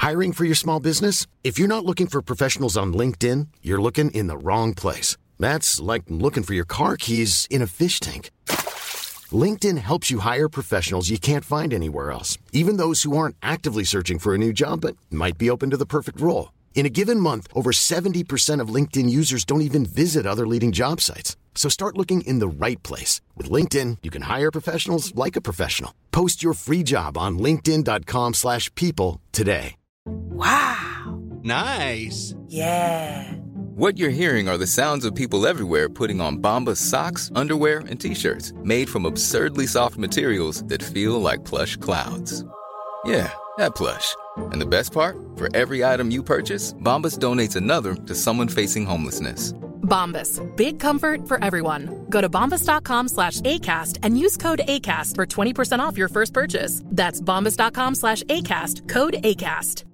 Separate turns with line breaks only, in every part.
Hiring for your small business? If you're not looking for professionals on LinkedIn, you're looking in the wrong place. That's like looking for your car keys in a fish tank. LinkedIn helps you hire professionals you can't find anywhere else, even those who aren't actively searching for a new job but might be open to the perfect role. In a given month, over 70% of LinkedIn users don't even visit other leading job sites. So start looking in the right place. With LinkedIn, you can hire professionals like a professional. Post your free job on linkedin.com/people today.
Wow.
Nice.
Yeah.
What you're hearing are the sounds of people everywhere putting on Bombas socks, underwear, and T-shirts made from absurdly soft materials that feel like plush clouds. Yeah, that plush. And the best part? For every item you purchase, Bombas donates another to someone facing homelessness.
Bombas. Big comfort for everyone. Go to bombas.com/ACAST and use code ACAST for 20% off your first purchase. That's bombas.com/ACAST. Code ACAST.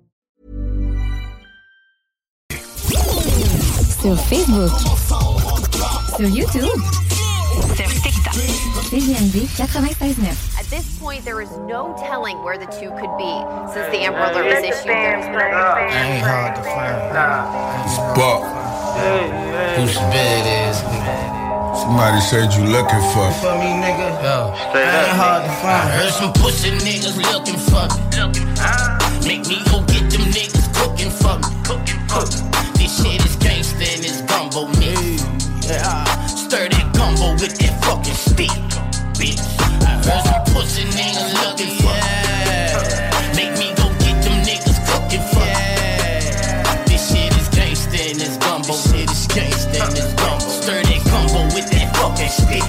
Sur Facebook, sur YouTube, sur TikTok. CJMD 96.9.
At this point, there is no telling where the two could be. Since the Amber Alert was issued, there's been
ain't hard to find. It's Buck. Who's bad ass nigga? Somebody said you looking for me, nigga. Yo, ain't hard to find. I heard some pussy niggas looking for me. Make me go get them niggas cooking for me. This shit is gangsta and it's gumbo, nigga. Stir that gumbo with that fucking stick, bitch. I heard some pussy niggas looking for me. Make me go get them niggas cooking for me. This shit is gangsta and it's gumbo. This shit is gangsta and it's gumbo. Stir that gumbo with that fucking stick.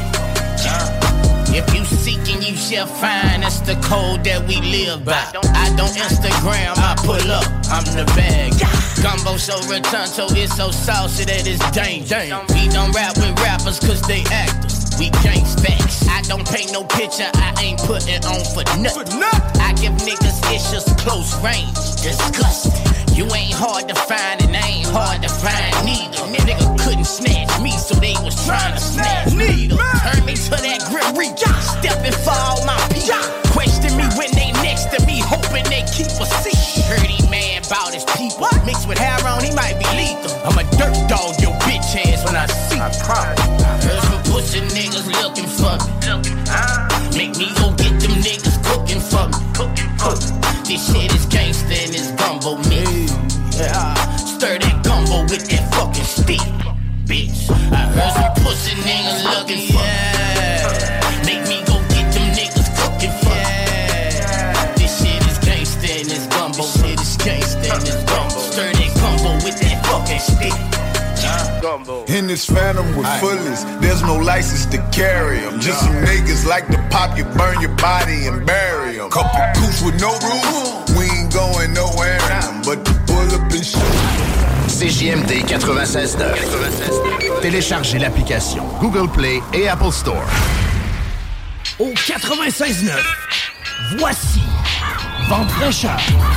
If you seeking, you shall find. That's the code that we live by. I don't Instagram, I pull up, I'm the bag. Gumbo so retunto, it's so saucy that it's dangerous. We don't rap with rappers cause they actors. We gangstacks. I don't paint no picture, I ain't putting on for nothing. I give niggas issues close range. Disgusting. You ain't hard to find and I ain't hard to find neither. Nigga couldn't snatch me, so they was trying to snatch neither. Turn me to that Grim Reaper, stepping for all my people. Question me when they next to me, hoping they keep a seat. Heard he mad about his people. Mixed with Haron, he might be lethal. I'm a dirt dog, your bitch ass when I see you. Heard some pussy niggas looking for me. Make me go get them niggas cooking for me. This shit is gangsta and it's gumbo, me. Stir that gumbo with that fucking stick, bitch. I heard some pussy niggas looking for me. Make me go get them niggas cooking for me. This shit is gangsta and it's gumbo. This shit is gangsta and it's gumbo. Stir that gumbo with that fucking stick.
In this phantom with fullies, there's no license to carry them. Just some niggas like to pop you, burn your body and bury them. Couple coops with no rules, we ain't going nowhere but to pull up and shoot.
CJMD 96.9. Téléchargez l'application Google Play et Apple Store.
Au 96.9, voici Vente fraîcheur.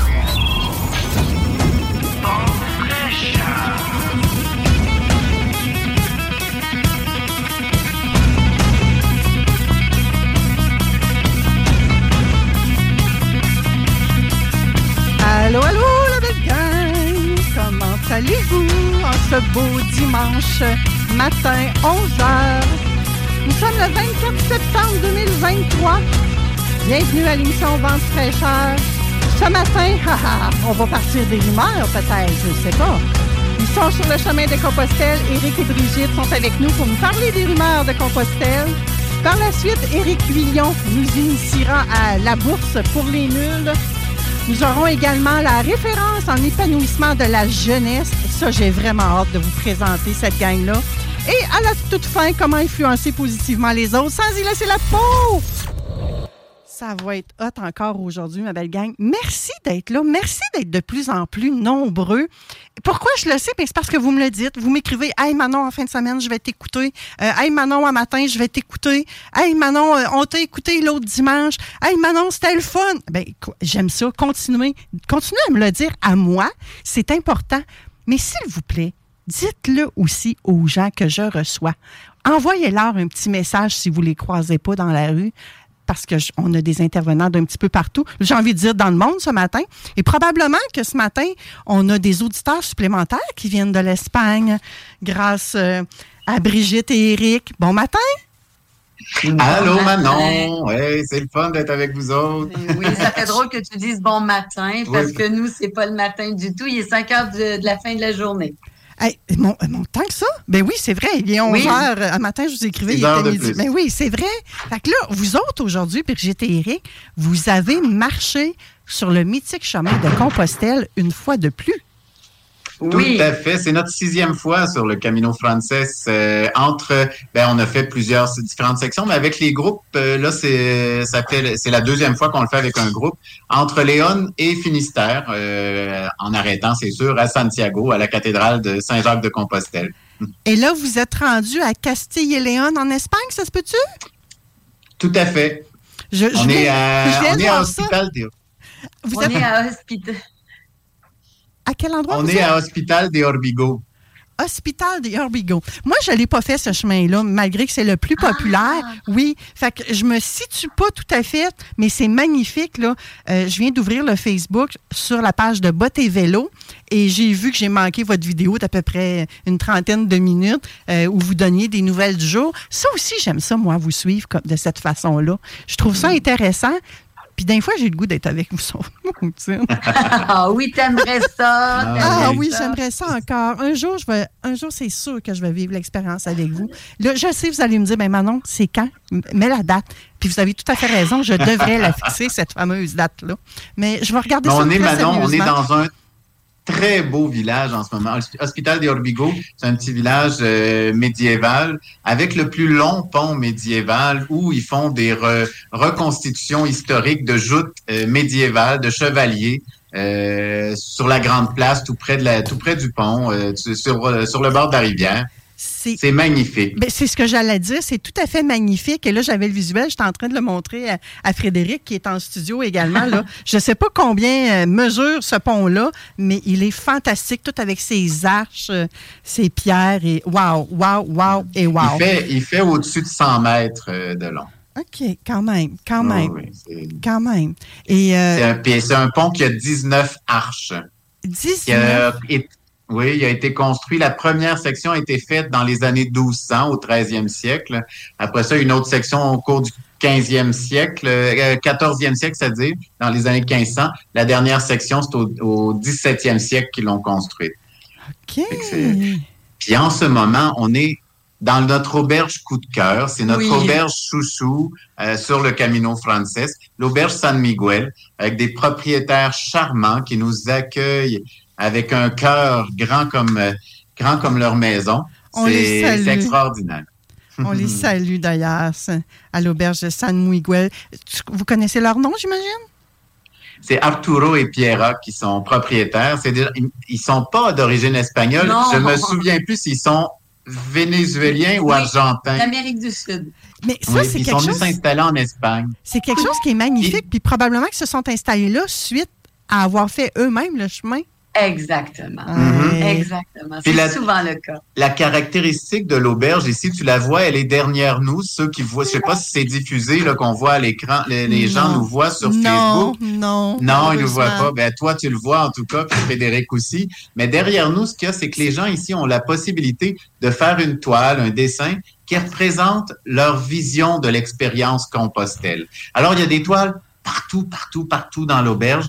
Allô, allô, la belle gang! Comment allez-vous en ce beau dimanche matin, 11h? Nous sommes le 24 septembre 2023. Bienvenue à l'émission Vente fraîcheur. Ce matin, on va partir des rumeurs peut-être, je ne sais pas. Ils sont sur le chemin de Compostelle. Éric et Brigitte sont avec nous pour nous parler des rumeurs de Compostelle. Par la suite, Éric Huillon nous initiera à la bourse pour les nuls. Nous aurons également la référence en épanouissement de la jeunesse. Ça, j'ai vraiment hâte de vous présenter cette gang-là. Et à la toute fin, comment influencer positivement les autres sans y laisser la peau. Ça va être hot encore aujourd'hui, ma belle gang. Merci d'être là. Merci d'être de plus en plus nombreux. Pourquoi je le sais? Bien, c'est parce que vous me le dites. Vous m'écrivez « Hey Manon, en fin de semaine, je vais t'écouter. Hey Manon, en matin, je vais t'écouter. Hey Manon, on t'a écouté l'autre dimanche. Hey Manon, c'était le fun. » Bien, j'aime ça. Continuez à me le dire à moi. C'est important. Mais s'il vous plaît, dites-le aussi aux gens que je reçois. Envoyez-leur un petit message si vous ne les croisez pas dans la rue. parce qu'on a des intervenants d'un petit peu partout. J'ai envie de dire dans le monde ce matin. Et probablement que ce matin, on a des auditeurs supplémentaires qui viennent de l'Espagne grâce à Brigitte et Éric. Bon matin!
Allô, Manon! Ouais, c'est le fun d'être avec vous autres.
Oui, ça fait drôle que tu dises bon matin, parce que nous, c'est pas le matin du tout. Il est 5 heures de la fin de la journée.
Hey, mon tant que ça? Ben oui, c'est vrai. Il est 11 heures. Un matin, je vous écrivais, il était midi. Ben oui, c'est vrai. Fait que là, vous autres, aujourd'hui, Brigitte et Éric, vous avez marché sur le mythique chemin de Compostelle une fois de plus.
Oui. Tout à fait. C'est notre 6e fois sur le Camino Frances. On a fait plusieurs différentes sections, mais avec les groupes, là, c'est la 2e fois qu'on le fait avec un groupe entre Léon et Finistère, en arrêtant, c'est sûr, à Santiago, à la cathédrale de Saint-Jacques-de-Compostelle.
Et là, vous êtes rendu à Castille et Léon en Espagne, ça se peut-tu?
Tout à fait. On est à Hospital.
On est à Hospital.
À quel endroit
On est à Hospital de Orbigo.
Hospital de Orbigo. Moi, je ne l'ai pas fait, ce chemin-là, malgré que c'est le plus populaire. Oui, fait que je me situe pas tout à fait, mais c'est magnifique, là. Je viens d'ouvrir le Facebook sur la page de Bottes et Vélo et j'ai vu que j'ai manqué votre vidéo d'à peu près une 30aine de minutes où vous donniez des nouvelles du jour. Ça aussi, j'aime ça, moi, vous suivre de cette façon-là. Je trouve ça intéressant. Puis d'un fois, j'ai le goût d'être avec vous.
Ah oui, t'aimerais ça.
Ah oui, j'aimerais ça encore. Un jour, c'est sûr que je vais vivre l'expérience avec vous. Là, je sais, vous allez me dire, ben Manon, c'est quand? Mets la date. Puis vous avez tout à fait raison, je devrais la fixer, cette fameuse date-là. Mais je vais regarder ça très sérieusement.
On est dans un très beau village en ce moment. Hospital de Orbigo, c'est un petit village médiéval avec le plus long pont médiéval où ils font des reconstitutions historiques de joutes médiévales, de chevaliers sur la grande place, tout près du pont, sur le bord de la rivière. C'est magnifique.
Ben, c'est ce que j'allais dire. C'est tout à fait magnifique. Et là, j'avais le visuel. J'étais en train de le montrer à Frédéric, qui est en studio également. Là. Je ne sais pas combien mesure ce pont-là, mais il est fantastique, tout avec ses arches, ses pierres. Et wow, wow, wow et wow.
Il fait au-dessus de 100 mètres de long.
OK, quand même. Quand même. Et,
c'est un pont qui a 19 arches.
19?
Oui, il a été construit. La première section a été faite dans les années 1200, au 13e siècle. Après ça, une autre section au cours du 15e siècle, 14e siècle, c'est-à-dire dans les années 1500. La dernière section, c'est au 17e siècle qu'ils l'ont construite.
OK.
Puis en ce moment, on est dans notre auberge coup de cœur. C'est notre auberge chouchou sur le Camino Frances, l'auberge San Miguel, avec des propriétaires charmants qui nous accueillent avec un cœur grand comme leur maison. C'est extraordinaire.
On les salue d'ailleurs à l'auberge de San Miguel. Vous connaissez leur nom, j'imagine?
C'est Arturo et Piera qui sont propriétaires. Ils sont pas d'origine espagnole. Non. Je me souviens plus s'ils sont vénézuéliens ou argentins.
L'Amérique du Sud.
Mais ça, c'est
ils sont venus s'installer en Espagne.
C'est quelque chose qui est magnifique. Puis probablement qu'ils se sont installés là suite à avoir fait eux-mêmes le chemin.
Exactement. Exactement. C'est souvent le cas.
La caractéristique de l'auberge ici, tu la vois, elle est derrière nous. Ceux qui voient, je sais pas si c'est diffusé, là, qu'on voit à l'écran, les gens nous voient sur Facebook.
Non,
ils nous voient pas. Ben, toi, tu le vois en tout cas, puis Frédéric aussi. Mais derrière nous, ce qu'il y a, c'est que les gens ici ont la possibilité de faire une toile, un dessin qui représente leur vision de l'expérience Compostelle. Alors, il y a des toiles partout dans l'auberge.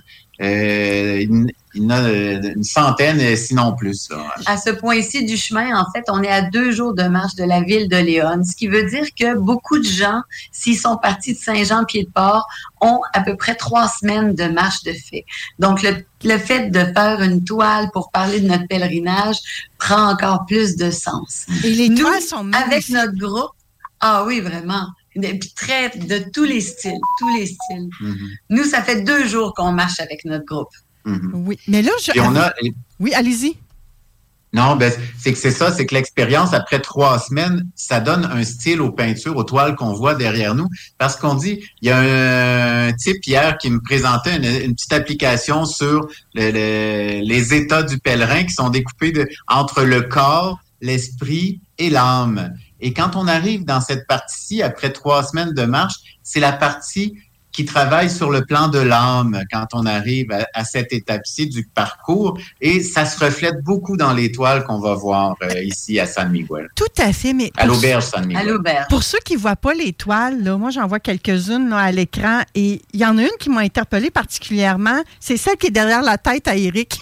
Il y en a une centaine, sinon plus. Là.
À ce point-ci du chemin, en fait, on est à 2 jours de marche de la ville de Léon, ce qui veut dire que beaucoup de gens, s'ils sont partis de Saint-Jean-Pied-de-Port, ont à peu près 3 semaines de marche de fait. Donc, le fait de faire une toile pour parler de notre pèlerinage prend encore plus de sens.
Et les toiles sont magnifiques.
Avec notre groupe, ah oui, vraiment. De tous les styles. Mm-hmm. Nous, ça fait 2 jours qu'on marche avec notre groupe.
Mm-hmm.
Oui, mais là, Oui, allez-y.
Non, c'est que l'expérience, après 3 semaines, ça donne un style aux peintures, aux toiles qu'on voit derrière nous. Parce qu'on dit, il y a un type hier qui me présentait une petite application sur les états du pèlerin qui sont découpés entre le corps, l'esprit et l'âme. Et quand on arrive dans cette partie-ci, après 3 semaines de marche, c'est la partie qui travaille sur le plan de l'âme quand on arrive à cette étape-ci du parcours. Et ça se reflète beaucoup dans l'étoile qu'on va voir ici à San Miguel.
Tout à fait, mais...
À l'auberge San Miguel.
À l'auberge.
Pour ceux qui ne voient pas l'étoile, là, moi, j'en vois quelques-unes là, à l'écran. Et il y en a une qui m'a interpellée particulièrement. C'est celle qui est derrière la tête à Éric.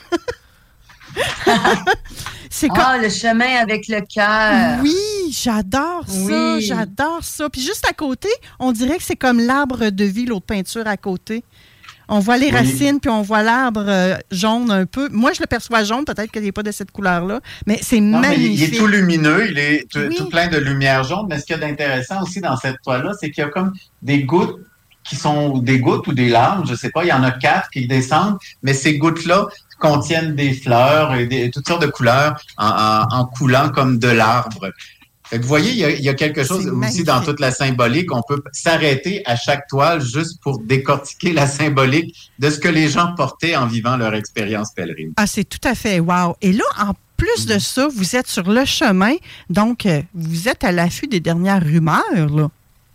C'est le chemin avec le cœur.
Oui, j'adore ça, j'adore ça. Puis juste à côté, on dirait que c'est comme l'arbre de vie, l'autre peinture à côté. On voit les racines, puis on voit l'arbre jaune un peu. Moi, je le perçois jaune, peut-être qu'il n'est pas de cette couleur-là, mais c'est magnifique.
Mais il est tout lumineux, il est tout plein de lumière jaune. Mais ce qu'il y a d'intéressant aussi dans cette toile-là, c'est qu'il y a comme des gouttes qui sont des gouttes ou des larmes, je ne sais pas, il y en a 4 qui descendent, mais ces gouttes-là contiennent des fleurs et toutes sortes de couleurs en coulant comme de l'arbre. Fait que vous voyez, il y a quelque chose aussi dans toute la symbolique. On peut s'arrêter à chaque toile juste pour décortiquer la symbolique de ce que les gens portaient en vivant leur expérience pèlerine.
Ah, c'est tout à fait wow. Et là, en plus de ça, vous êtes sur le chemin, donc vous êtes à l'affût des dernières rumeurs, là.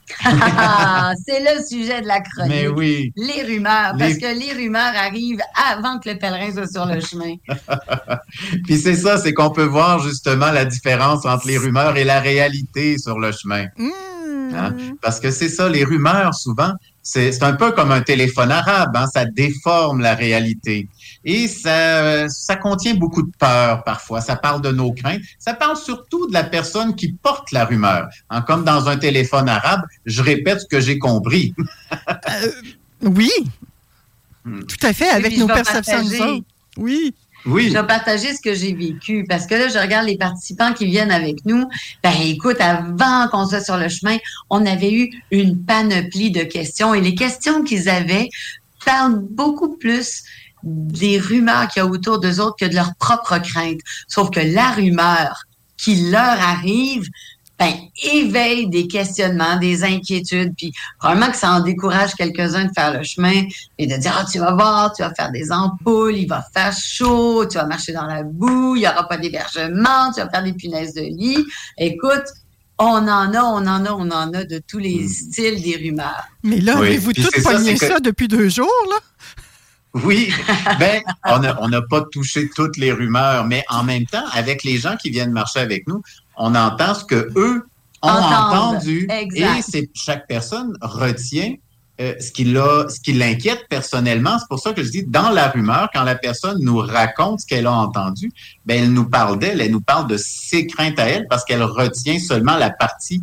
C'est le sujet de la chronique.
Mais oui.
Les rumeurs, parce que les rumeurs arrivent avant que le pèlerin soit sur le chemin.
Puis c'est ça, c'est qu'on peut voir justement la différence entre les rumeurs et la réalité sur le chemin. Hein? Parce que c'est ça, les rumeurs, souvent, c'est un peu comme un téléphone arabe, hein? Ça déforme la réalité. Et ça contient beaucoup de peur parfois. Ça parle de nos craintes. Ça parle surtout de la personne qui porte la rumeur. Hein? Comme dans un téléphone arabe, je répète ce que j'ai compris.
Oui, tout à fait, avec nos perceptions nous autres. Oui.
Je vais partager ce que j'ai vécu parce que là, je regarde les participants qui viennent avec nous. Ben, écoute, avant qu'on soit sur le chemin, on avait eu une panoplie de questions et les questions qu'ils avaient parlent beaucoup plus des rumeurs qu'il y a autour d'eux autres que de leurs propres craintes. Sauf que la rumeur qui leur arrive, éveille des questionnements, des inquiétudes, puis probablement que ça en décourage quelques-uns de faire le chemin et de dire « tu vas voir, tu vas faire des ampoules, il va faire chaud, tu vas marcher dans la boue, il n'y aura pas d'hébergement, tu vas faire des punaises de lit. » Écoute, on en a de tous les styles des rumeurs.
Mais là, avez-vous toutes pogné ça depuis 2 jours, là?
Oui, on n'a pas touché toutes les rumeurs, mais en même temps, avec les gens qui viennent marcher avec nous, on entend ce que eux ont entendu. Exact. Et chaque personne retient ce qui l'inquiète personnellement. C'est pour ça que je dis, dans la rumeur, quand la personne nous raconte ce qu'elle a entendu, elle nous parle d'elle, elle nous parle de ses craintes à elle parce qu'elle retient seulement la partie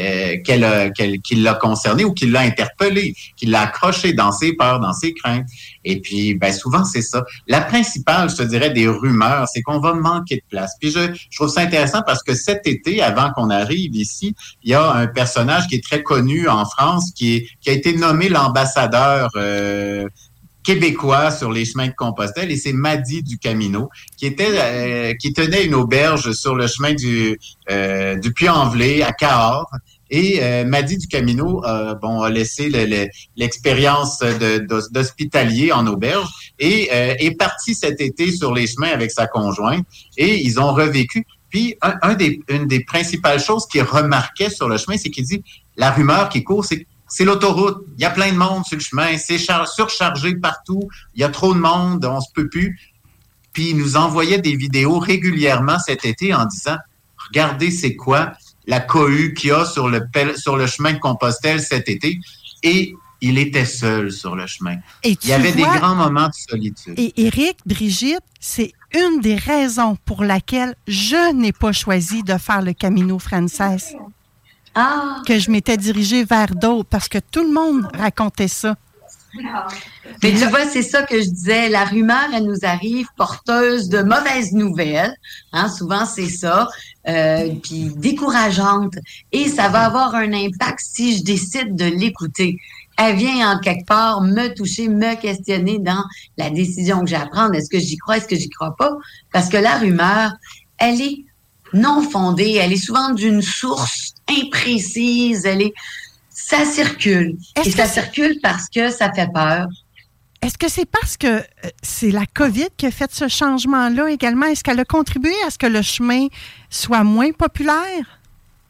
qui l'a concernée ou qui l'a interpellée, qui l'a accrochée dans ses peurs, dans ses craintes. Et puis, souvent, c'est ça. La principale, je te dirais, des rumeurs, c'est qu'on va manquer de place. Puis, je trouve ça intéressant parce que cet été, avant qu'on arrive ici, il y a un personnage qui est très connu en France, qui a été nommé l'ambassadeur québécois sur les chemins de Compostelle, et c'est Madi du Camino, qui tenait une auberge sur le chemin du Puy-en-Velay à Cahors. Et Madi du Camino a laissé l'expérience d'hospitalier en auberge et est parti cet été sur les chemins avec sa conjointe et ils ont revécu. Puis une des principales choses qu'il remarquait sur le chemin, c'est qu'il dit la rumeur qui court, c'est l'autoroute. Il y a plein de monde sur le chemin, c'est surchargé partout, il y a trop de monde, on se peut plus. Puis il nous envoyait des vidéos régulièrement cet été en disant regardez c'est quoi la cohue qu'il y a sur le chemin de Compostelle cet été. Et il était seul sur le chemin. Il y avait des grands moments de solitude.
Et Éric, Brigitte, c'est une des raisons pour laquelle je n'ai pas choisi de faire le Camino Frances. Que je m'étais dirigée vers d'autres, parce que tout le monde racontait ça.
Mais tu vois, c'est ça que je disais. La rumeur, elle nous arrive porteuse de mauvaises nouvelles. Hein, souvent, c'est ça. Puis décourageante. Et ça va avoir un impact si je décide de l'écouter. Elle vient en quelque part me toucher, me questionner dans la décision que j'ai à prendre. Est-ce que j'y crois, est-ce que j'y crois pas? Parce que la rumeur, elle est non fondée. Elle est souvent d'une source imprécise. Ça circule. Et ça circule parce que ça fait peur.
Est-ce que c'est parce que c'est la COVID qui a fait ce changement-là également? Est-ce qu'elle a contribué à ce que le chemin soit moins populaire?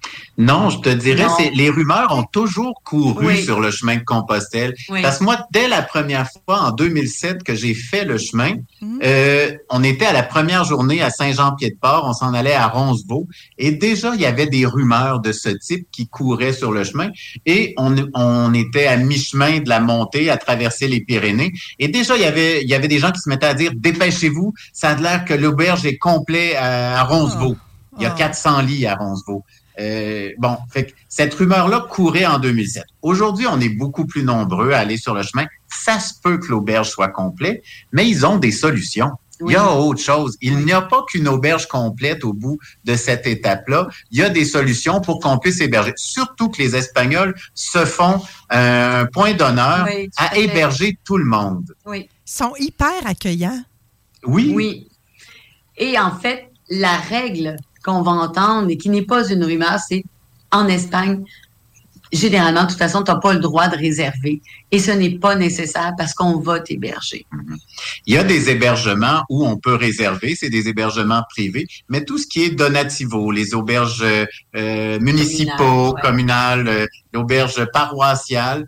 Non, je te dirais, les rumeurs ont toujours couru sur le chemin de Compostelle. Oui. Parce que moi, dès la première fois, en 2007, que j'ai fait le chemin, on était à la première journée à Saint-Jean-Pied-de-Port, on s'en allait à Roncevaux, et déjà, il y avait des rumeurs de ce type qui couraient sur le chemin, et on était à mi-chemin de la montée, à traverser les Pyrénées, et déjà, il y avait des gens qui se mettaient à dire « Dépêchez-vous, ça a l'air que l'auberge est complet à Roncevaux. Il y a 400 lits à Roncevaux. » Fait que cette rumeur-là courait en 2007. Aujourd'hui, on est beaucoup plus nombreux à aller sur le chemin. Ça se peut que l'auberge soit complète, mais ils ont des solutions. Oui. Il y a autre chose. Il n'y a pas qu'une auberge complète au bout de cette étape-là. Il y a des solutions pour qu'on puisse héberger. Surtout que les Espagnols se font un point d'honneur à héberger tout le monde.
Oui. Ils sont hyper accueillants.
Oui.
Oui. Et en fait, la règle qu'on va entendre et qui n'est pas une rumeur, c'est en Espagne, généralement, de toute façon, tu n'as pas le droit de réserver. Et ce n'est pas nécessaire parce qu'on va t'héberger.
Il y a des hébergements où on peut réserver, c'est des hébergements privés, mais tout ce qui est donativo, les auberges municipaux, communales, l'auberge paroissiale,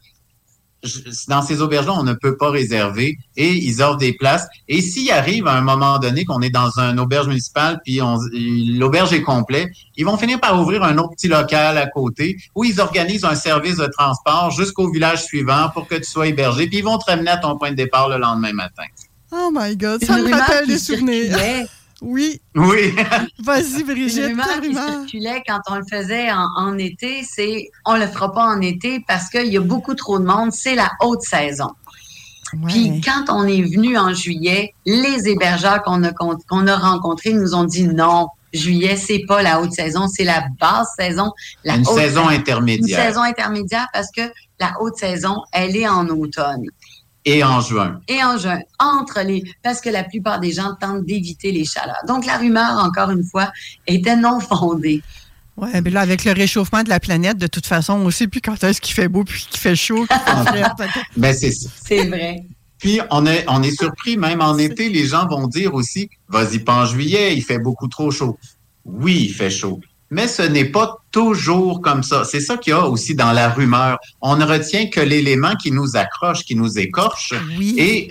dans ces auberges-là, on ne peut pas réserver et ils offrent des places. Et s'il arrive à un moment donné qu'on est dans une auberge municipale puis l'auberge est complète, ils vont finir par ouvrir un autre petit local à côté où ils organisent un service de transport jusqu'au village suivant pour que tu sois hébergé puis ils vont te ramener à ton point de départ le lendemain matin.
Oh my God, ça me rappelle des souvenirs. Oui.
Oui.
Vas-y, Brigitte.
Une rumeur qui circulait quand on le faisait en été, c'est on le fera pas en été parce qu'il y a beaucoup trop de monde, c'est la haute saison. Ouais. Puis quand on est venu en juillet, les hébergeurs qu'on a rencontrés nous ont dit non, juillet, c'est pas la haute saison, c'est la basse saison.
Une saison intermédiaire.
Une saison intermédiaire parce que la haute saison, elle est en automne.
Et en juin.
Et en juin, parce que la plupart des gens tentent d'éviter les chaleurs. Donc, la rumeur, encore une fois, était non fondée.
Oui, mais là, avec le réchauffement de la planète, de toute façon, on ne sait plus quand est-ce qu'il fait beau puis qu'il fait chaud.
Ben, c'est ça.
C'est vrai.
Puis, on est surpris, même en été, les gens vont dire aussi, vas-y pas en juillet, il fait beaucoup trop chaud. Oui, il fait chaud. Mais ce n'est pas toujours comme ça. C'est ça qu'il y a aussi dans la rumeur. On ne retient que l'élément qui nous accroche, qui nous écorche.
Oui.
Et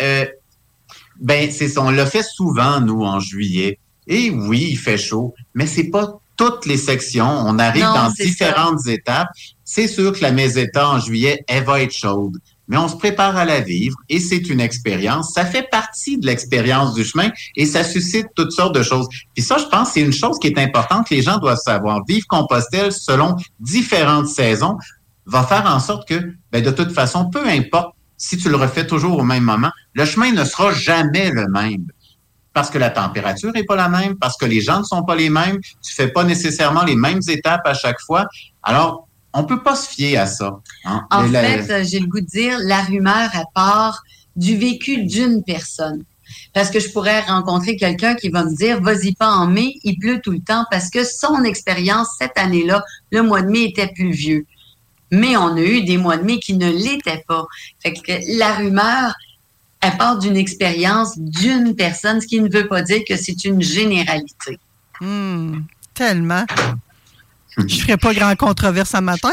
c'est ça. On le fait souvent, nous, en juillet. Et oui, il fait chaud, mais c'est pas toutes les sections. On arrive dans différentes étapes. C'est sûr que la meseta en juillet, elle va être chaude. Mais on se prépare à la vivre et c'est une expérience. Ça fait partie de l'expérience du chemin et ça suscite toutes sortes de choses. Puis ça, je pense, c'est une chose qui est importante que les gens doivent savoir. Vivre Compostelle selon différentes saisons va faire en sorte que, de toute façon, peu importe si tu le refais toujours au même moment, le chemin ne sera jamais le même. Parce que la température n'est pas la même, parce que les gens ne sont pas les mêmes, tu fais pas nécessairement les mêmes étapes à chaque fois. Alors, on peut pas se fier à ça. Hein?
En fait, j'ai le goût de dire, la rumeur, elle part du vécu d'une personne. Parce que je pourrais rencontrer quelqu'un qui va me dire, vas-y pas en mai, il pleut tout le temps, parce que son expérience cette année-là, le mois de mai était pluvieux. Mais on a eu des mois de mai qui ne l'étaient pas. Fait que la rumeur, elle part d'une expérience d'une personne, ce qui ne veut pas dire que c'est une généralité.
Tellement. Je ferais pas grand controverse ce matin,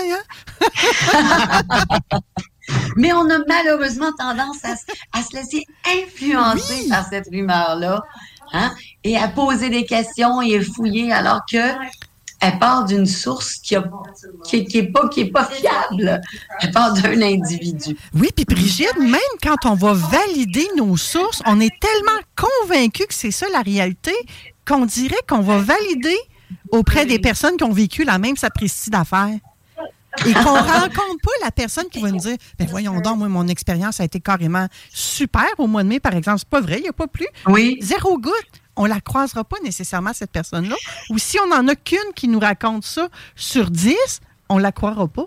hein?
Mais on a malheureusement tendance à se laisser influencer par cette rumeur-là, hein? Et à poser des questions et à fouiller alors que elle part d'une source qui est pas fiable. Elle part d'un individu.
Oui, puis Brigitte, même quand on va valider nos sources, on est tellement convaincus que c'est ça la réalité qu'on dirait qu'on va valider auprès des personnes qui ont vécu la même sapristi d'affaires. Et qu'on ne rencontre pas la personne qui va nous dire « voyons donc, moi, mon expérience a été carrément super au mois de mai, par exemple. » C'est pas vrai, il n'y a pas plus.
Oui.
0 goutte. On la croisera pas nécessairement, cette personne-là. Ou si on n'en a qu'une qui nous raconte ça sur 10, on la croira pas.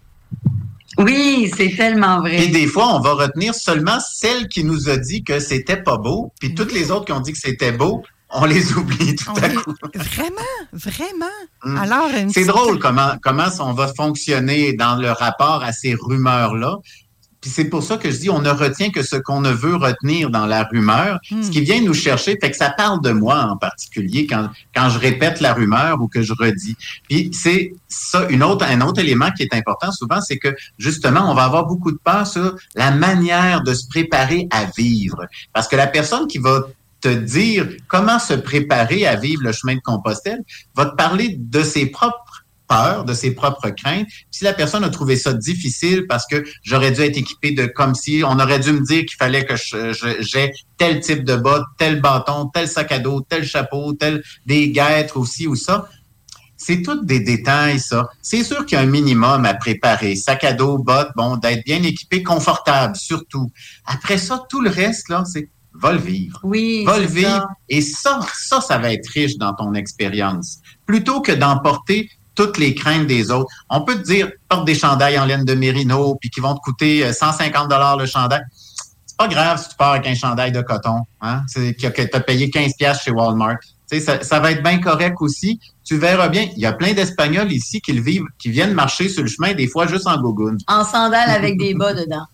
Oui, c'est tellement vrai.
Et des fois, on va retenir seulement celle qui nous a dit que c'était pas beau, puis toutes les autres qui ont dit que c'était beau, on les oublie tout à coup.
Vraiment. Alors,
c'est drôle comment on va fonctionner dans le rapport à ces rumeurs-là. Puis c'est pour ça que je dis, on ne retient que ce qu'on ne veut retenir dans la rumeur, ce qui vient nous chercher, fait que ça parle de moi en particulier quand je répète la rumeur ou que je redis. Puis c'est ça, un autre élément qui est important souvent, c'est que justement, on va avoir beaucoup de peur sur la manière de se préparer à vivre. Parce que la personne qui va te dire comment se préparer à vivre le chemin de Compostelle va te parler de ses propres peur, de ses propres craintes. Si la personne a trouvé ça difficile parce que j'aurais dû être équipé de comme si on aurait dû me dire qu'il fallait que j'ai tel type de bottes, tel bâton, tel sac à dos, tel chapeau, des guêtres aussi ou ça. C'est tous des détails, ça. C'est sûr qu'il y a un minimum à préparer. Sac à dos, bottes, bon, d'être bien équipé, confortable, surtout. Après ça, tout le reste, là, c'est va le vivre.
Oui,
va le vivre.
Ça.
Et ça va être riche dans ton expérience. Plutôt que d'emporter toutes les craintes des autres. On peut te dire, porte des chandails en laine de mérino puis qui vont te coûter 150 $ le chandail. C'est pas grave si tu pars avec un chandail de coton, hein, que tu as payé 15$ chez Walmart. Tu sais, ça va être bien correct aussi. Tu verras bien, il y a plein d'Espagnols ici qui le vivent, qui viennent marcher sur le chemin, des fois juste en gougoune.
En sandales avec des bas dedans.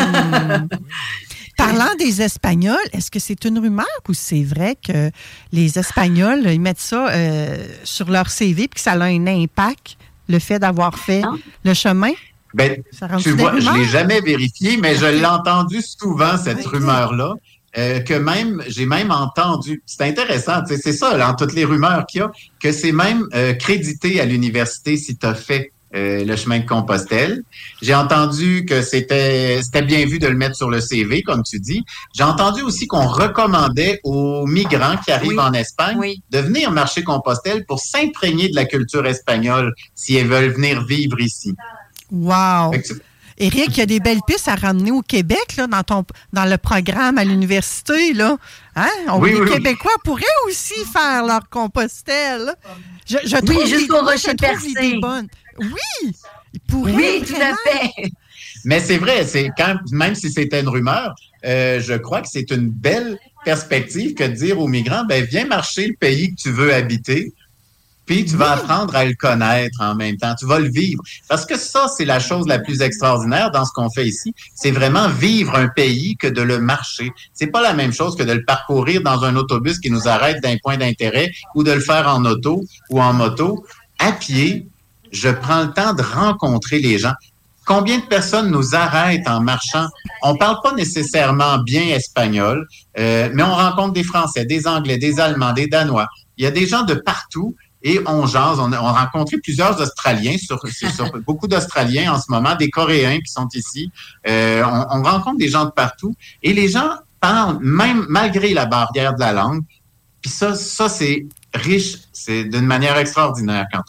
Parlant des Espagnols, est-ce que c'est une rumeur ou c'est vrai que les Espagnols, ils mettent ça sur leur CV et que ça a un impact, le fait d'avoir fait le chemin?
Ben, tu vois, je ne l'ai jamais vérifié, mais je l'ai entendu souvent, cette rumeur-là. J'ai même entendu, c'est intéressant, c'est ça, dans toutes les rumeurs qu'il y a, que c'est même crédité à l'université si tu as fait le chemin de Compostelle. J'ai entendu que c'était bien vu de le mettre sur le CV, comme tu dis. J'ai entendu aussi qu'on recommandait aux migrants qui arrivent en Espagne de venir marcher Compostelle pour s'imprégner de la culture espagnole s'ils veulent venir vivre ici.
Wow! Éric, il y a des belles pistes à ramener au Québec là, dans le programme à l'université. Là. Hein? Les Québécois pourraient aussi faire leur Compostelle. Je trouve
jusqu'au Rocher Percé.
Oui, ils pourraient.
Oui, tout à fait.
Mais c'est vrai, même si c'était une rumeur, je crois que c'est une belle perspective que de dire aux migrants, viens marcher le pays que tu veux habiter, puis tu vas apprendre à le connaître en même temps. Tu vas le vivre. Parce que ça, c'est la chose la plus extraordinaire dans ce qu'on fait ici. C'est vraiment vivre un pays que de le marcher. C'est pas la même chose que de le parcourir dans un autobus qui nous arrête d'un point d'intérêt ou de le faire en auto ou en moto. À pied, je prends le temps de rencontrer les gens. Combien de personnes nous arrêtent en marchant? On parle pas nécessairement bien espagnol, mais on rencontre des Français, des Anglais, des Allemands, des Danois. Il y a des gens de partout. Et on jase, on a rencontré plusieurs Australiens, sur beaucoup d'Australiens en ce moment, des Coréens qui sont ici. On rencontre des gens de partout. Et les gens parlent, même malgré la barrière de la langue. Puis ça c'est riche, c'est d'une manière extraordinaire quand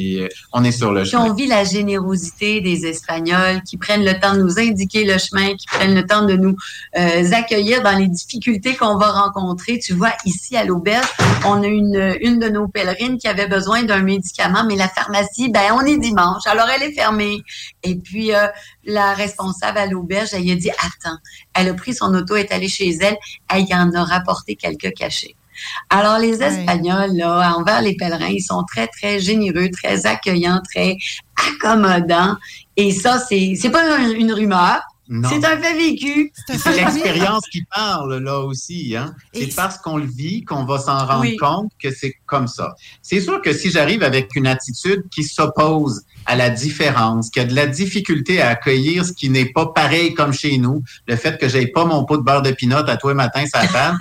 on est sur le chemin.
Puis on vit la générosité des Espagnols qui prennent le temps de nous indiquer le chemin, qui prennent le temps de nous accueillir dans les difficultés qu'on va rencontrer. Tu vois, ici à l'auberge, on a une de nos pèlerines qui avait besoin d'un médicament, mais la pharmacie, on est dimanche, alors elle est fermée. Et puis la responsable à l'auberge, elle lui a dit « Attends ». Elle a pris son auto, est allée chez elle, elle y en a rapporté quelques cachets. Alors, les Espagnols, là, envers les pèlerins, ils sont très, très généreux, très accueillants, très accommodants. Et ça, c'est pas une rumeur. Non. C'est un fait vécu.
C'est l'expérience qui parle, là aussi. Hein? C'est parce qu'on le vit qu'on va s'en rendre compte que c'est comme ça. C'est sûr que si j'arrive avec une attitude qui s'oppose à la différence, qui a de la difficulté à accueillir ce qui n'est pas pareil comme chez nous, le fait que j'aie pas mon pot de beurre de pinot à tous les matins sur la table,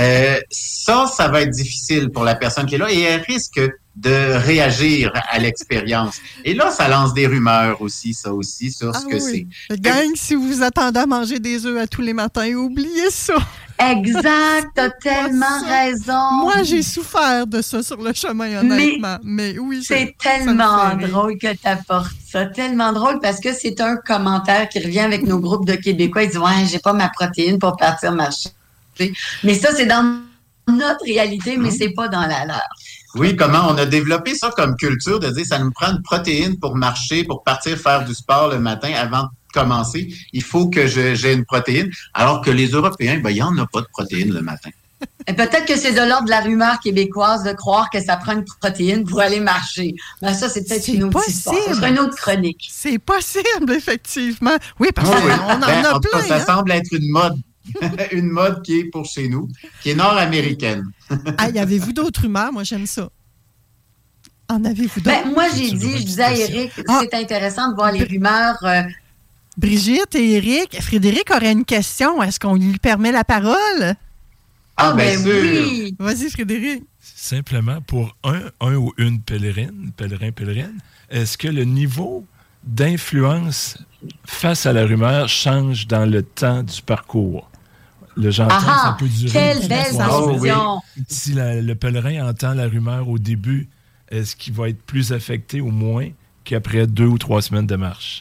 ça va être difficile pour la personne qui est là et elle risque de réagir à l'expérience. Et là, ça lance des rumeurs aussi, ça aussi, sur ce que c'est.
Gang, si vous vous attendez à manger des œufs à tous les matins, oubliez ça.
Exact, t'as tellement raison.
Moi, j'ai souffert de ça sur le chemin, honnêtement. Mais oui,
c'est tellement drôle que t'apportes ça. Tellement drôle parce que c'est un commentaire qui revient avec nos groupes de Québécois. Ils disent « Ouais, j'ai pas ma protéine pour partir marcher. » Mais ça, c'est dans notre réalité, mais c'est pas dans la leur.
Oui, comment on a développé ça comme culture de dire ça nous prend une protéine pour marcher, pour partir faire du sport le matin avant de commencer. Il faut que j'ai une protéine. Alors que les Européens, il n'y en a pas de protéine le matin.
Et peut-être que c'est de l'ordre de la rumeur québécoise de croire que ça prend une protéine pour aller marcher. Mais ça, c'est peut-être une autre histoire. Ce sera une autre chronique.
C'est possible, effectivement. Oui, parce qu'on en a plein.
Ça semble être une mode. Une mode qui est pour chez nous, qui est nord-américaine.
Y avez-vous d'autres rumeurs? Moi, j'aime ça. En avez-vous d'autres?
Moi, je disais à Éric, c'est intéressant de voir les rumeurs.
Brigitte et Éric, Frédéric aurait une question. Est-ce qu'on lui permet la parole?
Bien sûr.
Oui.
Vas-y, Frédéric.
Simplement, pour un ou une pèlerin, est-ce que le niveau d'influence face à la rumeur change dans le temps du parcours? J'entends, ça peut durer.
Quelle belle question!
Si le pèlerin entend la rumeur au début, est-ce qu'il va être plus affecté ou moins qu'après 2 ou 3 semaines de marche?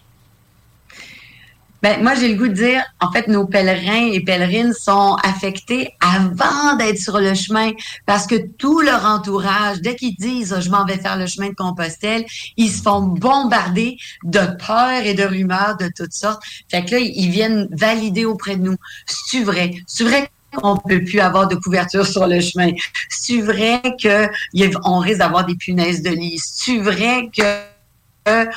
Moi, j'ai le goût de dire, en fait, nos pèlerins et pèlerines sont affectés avant d'être sur le chemin parce que tout leur entourage, dès qu'ils disent « je m'en vais faire le chemin de Compostelle », ils se font bombarder de peurs et de rumeurs de toutes sortes. Fait que là, ils viennent valider auprès de nous. C'est vrai qu'on peut plus avoir de couverture sur le chemin. C'est vrai qu'on risque d'avoir des punaises de lit. C'est vrai que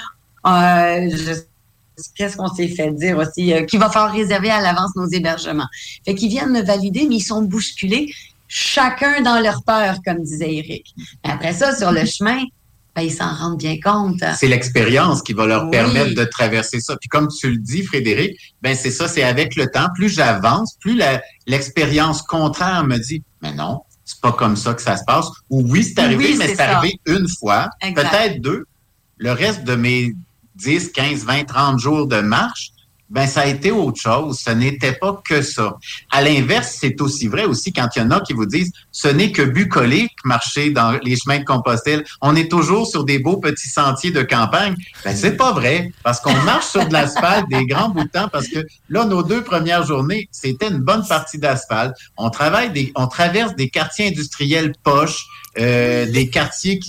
qu'est-ce qu'on s'est fait dire aussi? Qu'il va falloir réserver à l'avance nos hébergements. Fait qu'ils viennent me valider, mais ils sont bousculés, chacun dans leur peur, comme disait Éric. Après ça, sur le chemin, ils s'en rendent bien compte.
C'est l'expérience qui va leur permettre de traverser ça. Puis comme tu le dis, Frédéric, c'est ça, c'est avec le temps. Plus j'avance, plus l'expérience contraire me dit « mais non, c'est pas comme ça que ça se passe ». Ou oui, c'est arrivé, mais c'est arrivé une fois, peut-être 2. Le reste de mes 10, 15, 20, 30 jours de marche, ça a été autre chose. Ce n'était pas que ça. À l'inverse, c'est aussi vrai aussi quand il y en a qui vous disent ce n'est que bucolique marcher dans les chemins de Compostelle. On est toujours sur des beaux petits sentiers de campagne. C'est pas vrai parce qu'on marche sur de l'asphalte des grands bouts de temps parce que là, nos 2 premières journées, c'était une bonne partie d'asphalte. On traverse des quartiers industriels poches, des quartiers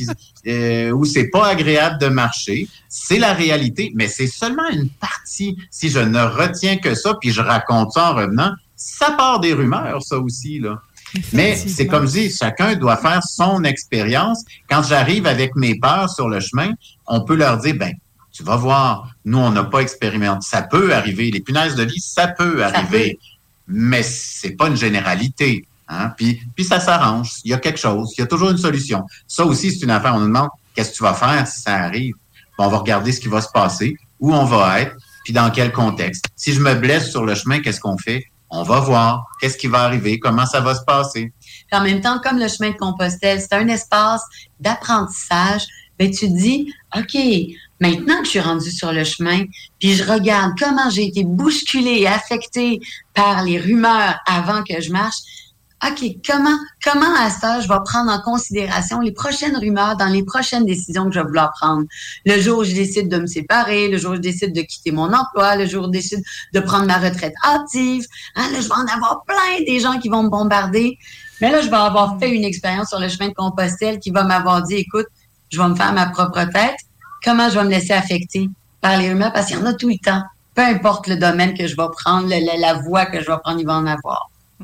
où c'est pas agréable de marcher. C'est la réalité, mais c'est seulement une partie. Si je ne retiens que ça, puis je raconte ça en revenant, ça part des rumeurs, ça aussi, là. Mais c'est comme je dis, chacun doit faire son expérience. Quand j'arrive avec mes peurs sur le chemin, on peut leur dire, tu vas voir, nous, on n'a pas expérimenté. Ça peut arriver. Les punaises de lit, ça peut arriver. Mais c'est pas une généralité. Hein? Puis ça s'arrange. Il y a quelque chose. Il y a toujours une solution. Ça aussi, c'est une affaire. On nous demande, qu'est-ce que tu vas faire si ça arrive? On va regarder ce qui va se passer, où on va être, puis dans quel contexte. Si je me blesse sur le chemin, qu'est-ce qu'on fait? On va voir qu'est-ce qui va arriver, comment ça va se passer.
Puis en même temps, comme le chemin de Compostelle, c'est un espace d'apprentissage. Tu te dis, OK, maintenant que je suis rendue sur le chemin, puis je regarde comment j'ai été bousculée et affectée par les rumeurs avant que je marche, OK, comment à ça, je vais prendre en considération les prochaines rumeurs dans les prochaines décisions que je vais vouloir prendre. Le jour où je décide de me séparer, le jour où je décide de quitter mon emploi, le jour où je décide de prendre ma retraite hâtive. Là, je vais en avoir plein des gens qui vont me bombarder. Mais là, je vais avoir fait une expérience sur le chemin de Compostelle qui va m'avoir dit, écoute, je vais me faire ma propre tête. Comment je vais me laisser affecter par les rumeurs? Parce qu'il y en a tout le temps. Peu importe le domaine que je vais prendre, la voie que je vais prendre, il va en avoir.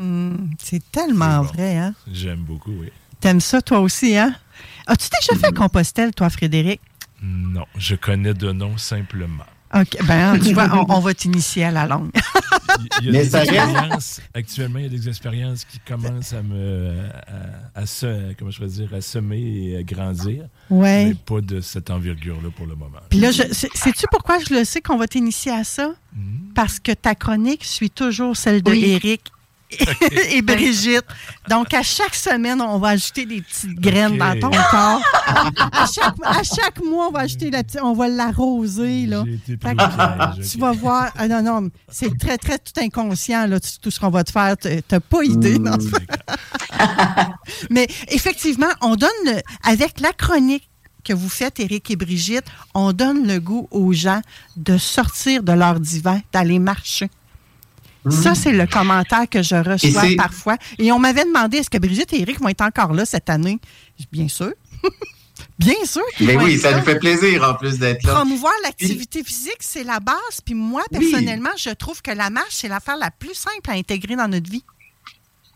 C'est tellement vrai, hein?
J'aime beaucoup, oui.
T'aimes ça, toi aussi, hein? As-tu déjà fait Compostelle, toi, Frédéric?
Non, je connais de nom simplement.
OK, tu vois, on va t'initier à la langue.
Il y a des expériences, actuellement, il y a des expériences qui commencent à semer et à grandir, mais pas de cette envergure-là pour le moment.
Puis là, sais-tu pourquoi je le sais qu'on va t'initier à ça? Parce que ta chronique suit toujours celle de Éric et Brigitte. Donc, à chaque semaine, on va ajouter des petites graines dans ton corps. À chaque mois, on va ajouter on va l'arroser. Là. Tu vas voir. Non, c'est très, très tout inconscient, là, tout ce qu'on va te faire. T'as pas idée. Non? Mais effectivement, on donne avec la chronique que vous faites, Éric et Brigitte, on donne le goût aux gens de sortir de leur divan, d'aller marcher. Ça, c'est le commentaire que je reçois parfois. Et on m'avait demandé, est-ce que Brigitte et Éric vont être encore là cette année? Bien sûr. Bien sûr qu'ils vont être
ça
là.
nous fait plaisir en plus d'être là.
Promouvoir l'activité physique, c'est la base. Puis moi, personnellement, je trouve que la marche, c'est l'affaire la plus simple à intégrer dans notre vie.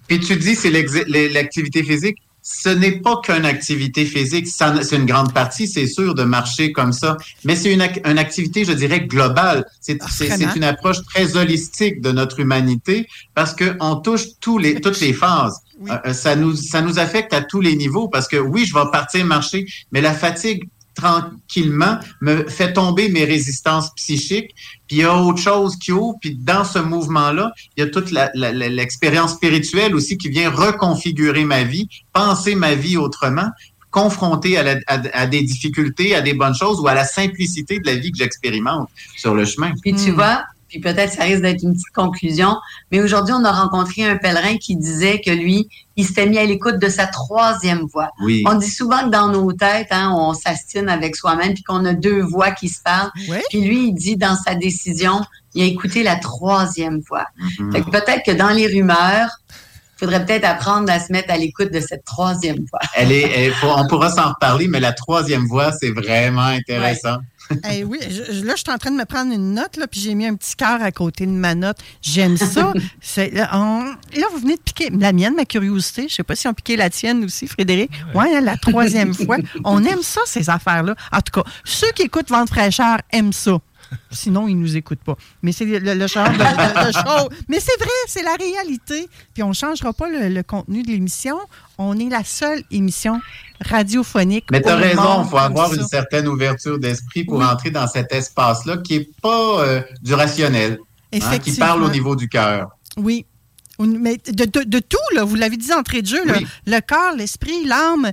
Puis tu dis c'est l'activité physique. Ce n'est pas qu'une activité physique. C'est une grande partie, c'est sûr, de marcher comme ça. Mais c'est une activité, je dirais, globale. C'est une approche très holistique de notre humanité parce qu'on touche toutes les phases. Oui. Ça nous affecte à tous les niveaux parce que oui, je vais partir marcher, mais la fatigue tranquillement me fait tomber mes résistances psychiques. Puis il y a autre chose qui ouvre. Puis dans ce mouvement-là, il y a toute l'expérience spirituelle aussi qui vient reconfigurer ma vie, penser ma vie autrement, confronter à des difficultés, à des bonnes choses ou à la simplicité de la vie que j'expérimente sur le chemin.
Puis tu vois, puis peut-être ça risque d'être une petite conclusion, mais aujourd'hui, on a rencontré un pèlerin qui disait que lui, il s'était mis à l'écoute de sa troisième voix. Oui. On dit souvent que dans nos têtes, on s'astine avec soi-même puis qu'on a deux voix qui se parlent. Oui. Puis lui, il dit dans sa décision, il a écouté la troisième voix. Mm-hmm. Fait que peut-être que dans les rumeurs, il faudrait peut-être apprendre à se mettre à l'écoute de cette troisième voix.
On pourra s'en reparler, mais la troisième voix, c'est vraiment intéressant.
Ouais. Oui, là, je suis en train de me prendre une note, là, puis j'ai mis un petit cœur à côté de ma note. J'aime ça. Là, vous venez de piquer la mienne, ma curiosité. Je ne sais pas si on piquait la tienne aussi, Frédéric. Oui, la troisième fois. On aime ça, ces affaires-là. En tout cas, ceux qui écoutent Vente fraîcheur aiment ça. Sinon, ils ne nous écoutent pas. Mais c'est le genre de show. Mais c'est vrai, c'est la réalité. Puis on ne changera pas le contenu de l'émission. On est la seule émission radiophonique.
Mais tu as raison, il faut avoir une certaine ouverture d'esprit pour entrer dans cet espace-là qui n'est pas du rationnel, qui parle au niveau du cœur.
Oui. Mais de tout, là, vous l'avez dit d'entrée de jeu, là, le cœur, l'esprit, l'âme,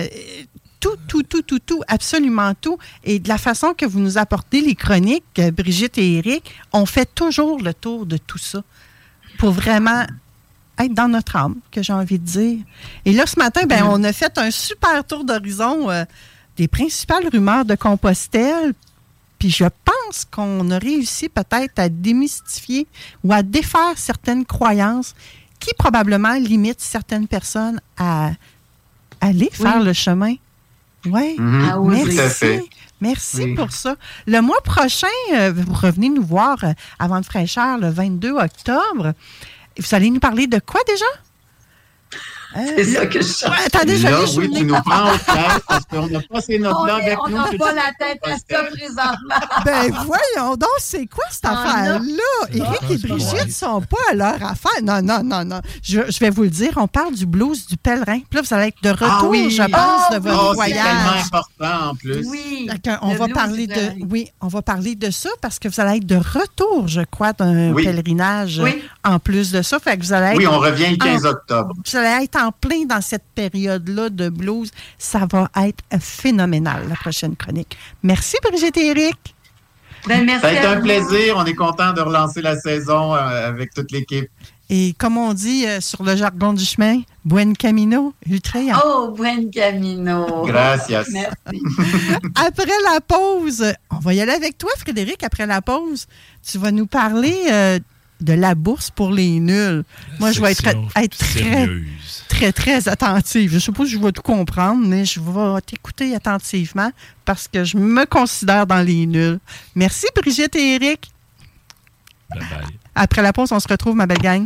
tout, absolument tout. Et de la façon que vous nous apportez les chroniques, Brigitte et Éric, on fait toujours le tour de tout ça pour vraiment être dans notre âme, que j'ai envie de dire. Et là, ce matin, on a fait un super tour d'horizon des principales rumeurs de Compostelle. Puis je pense qu'on a réussi peut-être à démystifier ou à défaire certaines croyances qui probablement limitent certaines personnes à aller faire le chemin. Oui, merci. Merci pour ça. Le mois prochain, vous revenez nous voir à Vente fraîcheur le 22 octobre. Vous allez nous parler de quoi déjà?
C'est ça que je cherche.
Attendez, tu nous prends au clair parce qu'on n'a pas ces notes-là avec nous.
On n'a pas la tête à ça présentement.
Voyons donc, c'est quoi cette affaire-là? Éric et Brigitte ne sont pas à leur affaire. Non. Je vais vous le dire, on parle du blues du pèlerin. Puis là, vous allez être de retour, je pense, de votre voyage.
C'est tellement important en plus.
Oui. On va parler de ça parce que vous allez être de retour, je crois, d'un pèlerinage en plus de ça. Fait que vous allez être
on revient le 15 octobre.
Vous allez être en plein dans cette période-là de blues. Ça va être phénoménal, la prochaine chronique. Merci, Brigitte et Éric.
Merci.
Ça a été un plaisir. On est content de relancer la saison avec toute l'équipe.
Et comme on dit sur le jargon du chemin, buen camino, ultra.
Oh, buen camino.
Gracias.
Merci.
Après la pause, on va y aller avec toi, Frédéric. Après la pause, tu vas nous parler de la bourse pour les nuls. Moi, je vais être très attentive. Je ne sais pas si je vais tout comprendre, mais je vais t'écouter attentivement parce que je me considère dans les nuls. Merci, Brigitte et Éric.
Bye bye.
Après la pause, on se retrouve, ma belle gang.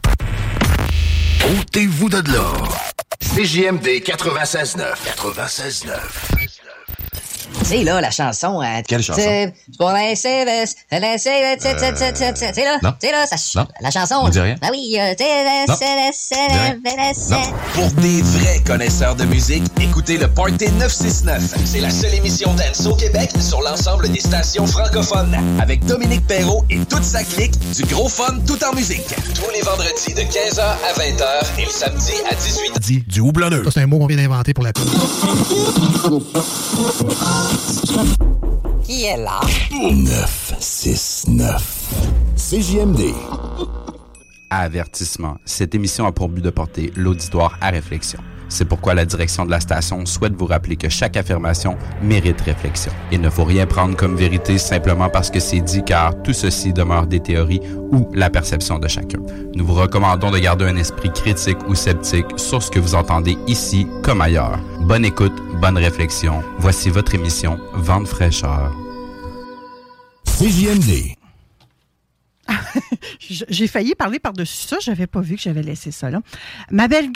Ôtez-vous de là. CJMD 96.9. 96.9.
Tu sais, là, la chanson...
Quelle chanson?
Pour c'est là, ça... La chanson...
On dit rien?
Ah oui,
Pour des vrais connaisseurs de musique, écoutez le Party 969. C'est la seule émission dance au Québec sur l'ensemble des stations francophones. Avec Dominique Perrault et toute sa clique, du gros fun tout en musique. Tous les vendredis de 15h à 20h et le samedi à 18h.
Dit du houblonneux.
Ça, c'est un mot qu'on vient d'inventer pour la pub.
Qui est là?
969. CJMD.
Avertissement. Cette émission a pour but de porter l'auditoire à réflexion. C'est pourquoi la direction de la station souhaite vous rappeler que chaque affirmation mérite réflexion. Il ne faut rien prendre comme vérité simplement parce que c'est dit, car tout ceci demeure des théories ou la perception de chacun. Nous vous recommandons de garder un esprit critique ou sceptique sur ce que vous entendez ici comme ailleurs. Bonne écoute, bonne réflexion. Voici votre émission Vente fraîcheur.
CJMD.
J'ai failli parler par-dessus ça. Je n'avais pas vu que j'avais laissé ça là. Ma belle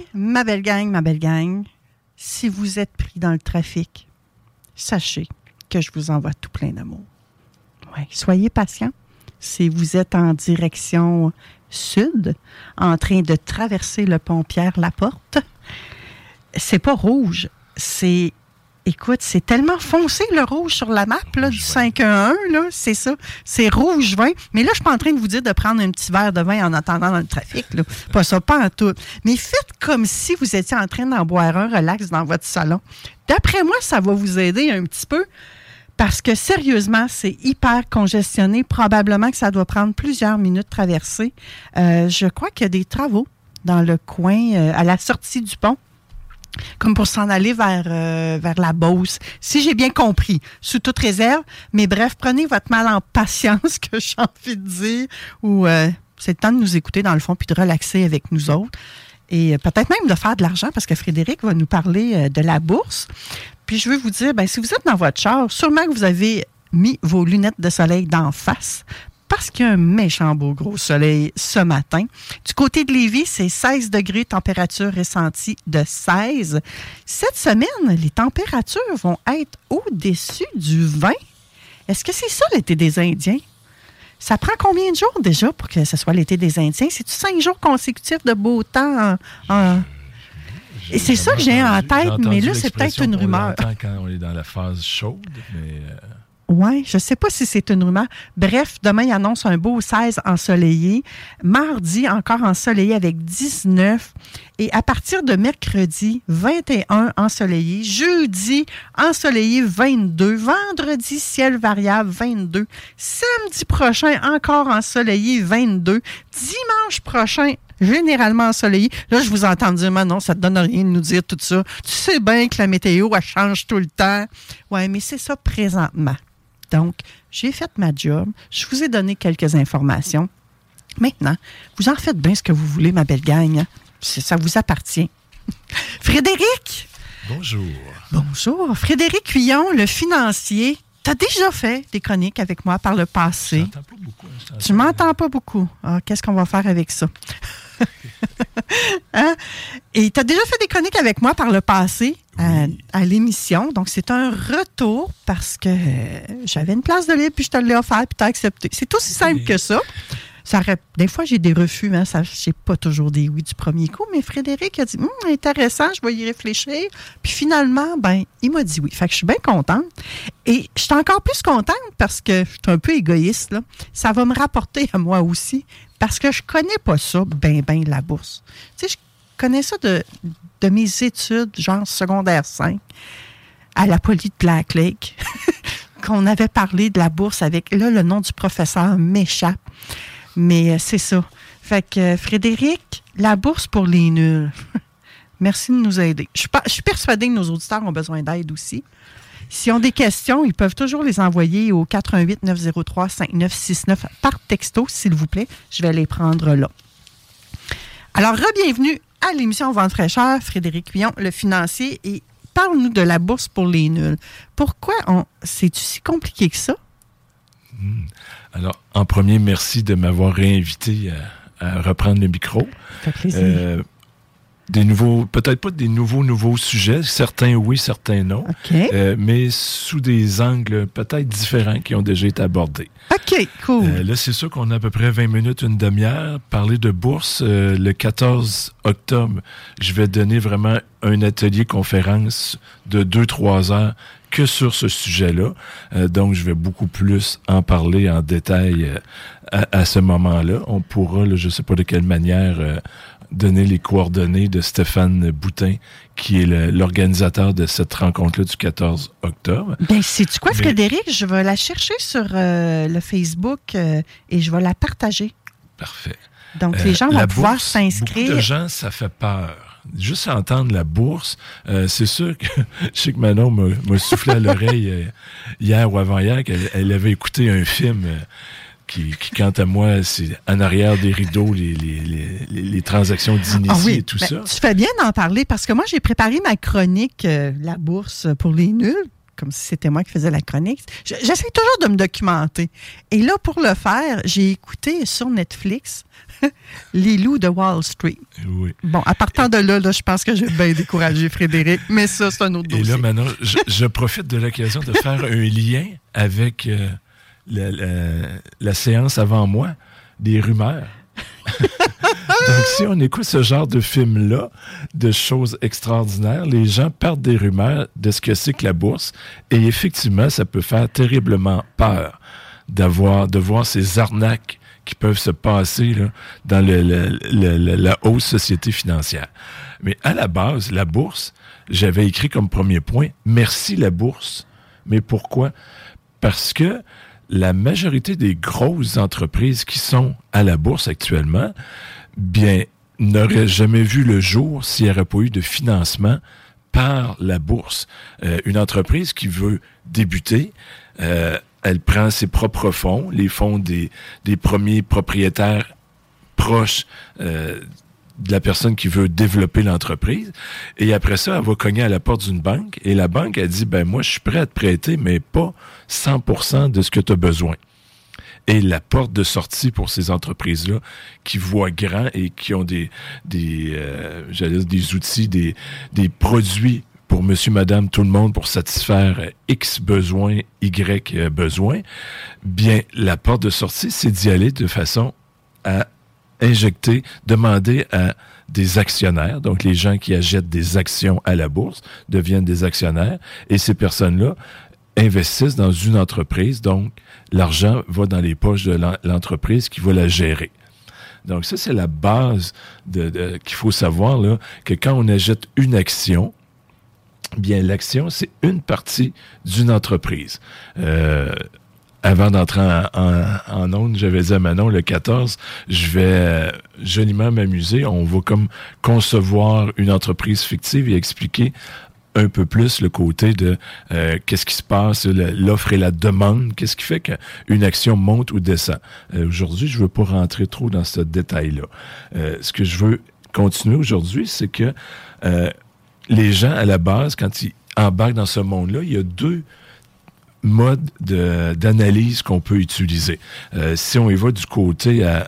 gang, si vous êtes pris dans le trafic, sachez que je vous envoie tout plein d'amour. Ouais, soyez patients. Si vous êtes en direction sud, en train de traverser le pont Pierre-Laporte, c'est pas rouge, c'est... Écoute, c'est tellement foncé le rouge sur la map là, du 511, là, c'est ça. C'est rouge vin. Mais là, je suis pas en train de vous dire de prendre un petit verre de vin en attendant dans le trafic. Là. Pas ça, pas en tout. Mais faites comme si vous étiez en train d'en boire un relax dans votre salon. D'après moi, ça va vous aider un petit peu parce que sérieusement, c'est hyper congestionné. Probablement que ça doit prendre plusieurs minutes de traverser. Je crois qu'il y a des travaux dans le coin, à la sortie du pont. Comme pour s'en aller vers la Beauce, si j'ai bien compris, sous toute réserve. Mais bref, prenez votre mal en patience, que j'ai envie de dire, ou c'est le temps de nous écouter dans le fond puis de relaxer avec nous autres. Et peut-être même de faire de l'argent, parce que Frédéric va nous parler de la bourse. Puis je veux vous dire, si vous êtes dans votre char, sûrement que vous avez mis vos lunettes de soleil d'en face, parce qu'il y a un méchant beau gros soleil ce matin. Du côté de Lévis, c'est 16 degrés, température ressentie de 16. Cette semaine, les températures vont être au-dessus du 20. Est-ce que c'est ça l'été des Indiens? Ça prend combien de jours déjà pour que ce soit l'été des Indiens? C'est-tu 5 jours consécutifs de beau temps? Et c'est ça que j'ai en tête, mais là, c'est peut-être une rumeur.
On l'entend quand on est dans la phase chaude, mais...
Oui, je ne sais pas si c'est une rumeur. Bref, demain, il annonce un beau 16 ensoleillé. Mardi, encore ensoleillé avec 19. Et à partir de mercredi, 21 ensoleillé. Jeudi, ensoleillé 22. Vendredi, ciel variable 22. Samedi prochain, encore ensoleillé 22. Dimanche prochain, généralement ensoleillé. Là, je vous entends dire, non, ça ne te donne rien de nous dire tout ça. Tu sais bien que la météo, elle change tout le temps. Oui, mais c'est ça présentement. Donc, j'ai fait ma job. Je vous ai donné quelques informations. Maintenant, vous en faites bien ce que vous voulez, ma belle gang. Hein? Ça vous appartient. Frédéric!
Bonjour.
Bonjour. Frédéric Huillon, le financier. Tu as déjà fait des chroniques avec moi par le passé.
Je t'entends pas beaucoup.
Tu m'entends pas beaucoup. Ah, qu'est-ce qu'on va faire avec ça? Hein? Et tu as déjà fait des chroniques avec moi par le passé à l'émission. Donc, c'est un retour parce que j'avais une place de libre puis je te l'ai offert puis tu as accepté. C'est aussi simple que ça. Des fois, j'ai des refus. Hein, je n'ai pas toujours des oui du premier coup. Mais Frédéric a dit intéressant, je vais y réfléchir. Puis finalement, il m'a dit oui. Fait que je suis bien contente. Et je suis encore plus contente parce que je suis un peu égoïste. Là. Ça va me rapporter à moi aussi. Parce que je ne connais pas ça, la bourse. Tu sais, je connais ça de mes études, genre secondaire 5, à la Poly de Black Lake, qu'on avait parlé de la bourse avec... Là, le nom du professeur m'échappe. Mais c'est ça. Fait que, Frédéric, la bourse pour les nuls. Merci de nous aider. Je suis persuadée que nos auditeurs ont besoin d'aide aussi. S'ils ont des questions, ils peuvent toujours les envoyer au 418-903-5969 par texto, s'il vous plaît. Je vais les prendre là. Alors, re-bienvenue à l'émission Vente fraîcheur. Frédéric Huillon, le financier. Et parle-nous de la bourse pour les nuls. Pourquoi c'est-tu si compliqué que ça?
Alors, en premier, merci de m'avoir réinvité à reprendre le micro.
Ça fait plaisir.
Peut-être pas des nouveaux sujets, certains oui, certains non,
okay.
Mais sous des angles peut-être différents qui ont déjà été abordés.
OK, cool.
Là, c'est sûr qu'on a à peu près 20 minutes, une demi-heure. Parler de bourse, le 14 octobre, je vais donner vraiment un atelier conférence de 2-3 heures que sur ce sujet-là. Donc, je vais beaucoup plus en parler en détail à ce moment-là. On pourra, je ne sais pas de quelle manière... donner les coordonnées de Stéphane Boutin, qui est l'organisateur de cette rencontre-là du 14 octobre.
Bien, sais-tu quoi, Frédéric? Je vais la chercher sur le Facebook et je vais la partager.
Parfait.
Donc, les gens vont pouvoir s'inscrire.
Beaucoup de gens, ça fait peur. Juste entendre la bourse, c'est sûr que je sais que Manon m'a soufflé à l'oreille hier ou avant-hier qu'elle avait écouté un film... Qui, quant à moi, c'est en arrière des rideaux, les transactions d'initiés et tout ça.
Tu fais bien d'en parler parce que moi, j'ai préparé ma chronique La bourse pour les nuls comme si c'était moi qui faisais la chronique. J'essaie toujours de me documenter. Et là, pour le faire, j'ai écouté sur Netflix Les loups de Wall Street.
Oui.
Bon, à partir de là, je pense que j'ai bien découragé Frédéric, mais ça, c'est un autre dossier.
Et là, maintenant, je profite de l'occasion de faire un lien avec la séance avant moi, des rumeurs. Donc, si on écoute ce genre de film-là, de choses extraordinaires, les gens partent des rumeurs de ce que c'est que la bourse. Et effectivement, ça peut faire terriblement peur de voir ces arnaques qui peuvent se passer là, dans la haute société financière. Mais à la base, la bourse, j'avais écrit comme premier point, merci la bourse. Mais pourquoi? Parce que la majorité des grosses entreprises qui sont à la bourse actuellement, bien, n'auraient jamais vu le jour s'il n'y aurait pas eu de financement par la bourse. Une entreprise qui veut débuter, elle prend ses propres fonds, les fonds des premiers propriétaires proches de la personne qui veut développer l'entreprise. Et après ça, elle va cogner à la porte d'une banque. Et la banque, elle dit, ben moi, je suis prêt à te prêter, mais pas 100% de ce que tu as besoin. Et la porte de sortie pour ces entreprises-là qui voient grand et qui ont des outils, des produits pour monsieur, madame, tout le monde pour satisfaire X besoin, Y besoin, bien, la porte de sortie, c'est d'y aller de façon à injecter, demander à des actionnaires, donc les gens qui achètent des actions à la bourse deviennent des actionnaires, et ces personnes-là investissent dans une entreprise, donc l'argent va dans les poches de l'entreprise qui va la gérer. Donc ça, c'est la base qu'il faut savoir, là, que quand on achète une action, bien l'action, c'est une partie d'une entreprise. Avant d'entrer en onde, j'avais dit à Manon, le 14, je vais joliment m'amuser. On va comme concevoir une entreprise fictive et expliquer un peu plus le côté de qu'est-ce qui se passe, l'offre et la demande, qu'est-ce qui fait qu'une action monte ou descend. Aujourd'hui, je veux pas rentrer trop dans ce détail-là. Ce que je veux continuer aujourd'hui, c'est que les gens, à la base, quand ils embarquent dans ce monde-là, il y a deux modes d'analyse qu'on peut utiliser. Si on y va du côté à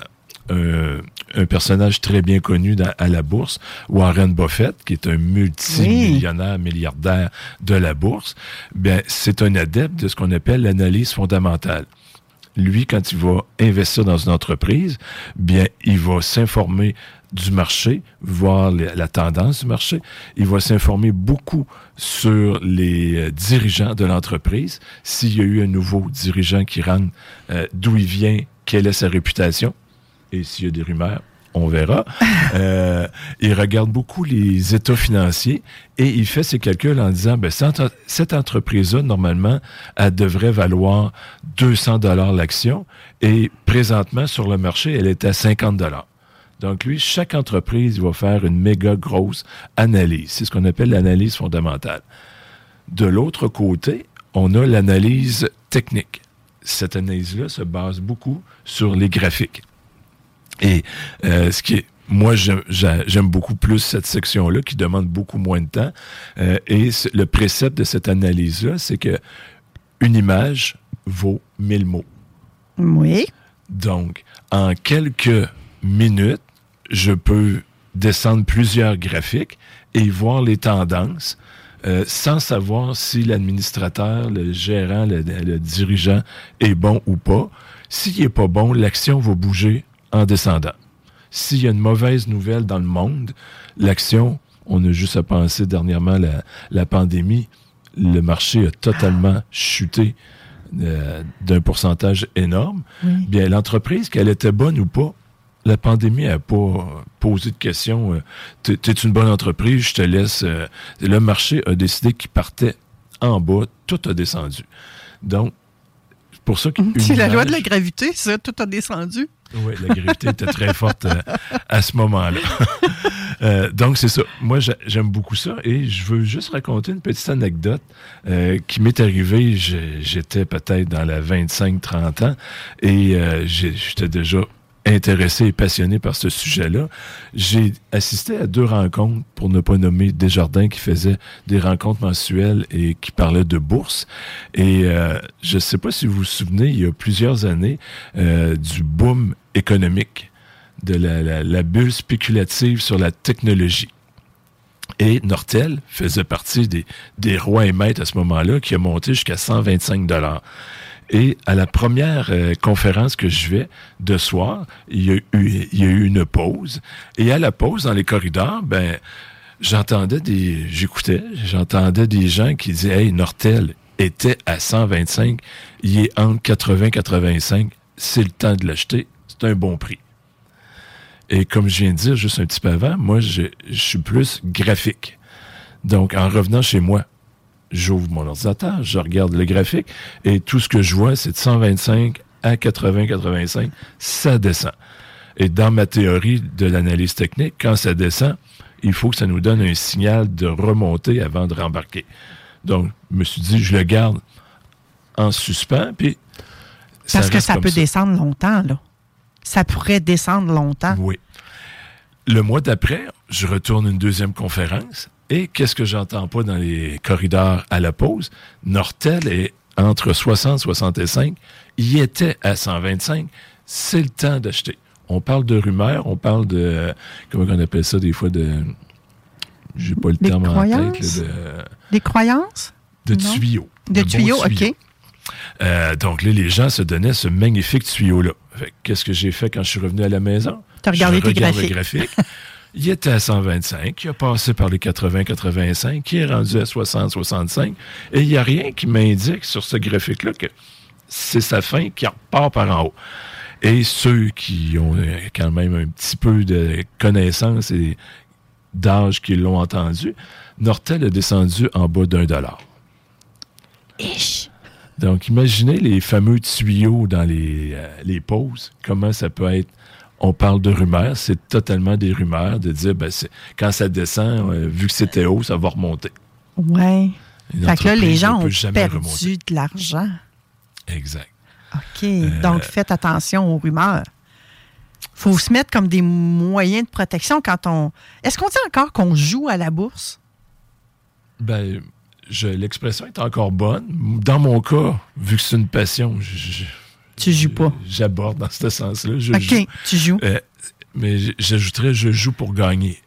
un personnage très bien connu à la bourse, Warren Buffett, qui est un multimillionnaire, milliardaire de la bourse, bien, c'est un adepte de ce qu'on appelle l'analyse fondamentale. Lui, quand il va investir dans une entreprise, bien, il va s'informer du marché, voir la tendance du marché. Il va s'informer beaucoup sur les dirigeants de l'entreprise. S'il y a eu un nouveau dirigeant qui rentre, d'où il vient, quelle est sa réputation. Et s'il y a des rumeurs, on verra. Il regarde beaucoup les états financiers et il fait ses calculs en disant, ben, cette entreprise-là, normalement, elle devrait valoir 200 $ l'action et présentement, sur le marché, elle est à 50 $. Donc, lui, chaque entreprise va faire une méga grosse analyse. C'est ce qu'on appelle l'analyse fondamentale. De l'autre côté, on a l'analyse technique. Cette analyse-là se base beaucoup sur les graphiques. Et ce qui est, moi, j'aime beaucoup plus cette section-là qui demande beaucoup moins de temps. Et le précepte de cette analyse-là, c'est que une image vaut 1000 mots.
Oui.
Donc, en quelques minutes, je peux descendre plusieurs graphiques et voir les tendances sans savoir si l'administrateur, le gérant, le dirigeant est bon ou pas. S'il n'est pas bon, l'action va bouger en descendant. S'il y a une mauvaise nouvelle dans le monde, l'action, on a juste à penser dernièrement la pandémie, le marché a totalement chuté d'un pourcentage énorme. Oui. Bien, l'entreprise, qu'elle était bonne ou pas, la pandémie n'a pas posé de questions. T'es une bonne entreprise, je te laisse. Le marché a décidé qu'il partait en bas, tout a descendu. Donc, c'est pour ça que
c'est la loi de la gravité, ça, tout a descendu.
Oui, la gravité était très forte à ce moment-là. Donc, c'est ça. Moi, j'aime beaucoup ça et je veux juste raconter une petite anecdote qui m'est arrivée. J'étais peut-être dans la 25-30 ans et j'étais déjà intéressé et passionné par ce sujet-là. J'ai assisté à 2 rencontres, pour ne pas nommer Desjardins, qui faisaient des rencontres mensuelles et qui parlaient de bourse. Et je ne sais pas si vous vous souvenez, il y a plusieurs années, du boom économique, de la bulle spéculative sur la technologie. Et Nortel faisait partie des rois et maîtres à ce moment-là, qui a monté jusqu'à 125 $. Et à la première conférence que je vais de soir, il y a eu une pause. Et à la pause, dans les corridors, j'entendais des gens qui disaient « Hey, Nortel était à 125, il est entre 80 et 85, c'est le temps de l'acheter, c'est un bon prix. » Et comme je viens de dire juste un petit peu avant, moi, je suis plus graphique. Donc, en revenant chez moi, j'ouvre mon ordinateur, je regarde le graphique, et tout ce que je vois, c'est de 125 à 80-85, ça descend. Et dans ma théorie de l'analyse technique, quand ça descend, il faut que ça nous donne un signal de remonter avant de rembarquer. Donc, je me suis dit, je le garde en suspens, puis...
Parce que ça peut descendre longtemps, là. Ça pourrait descendre longtemps.
Oui. Le mois d'après, je retourne une deuxième conférence, et qu'est-ce que j'entends pas dans les corridors à la pause? Nortel est entre 60 et 65. Il était à 125. C'est le temps d'acheter. On parle de rumeurs, on parle de... Comment on appelle ça des fois? J'ai pas le terme en tête.
Des croyances?
De tuyaux.
De tuyaux, OK.
Donc là, les gens se donnaient ce magnifique tuyau-là. Qu'est-ce que j'ai fait quand je suis revenu à la maison?
Tu as regardé tes graphiques.
Le graphique. Il était à 125, il a passé par les 80-85, qui est rendu à 60-65, et il n'y a rien qui m'indique sur ce graphique-là que c'est sa fin qui repart par en haut. Et ceux qui ont quand même un petit peu de connaissances et d'âge qui l'ont entendu, Nortel a descendu en bas d'$1.
Ich.
Donc, imaginez les fameux tuyaux dans les pauses, comment ça peut être. On parle de rumeurs, c'est totalement des rumeurs de dire, quand ça descend, vu que c'était haut, ça va remonter.
Oui. Fait que là, les gens ont perdu de l'argent.
Exact.
OK. Donc, faites attention aux rumeurs. Il faut se mettre comme des moyens de protection quand on... Est-ce qu'on dit encore qu'on joue à la bourse?
L'expression est encore bonne. Dans mon cas, vu que c'est une passion,
tu joues pas.
J'aborde dans ce sens-là.
OK, tu joues.
Mais j'ajouterais, je joue pour gagner.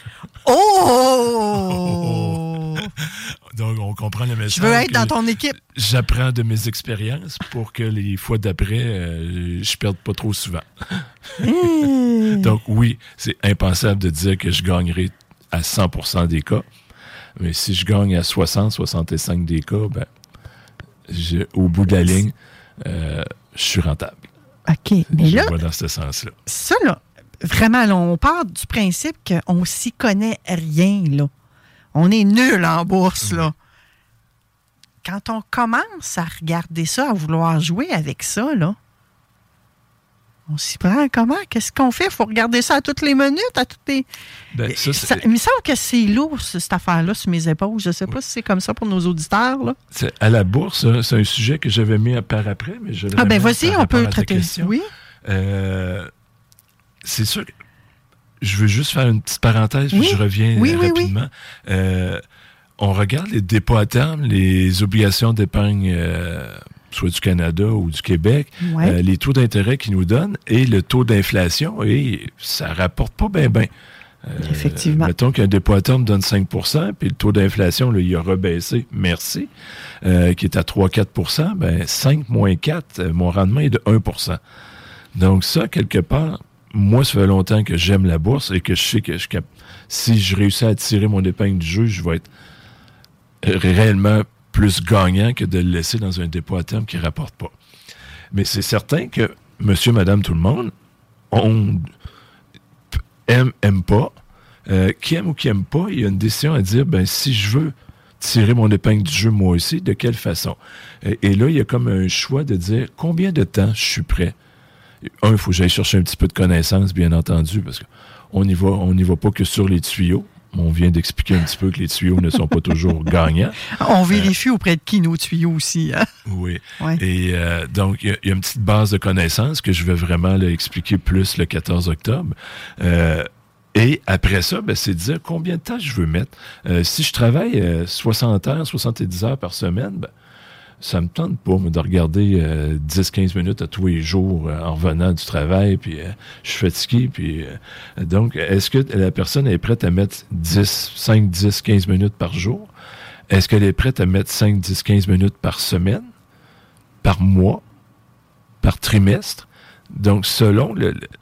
Oh!
Donc, on comprend le message.
Je veux être dans ton équipe.
J'apprends de mes expériences pour que les fois d'après, je perde pas trop souvent. Donc, oui, c'est impensable de dire que je gagnerai à 100% des cas. Mais si je gagne à 60-65 des cas, au bout de la ligne, je suis rentable.
OK. Mais là,
je vois dans ce sens-là.
Ça, là, vraiment, là, on part du principe qu'on s'y connaît rien, là. On est nul en bourse, là. Quand on commence à regarder ça, à vouloir jouer avec ça, là, on s'y prend comment? Qu'est-ce qu'on fait? Il faut regarder ça à toutes les minutes, à toutes les... il me semble que c'est lourd, cette affaire-là, sur mes épaules. Je ne sais pas si c'est comme ça pour nos auditeurs, là.
À la bourse, c'est un sujet que j'avais mis par après, mais je l'ai
vas-y, on peut traiter. Oui.
C'est sûr que je veux juste faire une petite parenthèse, puis je reviens rapidement. On regarde les dépôts à terme, les obligations d'épargne... soit du Canada ou du Québec, les taux d'intérêt qu'ils nous donnent et le taux d'inflation, et ça rapporte pas bien.
Effectivement.
Mettons qu'un dépôt à terme donne 5 %, puis le taux d'inflation, là, il a rebaissé, merci, qui est à 3-4 %, 5 moins 4, mon rendement est de 1 %. Donc ça, quelque part, moi, ça fait longtemps que j'aime la bourse et que je sais que si je réussis à tirer mon épingle du jeu, je vais être réellement plus gagnant que de le laisser dans un dépôt à terme qui ne rapporte pas. Mais c'est certain que monsieur, madame, tout le monde, on aime pas. Qui aime ou qui aime pas, il y a une décision à dire, si je veux tirer mon épingle du jeu moi aussi, de quelle façon? Et là, il y a comme un choix de dire combien de temps je suis prêt. Il faut que j'aille chercher un petit peu de connaissances, bien entendu, parce qu'on n'y va pas que sur les tuyaux. On vient d'expliquer un petit peu que les tuyaux ne sont pas toujours gagnants.
On vérifie auprès de qui nos tuyaux aussi. Hein?
Oui.
Ouais.
Et donc, il y a une petite base de connaissances que je vais vraiment expliquer plus le 14 octobre. Et après ça, c'est de dire combien de temps je veux mettre. Si je travaille 60 heures, 70 heures par semaine, ça me tente pas de regarder 10-15 minutes à tous les jours en revenant du travail, puis je suis fatigué. Puis, donc, est-ce que la personne est prête à mettre 5, 10, 15 minutes par jour? Est-ce qu'elle est prête à mettre 5, 10, 15 minutes par semaine, par mois, par trimestre? Donc, selon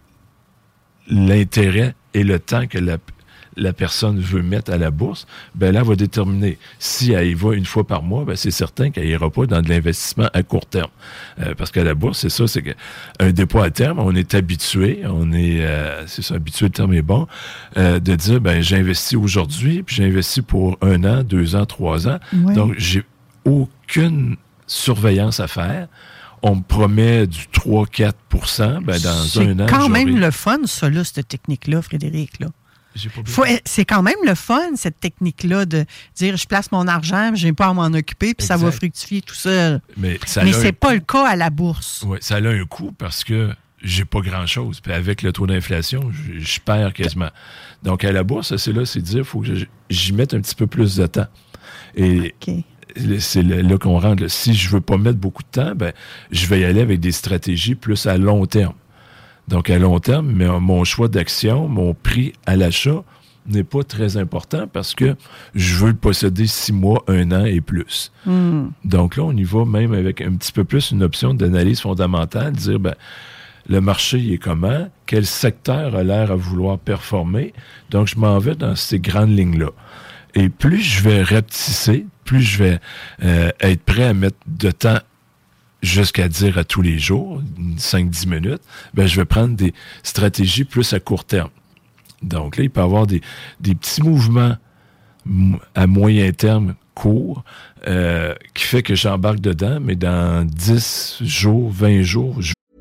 l'intérêt et le temps que la personne veut mettre à la bourse, là, elle va déterminer. Si elle y va une fois par mois, c'est certain qu'elle n'ira pas dans de l'investissement à court terme. Parce qu'à la bourse, c'est ça, c'est qu'un dépôt à terme, on est habitué, c'est ça, habitué, le terme est bon, de dire, j'investis aujourd'hui, puis j'investis pour 1 an, 2 ans, 3 ans. Ouais. Donc, j'ai aucune surveillance à faire. On me promet du 3-4 % dans un an.
C'est quand même le fun, ça, là, cette technique-là, Frédéric, là. C'est quand même le fun, cette technique-là, de dire je place mon argent, je n'ai pas à m'en occuper, puis ça va fructifier tout seul. Mais c'est pas le cas à la bourse.
Oui, ça a un coût parce que j'ai pas grand-chose. Puis avec le taux d'inflation, je perds quasiment. Donc à la bourse, c'est dire qu'il faut que j'y mette un petit peu plus de temps. Et c'est là qu'on rentre. Si je veux pas mettre beaucoup de temps, je vais y aller avec des stratégies plus à long terme. Donc, à long terme, mais mon choix d'action, mon prix à l'achat n'est pas très important parce que je veux le posséder 6 mois, 1 an et plus. Donc là, on y va même avec un petit peu plus une option d'analyse fondamentale, dire, le marché, il est comment? Quel secteur a l'air à vouloir performer? Donc, je m'en vais dans ces grandes lignes-là. Et plus je vais rapetisser, plus je vais être prêt à mettre de temps jusqu'à dire à tous les jours, 5-10 minutes, je vais prendre des stratégies plus à court terme. Donc là, il peut y avoir des petits mouvements à moyen terme courts qui fait que j'embarque dedans, mais dans 10 jours, 20 jours...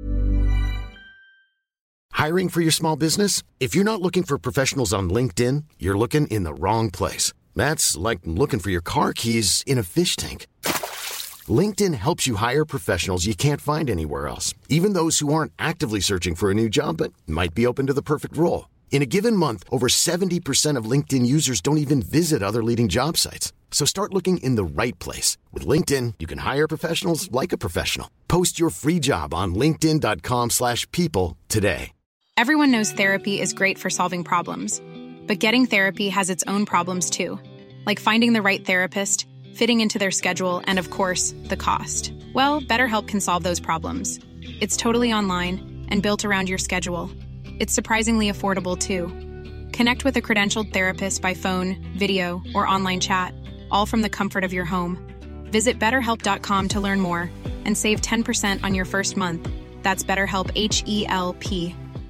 Hiring for your small business? If you're not looking for professionals on LinkedIn, you're looking in the wrong place. That's like looking for your car keys in a fish tank. LinkedIn helps you hire professionals you can't find anywhere else, even those who aren't actively searching for a new job but might be open to the perfect role. In a given month, over 70% of LinkedIn users don't even visit other leading job sites. So start looking in the right place. With LinkedIn, you can hire professionals like a professional. Post your free job on linkedin.com/people today.
Everyone knows therapy is great for solving problems, but getting therapy has its own problems too, like finding the right therapist, fitting into their schedule, and of course, the cost. Well, BetterHelp can solve those problems. It's totally online and built around your schedule. It's surprisingly affordable too. Connect with a credentialed therapist by phone, video, or online chat, all from the comfort of your home. Visit BetterHelp.com to learn more and save 10% on your first month. That's BetterHelp, H-E-L-P.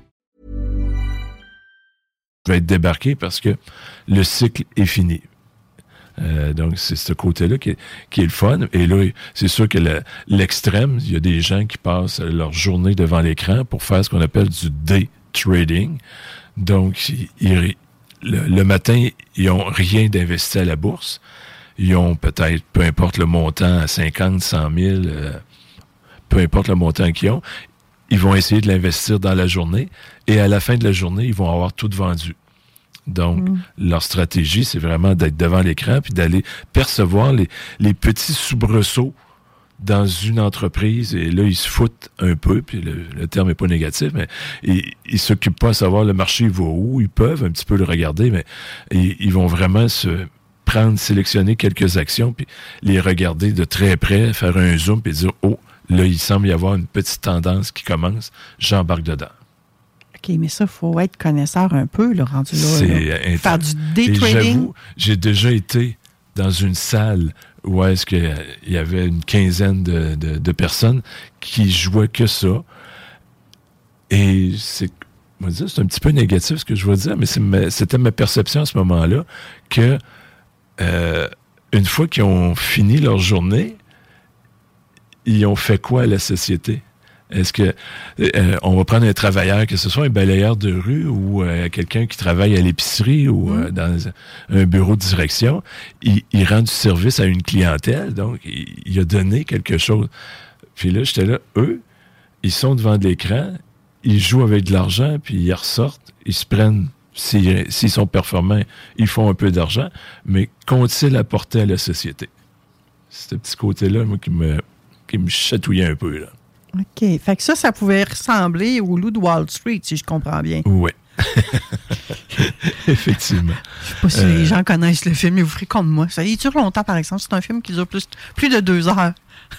Je vais être débarqué parce que le cycle est fini. Donc, c'est ce côté-là qui est le fun. Et là, c'est sûr que l'extrême, il y a des gens qui passent leur journée devant l'écran pour faire ce qu'on appelle du day trading. Donc, le matin, ils n'ont rien d'investi à la bourse. Ils ont peut-être, peu importe le montant, à 50, 100 000, peu importe le montant qu'ils ont, ils vont essayer de l'investir dans la journée. Et à la fin de la journée, ils vont avoir tout vendu. Donc, leur stratégie, c'est vraiment d'être devant l'écran puis d'aller percevoir les petits soubresauts dans une entreprise. Et là, ils se foutent un peu, puis le terme n'est pas négatif, mais ils s'occupent pas à savoir le marché va où. Ils peuvent un petit peu le regarder, mais ils vont vraiment sélectionner quelques actions puis les regarder de très près, faire un zoom puis dire « Oh, là, il semble y avoir une petite tendance qui commence, j'embarque dedans. »
OK, mais ça, il faut être connaisseur un peu, là, rendu là. Faire du day trading.
J'avoue, j'ai déjà été dans une salle où est-ce qu'il y avait une quinzaine de personnes qui jouaient que ça. Et c'est un petit peu négatif ce que je veux dire, mais c'était ma perception à ce moment-là que une fois qu'ils ont fini leur journée, ils ont fait quoi à la société? Est-ce que on va prendre un travailleur, que ce soit un balayeur de rue ou quelqu'un qui travaille à l'épicerie ou dans un bureau de direction, il rend du service à une clientèle, donc il a donné quelque chose. Puis là, j'étais là, eux, ils sont devant de l'écran, ils jouent avec de l'argent, puis ils ressortent, ils se prennent, s'ils sont performants, ils font un peu d'argent, mais qu'ont-ils apporté à la société? C'est ce petit côté-là, moi, qui me chatouillait un peu, là.
OK. Fait que ça pouvait ressembler au Loup de Wall Street, si je comprends bien.
Oui. Effectivement.
Je sais pas si les gens connaissent le film, mais vous ferez comme moi. Ça, il dure longtemps, par exemple. C'est un film qui dure plus de 2 heures.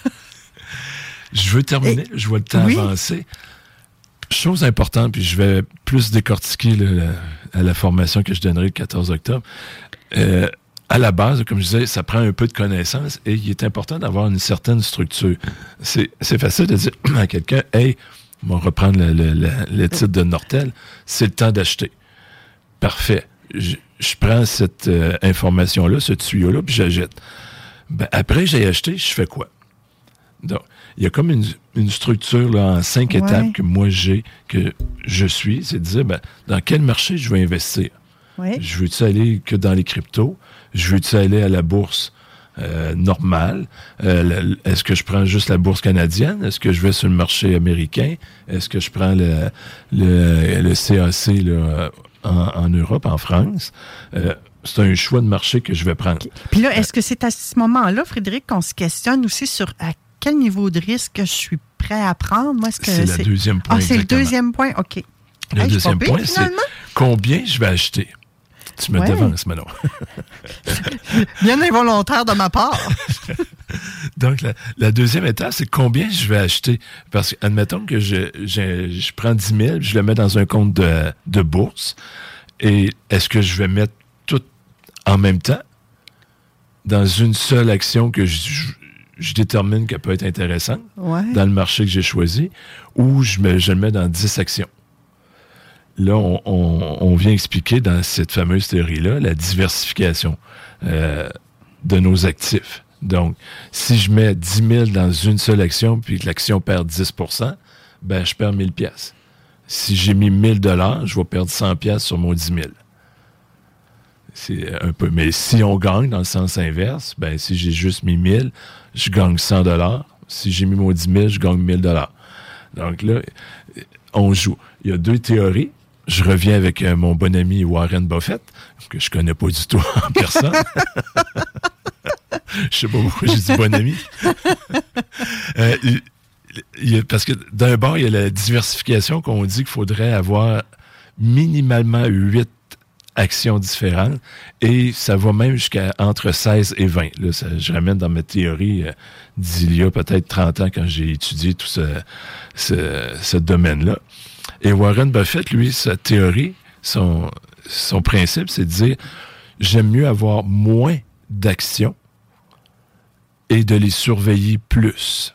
Je veux terminer. Je vois le temps avancer. Chose importante, puis je vais plus décortiquer à la formation que je donnerai le 14 octobre. À la base, comme je disais, ça prend un peu de connaissance et il est important d'avoir une certaine structure. C'est facile de dire à quelqu'un, « Hey, on va reprendre le titre de Nortel, c'est le temps d'acheter. » Parfait. Je prends cette information-là, ce tuyau-là, puis j'achète. Ben, après, j'ai acheté, je fais quoi? Donc, il y a comme une structure là, en 5 étapes que moi j'ai, que je suis, c'est de dire, ben, dans quel marché je vais investir? Je veux-tu aller que dans les cryptos? Je veux-tu aller à la bourse normale? Est-ce que je prends juste la bourse canadienne? Est-ce que je vais sur le marché américain? Est-ce que je prends le CAC là, en Europe, en France? C'est un choix de marché que je vais prendre. Okay.
Puis là, est-ce que c'est à ce moment-là, Frédéric, qu'on se questionne aussi sur à quel niveau de risque je suis prêt à prendre? Moi,
c'est le deuxième point.
Ah, c'est le deuxième point? OK.
Le deuxième point, c'est combien je vais acheter. Tu me devances, Manon.
Bien involontaire de ma part.
Donc, la deuxième étape, c'est combien je vais acheter. Parce que, admettons que je prends 10 000, je le mets dans un compte de bourse. Et est-ce que je vais mettre tout en même temps dans une seule action que je détermine qu'elle peut être intéressante dans le marché que j'ai choisi, ou je le mets dans 10 actions? Là, on vient expliquer dans cette fameuse théorie-là la diversification de nos actifs. Donc, si je mets 10 000 dans une seule action puis que l'action perd 10 %, ben je perds 1 000 $. Si j'ai mis 1 000 $, je vais perdre 100 $ sur mon 10 000. C'est un peu. Mais si on gagne dans le sens inverse, ben si j'ai juste mis 1 000, je gagne 100 $. Si j'ai mis mon 10 000, je gagne 1 000 $. Donc là, on joue. Il y a 2 théories. Je reviens avec mon bon ami Warren Buffett, que je connais pas du tout en personne. Je sais pas pourquoi j'ai dit bon ami. Parce que d'un bord, il y a la diversification qu'on dit qu'il faudrait avoir minimalement 8 actions différentes et ça va même jusqu'à entre 16 et 20. Là, je ramène dans ma théorie d'il y a peut-être 30 ans quand j'ai étudié tout ce domaine-là. Et Warren Buffett, lui, sa théorie, son principe, c'est de dire j'aime mieux avoir moins d'actions et de les surveiller plus.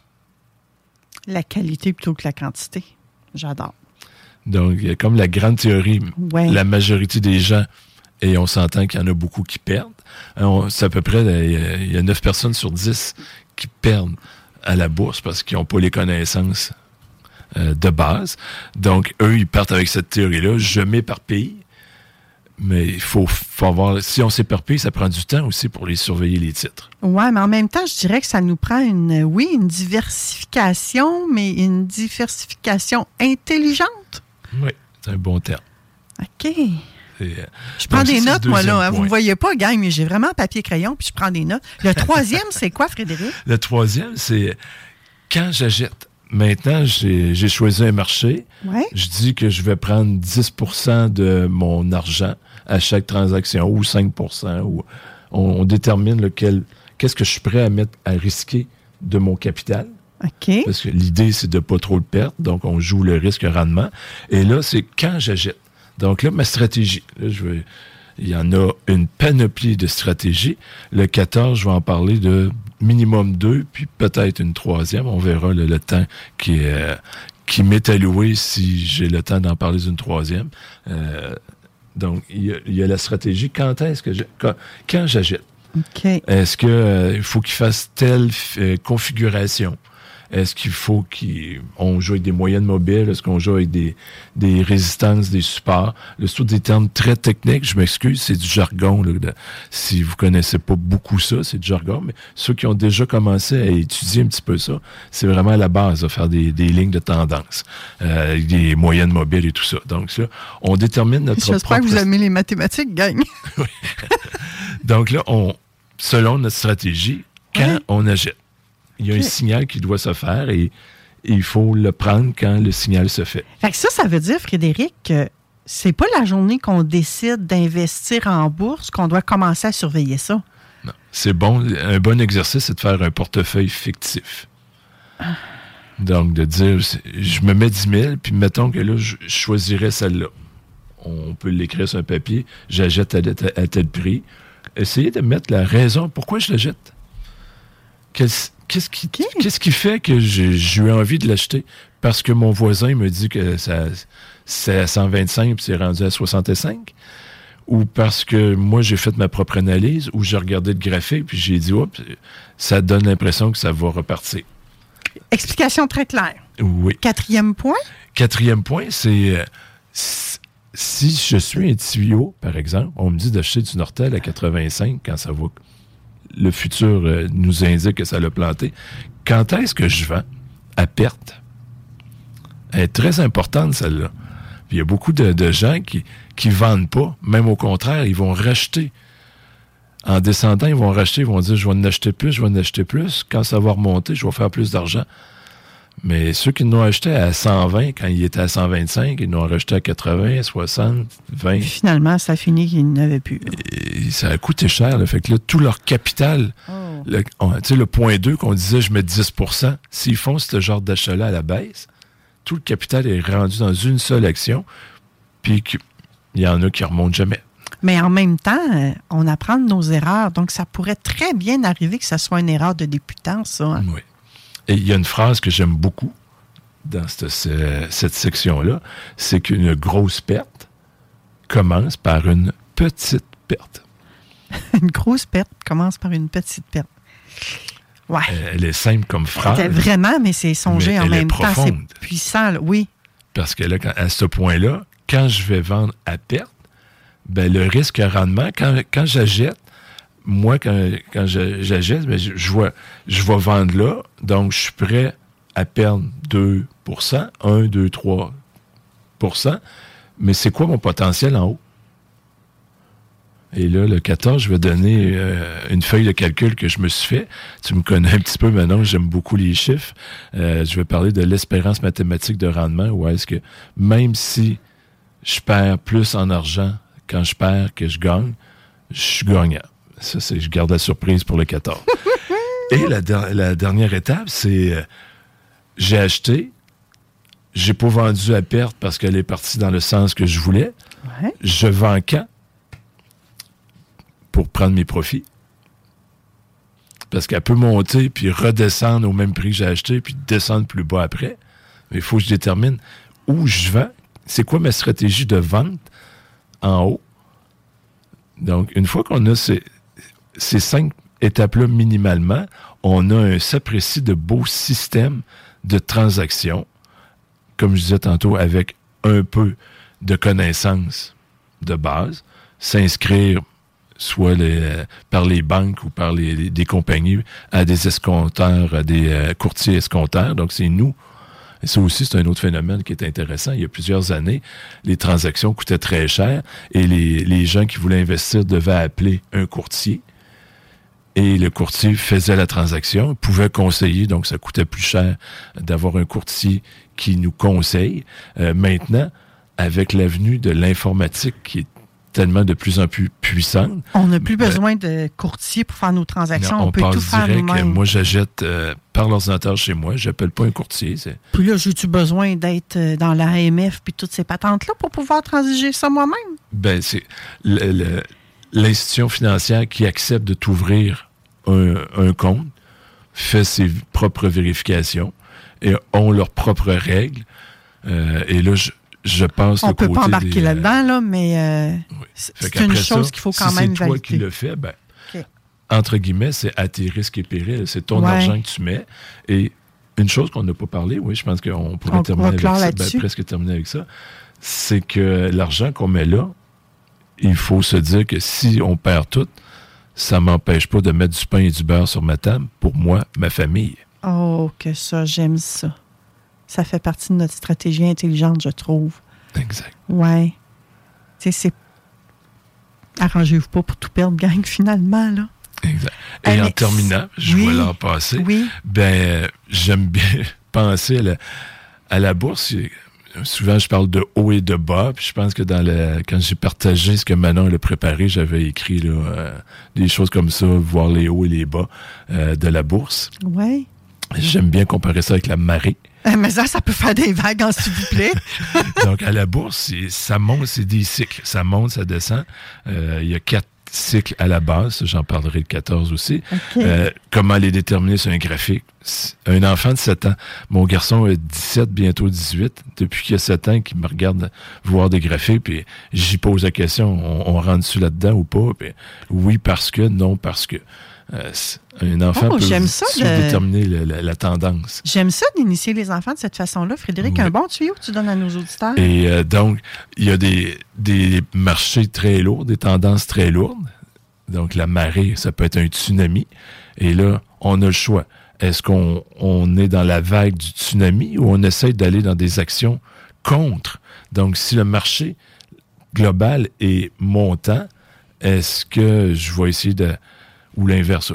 La qualité plutôt que la quantité. J'adore.
Donc, il y a comme la grande théorie, la majorité des gens, et on s'entend qu'il y en a beaucoup qui perdent. C'est à peu près, il y a 9 personnes sur 10 qui perdent à la bourse parce qu'ils n'ont pas les connaissances de base. Donc, eux, ils partent avec cette théorie-là. Je m'éparpille, mais il faut avoir... Si on s'éparpille, ça prend du temps aussi pour les surveiller, les titres.
Oui, mais en même temps, je dirais que ça nous prend une diversification, mais une diversification intelligente.
Oui, c'est un bon terme.
OK. Je prends des notes, moi, là. Vous ne me voyez pas, gang, mais j'ai vraiment papier-crayon, puis je prends des notes. Le troisième, c'est quoi, Frédéric?
Le troisième, c'est quand j'achète. Maintenant, j'ai choisi un marché.
Ouais.
Je dis que je vais prendre 10 % de mon argent à chaque transaction, ou 5 %. Ou on détermine qu'est-ce que je suis prêt à mettre à risquer de mon capital.
OK.
Parce que l'idée, c'est de ne pas trop le perdre. Donc, on joue le risque-rendement. Et là, c'est quand j'achète. Donc là, ma stratégie. Là, il y en a une panoplie de stratégies. Le 14, je vais en parler de minimum 2, puis peut-être une 3e. On verra le temps qui m'est alloué si j'ai le temps d'en parler d'une 3e. Donc, il y a la stratégie. Quand j'achète?
Okay.
Est-ce qu'il faut qu'il fasse telle configuration? Est-ce qu'il faut qu'on joue avec des moyennes mobiles? Est-ce qu'on joue avec des résistances, des supports? Là, c'est tous des termes très techniques. Je m'excuse, c'est du jargon. Là, si vous connaissez pas beaucoup ça, c'est du jargon. Mais ceux qui ont déjà commencé à étudier un petit peu ça, c'est vraiment à la base, à faire des lignes de tendance, des moyennes mobiles et tout ça. Donc là, on détermine notre
J'espère que vous aimez les mathématiques, gang.
Oui. Donc là, selon notre stratégie, quand on agite, il y a un signal qui doit se faire et il faut le prendre quand le signal se fait.
Fait que ça veut dire, Frédéric, que c'est pas la journée qu'on décide d'investir en bourse qu'on doit commencer à surveiller ça.
Non. C'est bon. Un bon exercice, c'est de faire un portefeuille fictif. Donc, de dire, je me mets 10 000, puis mettons que là, je choisirais celle-là. On peut l'écrire sur un papier, j'achète à tel prix. Essayez de mettre la raison pourquoi je l'achète. Qu'est-ce qui fait que j'ai eu envie de l'acheter? Parce que mon voisin me dit que c'est à 125 puis c'est rendu à 65? Ou parce que moi, j'ai fait ma propre analyse, ou j'ai regardé le graphique puis j'ai dit, oups, ça donne l'impression que ça va repartir.
Explication très claire.
Oui.
4e point?
4e point, c'est... si je suis un tuyau, par exemple, on me dit d'acheter du Nortel à 85 quand ça va... Le futur nous indique que ça l'a planté. Quand est-ce que je vends à perte? Elle est très importante, celle-là. Puis il y a beaucoup de gens qui vendent pas. Même au contraire, ils vont racheter. En descendant, ils vont racheter, ils vont dire, je vais en acheter plus, je vais en acheter plus. Quand ça va remonter, je vais faire plus d'argent. Mais ceux qui l'ont acheté à 120, quand il était à 125, ils l'ont racheté à 80, 60, 20.
Finalement, ça a fini qu'ils n'avaient plus.
Et ça a coûté cher. Là. Fait que là, tout leur capital, le point 2 qu'on disait, je mets 10 %, s'ils font ce genre d'achat-là à la baisse, tout le capital est rendu dans une seule action, puis il y en a qui ne remontent jamais.
Mais en même temps, on apprend de nos erreurs. Donc, ça pourrait très bien arriver que ça soit une erreur de débutant, ça. Hein?
Oui. Et il y a une phrase que j'aime beaucoup dans cette section-là, c'est qu'une grosse perte commence par une petite perte.
Une grosse perte commence par une petite perte. Ouais.
Elle est simple comme phrase.
Vraiment, mais c'est songé en même temps. C'est puissant, là. Oui.
Parce que là, à ce point-là, quand je vais vendre à perte, ben, le risque à rendement, quand j'achète, moi, quand j'achète, ben, je vais vendre là, donc je suis prêt à perdre 2 %, 1, 2, 3 %, mais c'est quoi mon potentiel en haut? Et là, le 14, je vais donner une feuille de calcul que je me suis fait. Tu me connais un petit peu maintenant, j'aime beaucoup les chiffres. Je vais parler de l'espérance mathématique de rendement, où est-ce que même si je perds plus en argent quand je perds que je gagne, je suis gagnant. Ça, je garde la surprise pour le 14. Et la dernière étape, c'est j'ai acheté, j'ai pas vendu à perte parce qu'elle est partie dans le sens que je voulais.
Ouais.
Je vends quand? Pour prendre mes profits. Parce qu'elle peut monter puis redescendre au même prix que j'ai acheté puis descendre plus bas après. Mais il faut que je détermine où je vends. C'est quoi ma stratégie de vente en haut? Donc, une fois qu'on a ces 5 étapes-là minimalement, on a un s'apprécie de beau système de transactions, comme je disais tantôt, avec un peu de connaissances de base, s'inscrire soit par les banques ou par des compagnies à des escompteurs, à des courtiers escompteurs. Donc, c'est nous. Et ça aussi, c'est un autre phénomène qui est intéressant. Il y a plusieurs années, les transactions coûtaient très cher et les gens qui voulaient investir devaient appeler un courtier. Et le courtier faisait la transaction, pouvait conseiller, donc ça coûtait plus cher d'avoir un courtier qui nous conseille. Maintenant, avec l'avenue de l'informatique qui est tellement de plus en plus puissante.
On n'a plus besoin de courtier pour faire nos transactions.
Non,
on peut tout faire nous-mêmes.
Moi, j'achète par l'ordinateur chez moi. J'appelle pas un courtier.
Puis là, j'ai-tu besoin d'être dans l'AMF puis toutes ces patentes-là pour pouvoir transiger ça moi-même?
Ben, c'est l'institution financière qui accepte de t'ouvrir un compte, fait ses propres vérifications et ont leurs propres règles. Et là, je pense
on ne peut pas embarquer là-dedans, là, mais
oui.
c'est une chose qu'il faut quand même valider.
Si c'est toi qui le fais, entre guillemets, c'est à tes risques et périls. C'est ton argent que tu mets et une chose qu'on n'a pas parlé, oui, je pense qu'on pourrait terminer avec ça, presque terminer avec ça, c'est que l'argent qu'on met là, il faut se dire que si on perd tout, ça ne m'empêche pas de mettre du pain et du beurre sur ma table pour moi, ma famille.
Oh, que ça, j'aime ça. Ça fait partie de notre stratégie intelligente, je trouve.
Exact.
Ouais. Tu sais, c'est... Arrangez-vous pas pour tout perdre, gang, finalement, là.
Exact. Et en terminant, je vois l'an passé, j'aime bien penser à la bourse. Souvent, je parle de haut et de bas. Puis je pense que quand j'ai partagé ce que Manon a préparé, j'avais écrit là, des choses comme ça, voir les hauts et les bas de la bourse.
Oui.
J'aime bien comparer ça avec la marée.
Mais ça peut faire des vagues, s'il vous plaît.
Donc, à la bourse, ça monte, c'est des cycles. Ça monte, ça descend. Il y a 4 cycles à la base. J'en parlerai le 14 aussi. Okay. Comment les déterminer sur un graphique. Un enfant de 7 ans. Mon garçon a 17, bientôt 18. Depuis qu'il a 7 ans, qu'il me regarde voir des graphiques, puis j'y pose la question, on rentre dessus là-dedans ou pas? Puis, oui, parce que, non, parce que. Un enfant peut déterminer la tendance.
J'aime ça d'initier les enfants de cette façon-là. Frédéric, un bon tuyau que tu donnes à nos auditeurs.
Et donc, il y a des marchés très lourds, des tendances très lourdes. Donc, la marée, ça peut être un tsunami. Et là, on a le choix. Est-ce qu'on est dans la vague du tsunami ou on essaie d'aller dans des actions contre? Donc, si le marché global est montant, est-ce que je vais essayer de... Ou l'inverse,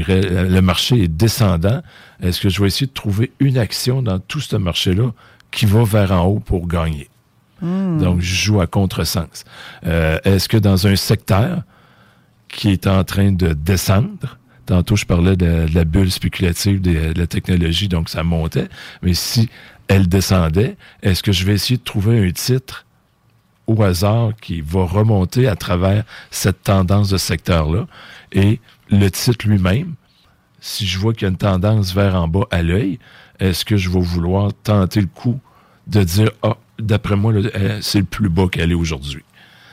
le marché est descendant. Est-ce que je vais essayer de trouver une action dans tout ce marché-là qui va vers en haut pour gagner? Donc, je joue à contresens. Est-ce que dans un secteur qui est en train de descendre, tantôt je parlais de la bulle spéculative de la technologie, donc ça montait, mais si elle descendait, est-ce que je vais essayer de trouver un titre au hasard qui va remonter à travers cette tendance de secteur-là? Et le titre lui-même, si je vois qu'il y a une tendance vers en bas à l'œil, est-ce que je vais vouloir tenter le coup de dire « Ah, d'après moi, c'est le plus bas qu'elle est aujourd'hui. »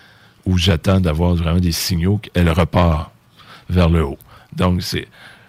Ou j'attends d'avoir vraiment des signaux qu'elle repart vers le haut. Donc, c'est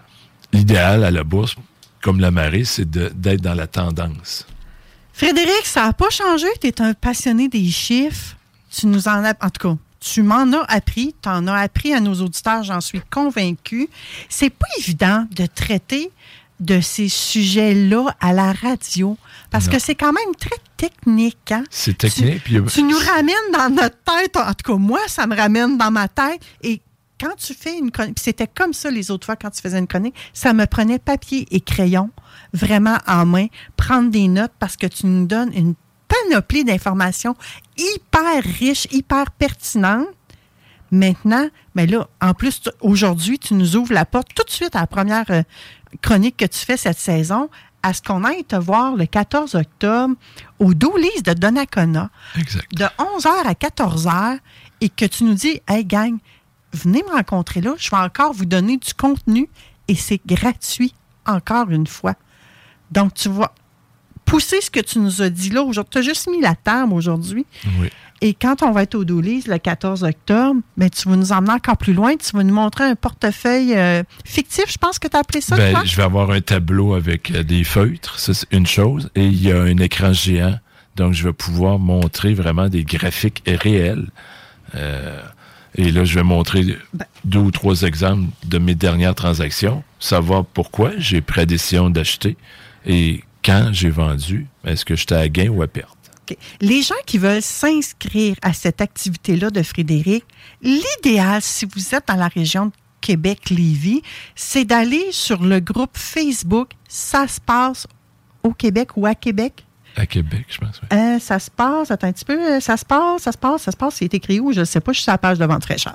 l'idéal à la bourse, comme la marée, c'est d'être dans la tendance.
Frédéric, ça n'a pas changé. Tu es un passionné des chiffres. Tu nous en as... En tout cas, tu m'en as appris. Tu en as appris à nos auditeurs, j'en suis convaincue. C'est pas évident de traiter de ces sujets-là à la radio, parce que c'est quand même très technique. Hein?
C'est technique.
Tu nous ramènes dans notre tête. En tout cas, moi, ça me ramène dans ma tête. Et quand tu fais une chronique, puis c'était comme ça les autres fois quand tu faisais une chronique, ça me prenait papier et crayon vraiment en main, prendre des notes, parce que tu nous donnes une panoplie d'informations hyper riches, hyper pertinentes. Maintenant, mais là, en plus, aujourd'hui, tu nous ouvres la porte tout de suite à la première chronique que tu fais cette saison, à ce qu'on aille te voir le 14 octobre au Doulise de Donnacona, de 11h à 14h, et que tu nous dis « Hey gang, venez me rencontrer là, je vais encore vous donner du contenu et c'est gratuit, encore une fois. » Donc, tu vas pousser ce que tu nous as dit là aujourd'hui. Tu as juste mis la table aujourd'hui.
Oui.
Et quand on va être au Doulise le 14 octobre, ben, tu vas nous emmener encore plus loin. Tu vas nous montrer un portefeuille fictif, je pense que tu as appelé ça.
Je vais avoir un tableau avec des feutres, ça c'est une chose. Et il y a un écran géant. Donc, je vais pouvoir montrer vraiment des graphiques réels. Et là, je vais montrer 2 ou 3 exemples de mes dernières transactions. Savoir pourquoi j'ai pris la décision d'acheter et quand j'ai vendu. Est-ce que j'étais à gain ou à perte?
Okay. Les gens qui veulent s'inscrire à cette activité-là de Frédéric, l'idéal, si vous êtes dans la région de Québec-Lévis, c'est d'aller sur le groupe Facebook « Ça se passe au Québec » ou « à Québec ».
À Québec, je pense, oui.
Ça se passe, attends un petit peu, ça se passe, c'est écrit où? Je ne sais pas, je suis sur la page de Vente fraîcheur.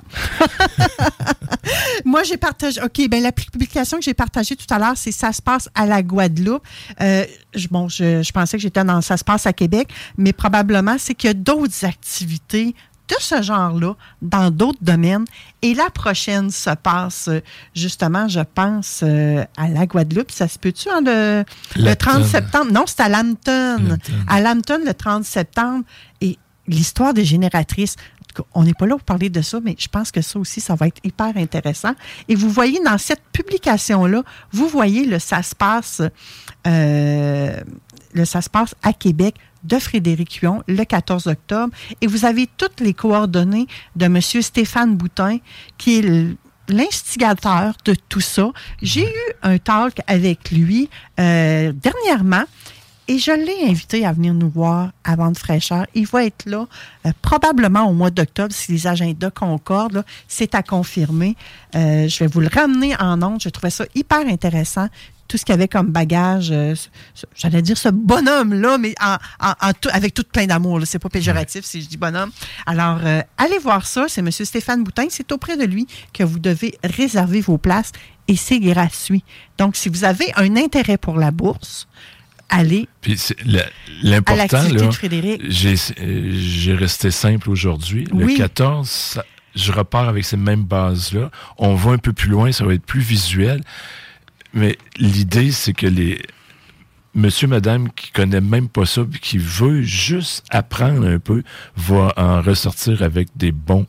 Moi, j'ai partagé, la publication que j'ai partagée tout à l'heure, c'est Ça se passe à la Guadeloupe. Je pensais que j'étais dans Ça se passe à Québec, mais probablement, c'est qu'il y a d'autres activités de ce genre-là dans d'autres domaines. Et la prochaine se passe, justement, je pense, à la Guadeloupe. Ça se peut-tu, hein, le 30 septembre? Non, c'est à Lambton. À Lambton, le 30 septembre. Et l'histoire des génératrices. En tout tout cas, on n'est pas là pour parler de ça, mais je pense que ça aussi, ça va être hyper intéressant. Et vous voyez, dans cette publication-là, vous voyez le Ça se passe à Québec de Frédéric Huon le 14 octobre. Et vous avez toutes les coordonnées de M. Stéphane Boutin, qui est l'instigateur de tout ça. J'ai eu un talk avec lui dernièrement et je l'ai invité à venir nous voir à Vente fraîcheur. Il va être là probablement au mois d'octobre si les agendas concordent. Là, c'est à confirmer. Je vais vous le ramener en ondes. Je trouvais ça hyper intéressant. Tout ce qu'il y avait comme bagage, j'allais dire ce bonhomme-là, mais avec tout plein d'amour. C'est pas péjoratif si je dis bonhomme. Alors, allez voir ça. C'est M. Stéphane Boutin. C'est auprès de lui que vous devez réserver vos places et c'est gratuit. Donc, si vous avez un intérêt pour la bourse, allez
l'important,
à l'activité
là,
de Frédéric.
J'ai resté simple aujourd'hui.
Oui.
Le 14, je repars avec ces mêmes bases-là. On va un peu plus loin, ça va être plus visuel. Mais l'idée, c'est que monsieur, madame qui connaît même pas ça puis qui veut juste apprendre un peu va en ressortir avec des bons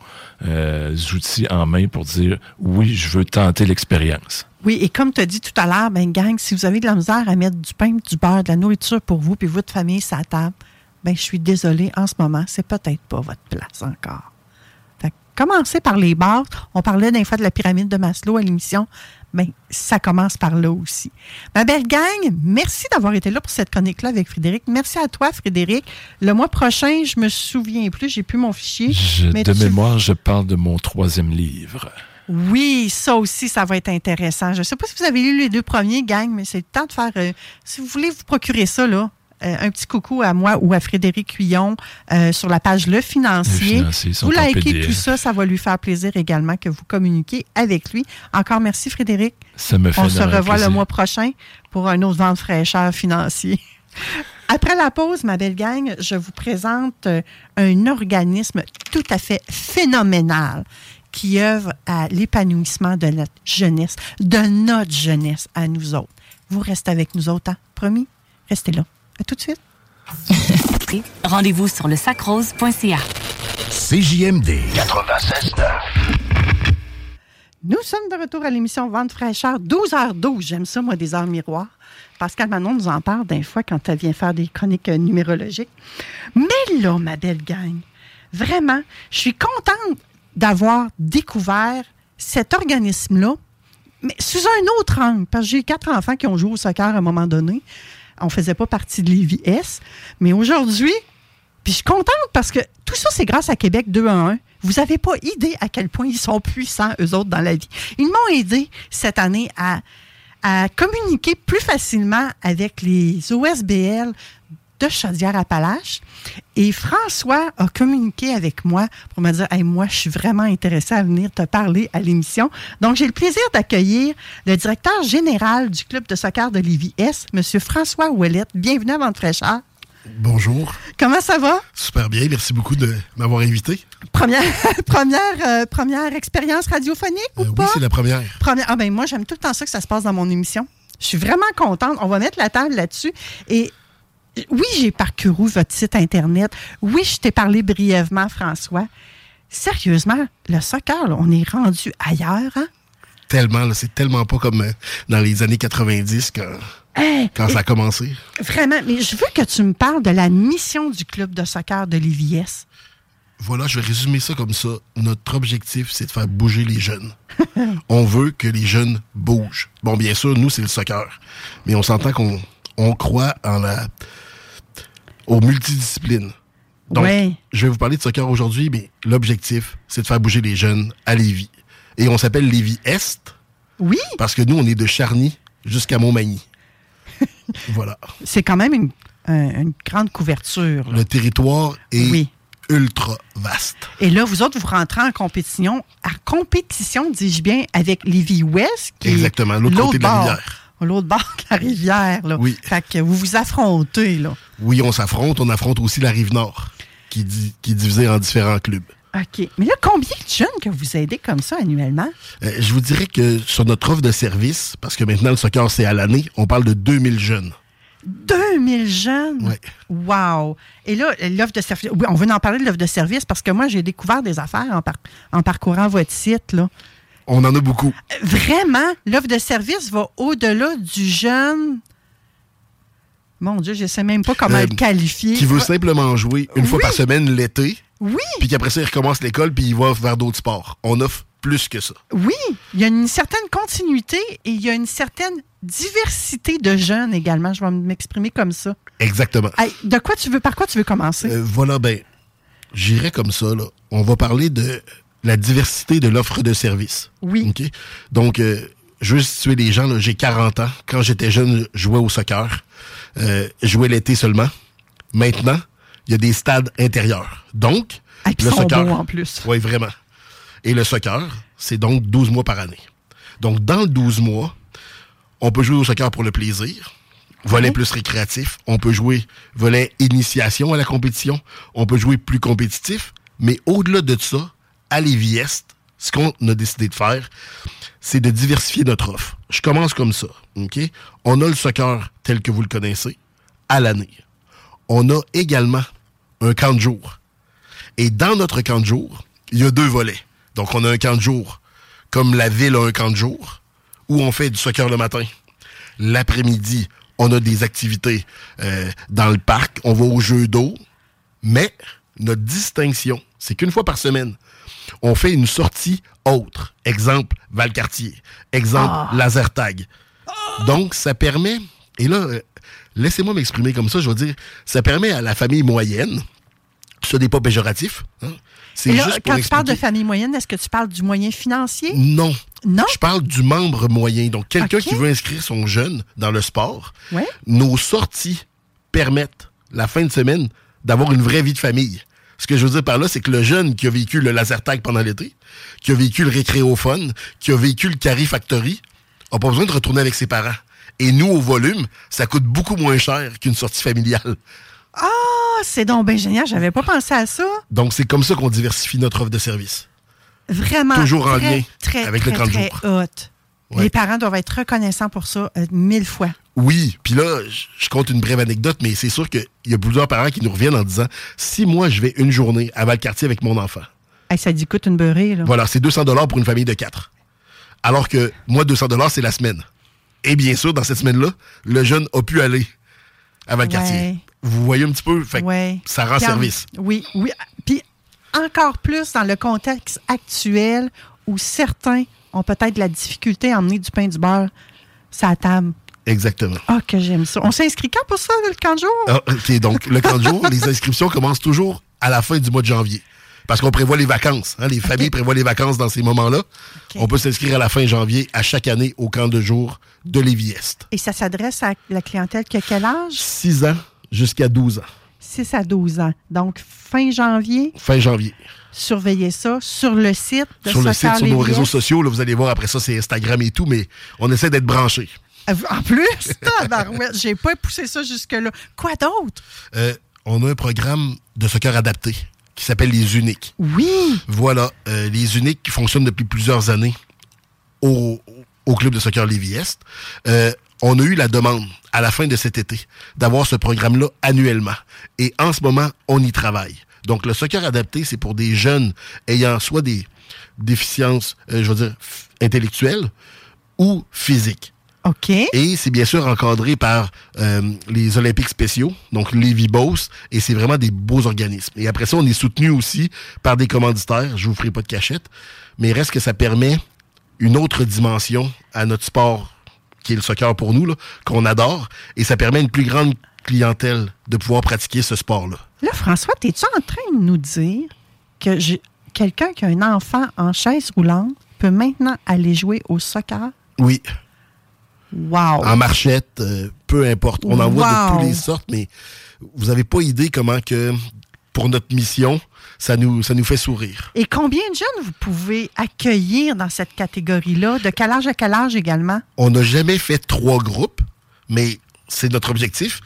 outils en main pour dire oui, je veux tenter l'expérience.
Oui, et comme tu as dit tout à l'heure, ben gang, si vous avez de la misère à mettre du pain, du beurre, de la nourriture pour vous puis votre famille sur la table, ben je suis désolée, en ce moment, c'est peut-être pas votre place encore. Fait que commencez par les bases. On parlait d'un fois de la pyramide de Maslow à l'émission. Bien, ça commence par là aussi. Ma belle gang, merci d'avoir été là pour cette chronique-là avec Frédéric. Merci à toi, Frédéric. Le mois prochain, je me souviens plus, j'ai plus mon fichier.
Mémoire, je parle de mon 3e livre.
Oui, ça aussi, ça va être intéressant. Je ne sais pas si vous avez lu les 2 premiers, gang, mais c'est le temps de faire... si vous voulez vous procurer ça, là, un petit coucou à moi ou à Frédéric Huillon sur la page Le Financier. Vous likez tout ça, ça va lui faire plaisir également que vous communiquiez avec lui. Encore merci, Frédéric.
Ça me fait
On se revoit
plaisir.
le mois prochain pour un autre Vente fraîcheur financier. Après la pause, ma belle gang, je vous présente un organisme tout à fait phénoménal qui œuvre à l'épanouissement de notre jeunesse à nous autres. Vous restez avec nous autres, hein? Promis? Restez là. À tout de suite.
Rendez-vous sur le sacrose.ca.
CJMD 96.9.
Nous sommes de retour à l'émission Vente fraîcheur, 12h12. J'aime ça, moi, des heures miroirs. Pascal Manon nous en parle d'un fois quand elle vient faire des chroniques numérologiques. Mais là, ma belle gang, vraiment, je suis contente d'avoir découvert cet organisme-là, mais sous un autre angle, parce que j'ai 4 enfants qui ont joué au soccer à un moment donné. On ne faisait pas partie de Lévis-S. Mais aujourd'hui, puis je suis contente parce que tout ça, c'est grâce à Québec 2-1-1. Vous n'avez pas idée à quel point ils sont puissants, eux autres, dans la vie. Ils m'ont aidé cette année à communiquer plus facilement avec les OSBL de Chaudière-Appalaches. Et François a communiqué avec moi pour me dire « Hey, moi, je suis vraiment intéressée à venir te parler à l'émission. » Donc, j'ai le plaisir d'accueillir le directeur général du club de soccer de Lévis-S, M. François Ouellette. Bienvenue à Vente fraîcheur.
Bonjour.
Comment ça va?
Super bien. Merci beaucoup de m'avoir invité.
Première expérience radiophonique ou pas?
Oui, c'est la première.
Ah ben moi, j'aime tout le temps ça que ça se passe dans mon émission. Je suis vraiment contente. On va mettre la table là-dessus. Et oui, j'ai parcouru votre site Internet. Oui, je t'ai parlé brièvement, François. Sérieusement, le soccer, là, on est rendu ailleurs, hein?
Tellement, là, c'est tellement pas comme dans les années 90 quand ça a commencé.
Vraiment, mais je veux que tu me parles de la mission du club de soccer de Lévis-S.
Voilà, je vais résumer ça comme ça. Notre objectif, c'est de faire bouger les jeunes. On veut que les jeunes bougent. Bon, bien sûr, nous, c'est le soccer. Mais on s'entend qu'on croit aux multidisciplines. Donc, je vais vous parler de soccer aujourd'hui, mais l'objectif, c'est de faire bouger les jeunes à Lévis. Et on s'appelle Lévis-Est.
Oui.
Parce que nous, on est de Charny jusqu'à Montmagny. Voilà.
C'est quand même une grande couverture.
Le territoire est ultra vaste.
Et là, vous autres, vous rentrez en compétition. Dis-je bien, avec Lévis-Ouest.
Exactement, l'autre côté de la rivière.
L'autre bord de la rivière, là.
Oui.
Fait que vous vous affrontez, là.
Oui, on s'affronte. On affronte aussi la Rive-Nord, qui est divisée en différents clubs.
OK. Mais là, combien de jeunes que vous aidez comme ça annuellement?
Je vous dirais que sur notre offre de service, parce que maintenant, le soccer, c'est à l'année, on parle de 2000 jeunes.
2000 jeunes?
Oui.
Wow! Et là, l'offre de service... Oui, on veut en parler de l'offre de service parce que moi, j'ai découvert des affaires en parcourant votre site, là.
On en a beaucoup.
Vraiment, l'offre de service va au-delà du jeune... Mon Dieu, je ne sais même pas comment le qualifier.
Qui veut simplement jouer une fois par semaine l'été.
Oui.
Puis qu'après ça, il recommence l'école puis il va vers d'autres sports. On offre plus que ça.
Oui. Il y a une certaine continuité et il y a une certaine diversité de jeunes également. Je vais m'exprimer comme ça.
Exactement.
Hey, par quoi tu veux commencer?
Voilà, j'irai comme ça, là. On va parler de la diversité de l'offre de services.
Oui.
OK? Donc, je veux situer les gens, là, j'ai 40 ans. Quand j'étais jeune, je jouais au soccer. Je jouais l'été seulement. Maintenant, il y a des stades intérieurs. Donc,
le soccer... beaux en plus.
Oui, vraiment. Et le soccer, c'est donc 12 mois par année. Donc, dans le 12 mois, on peut jouer au soccer pour le plaisir, volet plus récréatif. On peut jouer volet initiation à la compétition. On peut jouer plus compétitif. Mais au-delà de ça, à Lévis-Est, ce qu'on a décidé de faire, c'est de diversifier notre offre. Je commence comme ça. OK? On a le soccer tel que vous le connaissez à l'année. On a également un camp de jour. Et dans notre camp de jour, il y a 2 volets. Donc, on a un camp de jour, comme la ville a un camp de jour, où on fait du soccer le matin. L'après-midi, on a des activités dans le parc. On va au jeu d'eau. Mais notre distinction, c'est qu'une fois par semaine, on fait une sortie autre. Exemple, Valcartier. Exemple, Lasertag. Donc, ça permet... Et là, laissez-moi m'exprimer comme ça, je veux dire, ça permet à la famille moyenne, ce n'est pas péjoratif, hein, c'est
là,
juste pour
quand tu parles de famille moyenne, est-ce que tu parles du moyen financier?
Non.
Non?
Je parle du membre moyen. Donc, quelqu'un qui veut inscrire son jeune dans le sport, nos sorties permettent, la fin de semaine, d'avoir une vraie vie de famille. Ce que je veux dire par là, c'est que le jeune qui a vécu le Lasertag pendant l'été, qui a vécu le Récréophone, qui a vécu le Carry Factory, n'a pas besoin de retourner avec ses parents. Et nous, au volume, ça coûte beaucoup moins cher qu'une sortie familiale.
Ah, c'est donc bien génial. J'avais pas pensé à ça.
Donc, c'est comme ça qu'on diversifie notre offre de service.
Vraiment.
Toujours en lien avec le camp de jour.
Hot. Ouais. Les parents doivent être reconnaissants pour ça 1000 fois.
Oui. Puis là, je compte une brève anecdote, mais c'est sûr qu'il y a plusieurs parents qui nous reviennent en disant « Si moi, je vais une journée à Valcartier avec mon enfant...
Hey, ça dit coûte une beurrée, là. »
Voilà, c'est 200 $ pour une famille de 4. Alors que moi, 200 $, c'est la semaine. Et bien sûr, dans cette semaine-là, le jeune a pu aller à Valcartier. Ouais. Vous voyez un petit peu? Fait que ça rend service.
Oui. Puis encore plus dans le contexte actuel où certains ont peut-être de la difficulté à emmener du pain du beurre sur la table.
Exactement.
Ah, que j'aime ça. On s'inscrit quand pour ça, le camp de jour?
Ah, OK, donc le camp de jour, les inscriptions commencent toujours à la fin du mois de janvier. Parce qu'on prévoit les vacances. Hein, les familles prévoient les vacances dans ces moments-là. Okay. On peut s'inscrire à la fin janvier, à chaque année, au camp de jour de Lévis-Est.
Et ça s'adresse à la clientèle qui a quel âge?
6 ans jusqu'à 12 ans.
6 à 12 ans. Donc, fin janvier.
Fin janvier.
Surveillez ça sur le site de
Sur le site, sur nos réseaux sociaux. Là, vous allez voir, après ça, c'est Instagram et tout, mais on essaie d'être branchés.
En plus, j'ai pas poussé ça jusque-là. Quoi d'autre?
On a un programme de soccer adapté qui s'appelle les Uniques.
Oui!
Voilà, les Uniques qui fonctionnent depuis plusieurs années au club de soccer Lévis-Est. On a eu la demande, à la fin de cet été, d'avoir ce programme-là annuellement. Et en ce moment, on y travaille. Donc, le soccer adapté, c'est pour des jeunes ayant soit des déficiences, intellectuelles ou physiques.
OK.
Et c'est bien sûr encadré par les Olympiques spéciaux, donc Lévis-Beauce, et c'est vraiment des beaux organismes. Et après ça, on est soutenu aussi par des commanditaires, je vous ferai pas de cachette, mais reste que ça permet une autre dimension à notre sport, qui est le soccer pour nous, là, qu'on adore, et ça permet une plus grande clientèle de pouvoir pratiquer ce sport-là.
Là, François, es-tu en train de nous dire que quelqu'un qui a un enfant en chaise roulante peut maintenant aller jouer au soccer?
Oui.
Wow.
En marchette, peu importe. On en voit de toutes les sortes, mais vous n'avez pas idée comment que, pour notre mission, ça nous fait sourire.
Et combien de jeunes vous pouvez accueillir dans cette catégorie-là? De quel âge à quel âge également?
On n'a jamais fait 3 groupes, mais c'est notre objectif.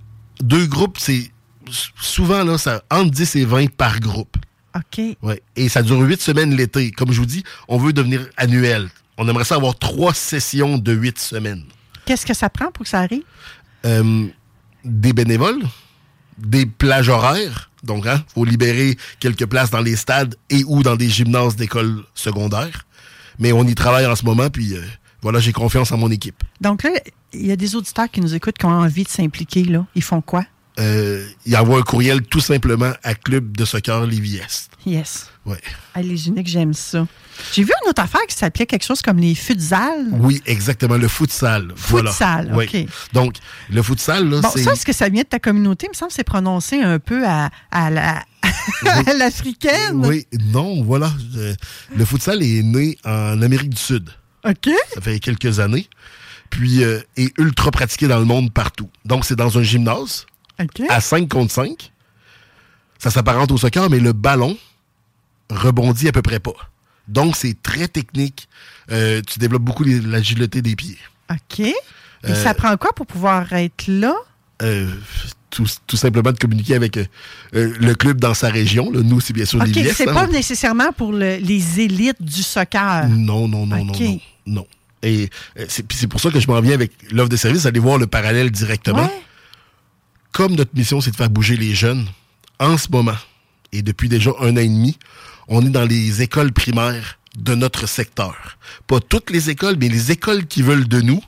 2 groupes, c'est souvent là, ça, entre 10 et 20 par groupe.
OK.
Ouais. Et ça dure 8 semaines l'été. Comme je vous dis, on veut devenir annuel. On aimerait ça avoir 3 sessions de 8 semaines.
Qu'est-ce que ça prend pour que ça arrive?
des bénévoles, des plages horaires. Donc, faut libérer quelques places dans les stades et ou dans des gymnases d'écoles secondaires. Mais on y travaille en ce moment, puis voilà, j'ai confiance en mon équipe.
Donc là, il y a des auditeurs qui nous écoutent qui ont envie de s'impliquer, là. Ils font quoi?
Ils envoient un courriel tout simplement à Club de soccer Lévis-Est.
Yes.
Ouais.
Les uniques, j'aime ça. J'ai vu une autre affaire qui s'appelait quelque chose comme les futsal.
Oui, exactement, le futsal.
Futsal,
voilà.
OK.
Oui. Donc, le futsal, là, c'est...
Ça, est-ce que ça vient de ta communauté? Il me semble que c'est prononcé un peu à l'africaine.
Oui, non, voilà. Le futsal est né en Amérique du Sud.
OK.
Ça fait quelques années. Puis, est ultra pratiqué dans le monde partout. Donc, c'est dans un gymnase, à 5 contre 5. Ça s'apparente au soccer, mais le ballon rebondit à peu près pas. Donc, c'est très technique. Tu développes beaucoup l'agilité des pieds.
OK. Et ça prend quoi pour pouvoir être là?
Tout simplement de communiquer avec le club dans sa région. Là. Nous, c'est bien sûr les
c'est pas nécessairement pour les élites du soccer.
Non. Et c'est pour ça que je m'en viens avec l'offre de service, aller voir le parallèle directement. Ouais. Comme notre mission, c'est de faire bouger les jeunes, en ce moment, et depuis déjà 1 an et demi, on est dans les écoles primaires de notre secteur. Pas toutes les écoles, mais les écoles qui veulent de nous,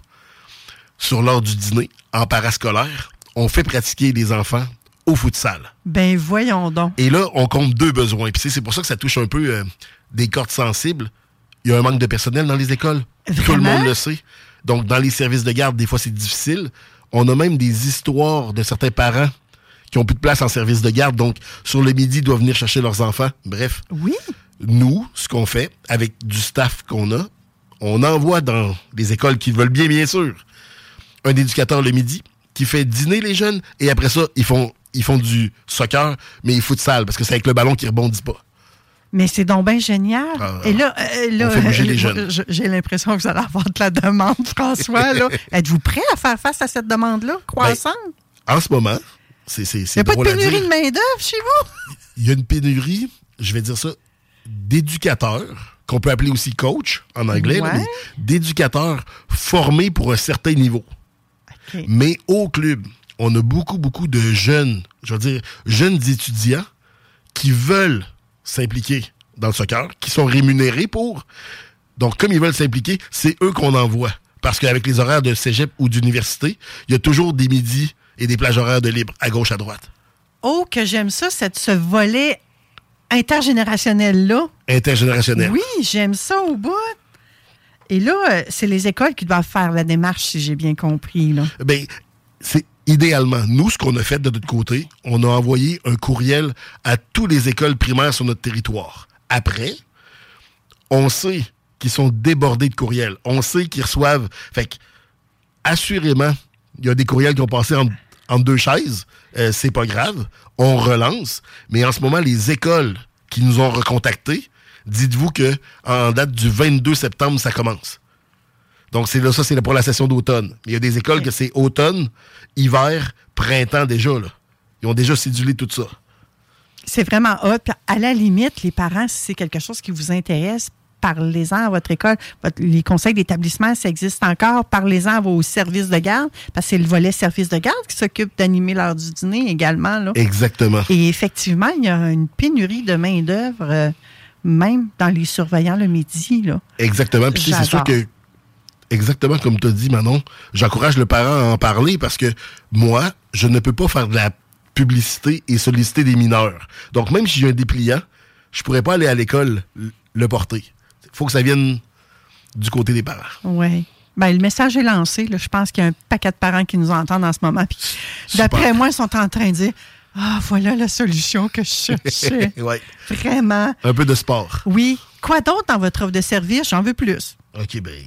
sur l'heure du dîner, en parascolaire, on fait pratiquer les enfants au futsal.
Ben voyons donc.
Et là, on compte 2 besoins. Puis c'est pour ça que ça touche un peu des cordes sensibles. Il y a un manque de personnel dans les écoles.
Vraiment?
Tout le monde le sait. Donc, dans les services de garde, des fois, c'est difficile. On a même des histoires de certains parents qui n'ont plus de place en service de garde. Donc, sur le midi, ils doivent venir chercher leurs enfants. Bref.
Oui.
Nous, ce qu'on fait, avec du staff qu'on a, on envoie dans les écoles qui veulent bien sûr, un éducateur le midi qui fait dîner les jeunes. Et après ça, ils font du soccer, mais ils futsal parce que c'est avec le ballon qui rebondit pas.
Mais c'est donc bien génial. Et là
on fait bouger les jeunes.
J'ai l'impression que vous allez avoir de la demande, François. Là. Êtes-vous prêt à faire face à cette demande-là, croissante?
Ben, en ce moment, c'est
il n'y a pas de pénurie de main-d'œuvre chez vous?
Il y a une pénurie, je vais dire ça, d'éducateurs, qu'on peut appeler aussi coach en anglais, là, mais d'éducateurs formés pour un certain niveau.
Okay.
Mais au club, on a beaucoup de jeunes, je veux dire, jeunes étudiants qui veulent s'impliquer dans le soccer, qui sont rémunérés pour. Donc, comme ils veulent s'impliquer, c'est eux qu'on envoie. Parce qu'avec les horaires de cégep ou d'université, il y a toujours des midis et des plages horaires de libre à gauche, à droite.
Oh, que j'aime ça, ce volet intergénérationnel-là.
Intergénérationnel.
Oui, j'aime ça au bout. Et là, c'est les écoles qui doivent faire la démarche, si j'ai bien compris. Là.
Bien, c'est idéalement. Nous, ce qu'on a fait de notre côté, on a envoyé un courriel à toutes les écoles primaires sur notre territoire. Après, on sait qu'ils sont débordés de courriels. On sait qu'ils reçoivent... Fait que, assurément, il y a des courriels qui ont passé entre 2 chaises. C'est pas grave. On relance. Mais en ce moment, les écoles qui nous ont recontactés, dites-vous que en date du 22 septembre, ça commence. Donc, c'est pour la session d'automne. Il y a des écoles que c'est automne, hiver, printemps déjà. Là. Ils ont déjà cédulé tout ça.
C'est vraiment hot. Puis à la limite, les parents, si c'est quelque chose qui vous intéresse, parlez-en à votre école. Les conseils d'établissement, ça existe encore. Parlez-en à vos services de garde, parce que c'est le volet service de garde qui s'occupe d'animer l'heure du dîner également. Là.
Exactement.
Et effectivement, il y a une pénurie de main-d'œuvre, même dans les surveillants le midi. Là.
Exactement. Puis c'est sûr que, exactement comme tu as dit, Manon, j'encourage le parent à en parler parce que moi, je ne peux pas faire de la publicité et solliciter des mineurs. Donc, même si j'ai un dépliant, je pourrais pas aller à l'école le porter. Il faut que ça vienne du côté des parents.
Oui. Bien, le message est lancé. Là. Je pense qu'il y a un paquet de parents qui nous entendent en ce moment. Puis, d'après moi, ils sont en train de dire « Ah, voilà la solution que je cherchais. »
Ouais.
Vraiment.
Un peu de sport.
Oui. Quoi d'autre dans votre offre de service? J'en veux plus.
OK, bien...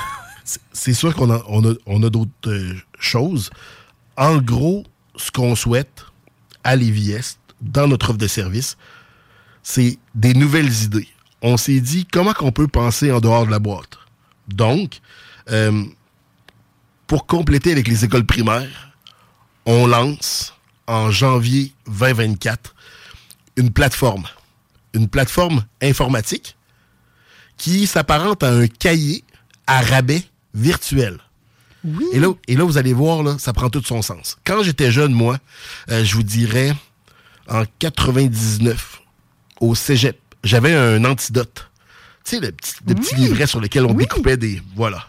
c'est sûr qu'on a d'autres choses. En gros, ce qu'on souhaite à Lévis-Est, dans notre offre de service, c'est des nouvelles idées. On s'est dit comment qu'on peut penser en dehors de la boîte. Donc, pour compléter avec les écoles primaires, on lance en janvier 2024 une plateforme informatique qui s'apparente à un cahier à rabais virtuel.
Oui.
Et là, vous allez voir, là, ça prend tout son sens. Quand j'étais jeune, moi, je vous dirais, en 99, au cégep, j'avais un antidote. Tu sais, le petit livret sur lequel on découpait des... Voilà.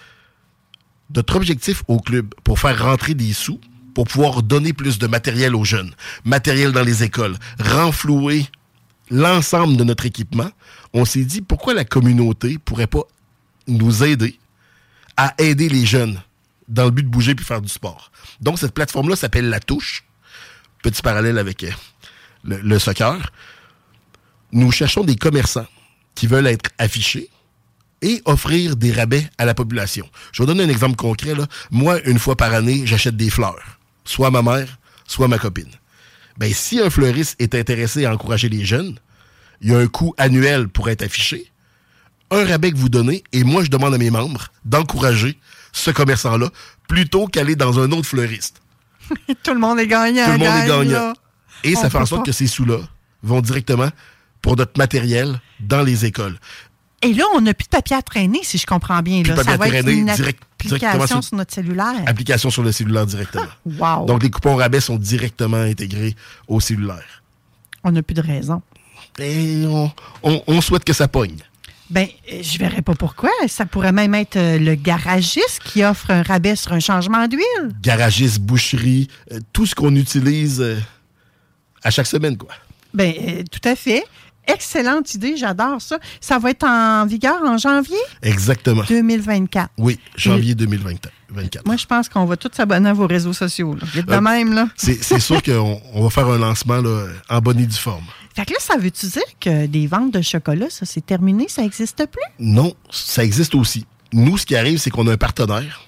Notre objectif au club, pour faire rentrer des sous, pour pouvoir donner plus de matériel aux jeunes, matériel dans les écoles, renflouer l'ensemble de notre équipement, on s'est dit, pourquoi la communauté pourrait pas nous aider à aider les jeunes dans le but de bouger puis faire du sport. Donc, cette plateforme-là s'appelle La Touche. Petit parallèle avec le soccer. Nous cherchons des commerçants qui veulent être affichés et offrir des rabais à la population. Je vais vous donner un exemple concret. Là. Moi, une fois par année, j'achète des fleurs. Soit à ma mère, soit à ma copine. Ben, si un fleuriste est intéressé à encourager les jeunes, il y a un coût annuel pour être affiché, un rabais que vous donnez, et moi, je demande à mes membres d'encourager ce commerçant-là plutôt qu'aller dans un autre fleuriste.
Tout le monde est gagnant.
Tout le monde est gagnant.
Là.
Et ça fait en sorte que ces sous-là vont directement pour notre matériel dans les écoles.
Et là, on n'a plus de papier à traîner, si je comprends bien. Là. Ça va être une application sur notre cellulaire.
Application sur le cellulaire directement.
Wow.
Donc, les coupons rabais sont directement intégrés au cellulaire.
On n'a plus de raison.
Et on souhaite que ça pogne.
Ben, je verrais pas pourquoi. Ça pourrait même être le garagiste qui offre un rabais sur un changement d'huile.
Garagiste, boucherie, tout ce qu'on utilise à chaque semaine, quoi.
Ben, tout à fait. Excellente idée, j'adore ça. Ça va être en vigueur en janvier?
Exactement.
2024.
Oui, janvier 2024.
Moi, je pense qu'on va tous s'abonner à vos réseaux sociaux. Là. Vite de même, là.
C'est sûr qu'on va faire un lancement là, en bonne et due forme.
Fait que là, ça veut-tu dire que des ventes de chocolat, ça, c'est terminé, ça n'existe plus?
Non, ça existe aussi. Nous, ce qui arrive, c'est qu'on a un partenaire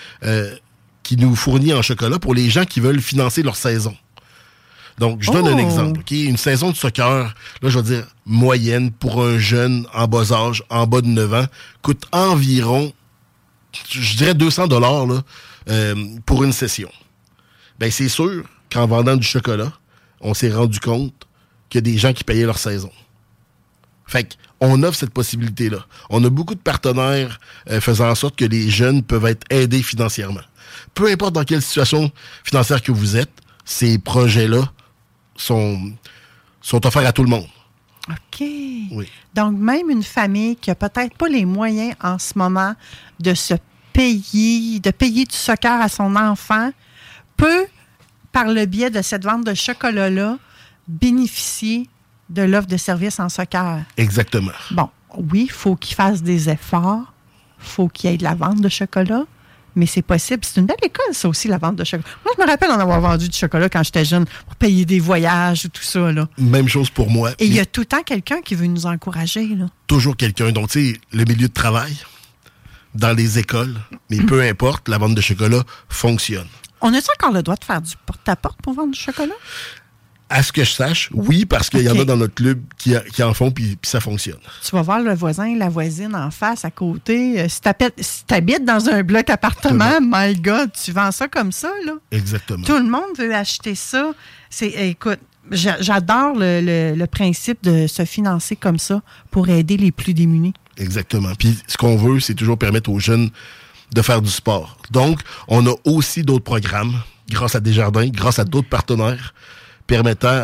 qui nous fournit en chocolat pour les gens qui veulent financer leur saison. Donc, je donne un exemple. Okay? Une saison de soccer, là, je vais dire moyenne pour un jeune en bas âge, en bas de 9 ans, coûte environ, je dirais 200 $ là, pour une session. Bien, c'est sûr qu'en vendant du chocolat, on s'est rendu compte qu'il y a des gens qui payaient leur saison. Fait qu'on offre cette possibilité-là. On a beaucoup de partenaires faisant en sorte que les jeunes peuvent être aidés financièrement. Peu importe dans quelle situation financière que vous êtes, ces projets-là sont offerts à tout le monde.
OK.
Oui.
Donc, même une famille qui n'a peut-être pas les moyens en ce moment de payer du soccer à son enfant, peut, par le biais de cette vente de chocolat-là, bénéficier de l'offre de service en soccer.
Exactement.
Bon, oui, il faut qu'il fasse des efforts, il faut qu'il y ait de la vente de chocolat, mais c'est possible. C'est une belle école, ça aussi, la vente de chocolat. Moi, je me rappelle en avoir vendu du chocolat quand j'étais jeune pour payer des voyages ou tout ça. Là.
Même chose pour moi.
Et il y a tout le temps quelqu'un qui veut nous encourager. Là.
Toujours quelqu'un. Donc, tu sais, le milieu de travail, dans les écoles, mais peu importe, la vente de chocolat fonctionne.
On a-tu encore le droit de faire du porte-à-porte pour vendre du chocolat?
À ce que je sache, oui, parce qu'il y en a dans notre club qui en font, puis ça fonctionne.
Tu vas voir le voisin, la voisine en face, à côté. Si t'habites dans un bloc appartement, my God, tu vends ça comme ça, là?
Exactement.
Tout le monde veut acheter ça. Écoute, j'adore le principe de se financer comme ça pour aider les plus démunis.
Exactement. Puis ce qu'on veut, c'est toujours permettre aux jeunes de faire du sport. Donc, on a aussi d'autres programmes, grâce à Desjardins, grâce à d'autres partenaires, permettant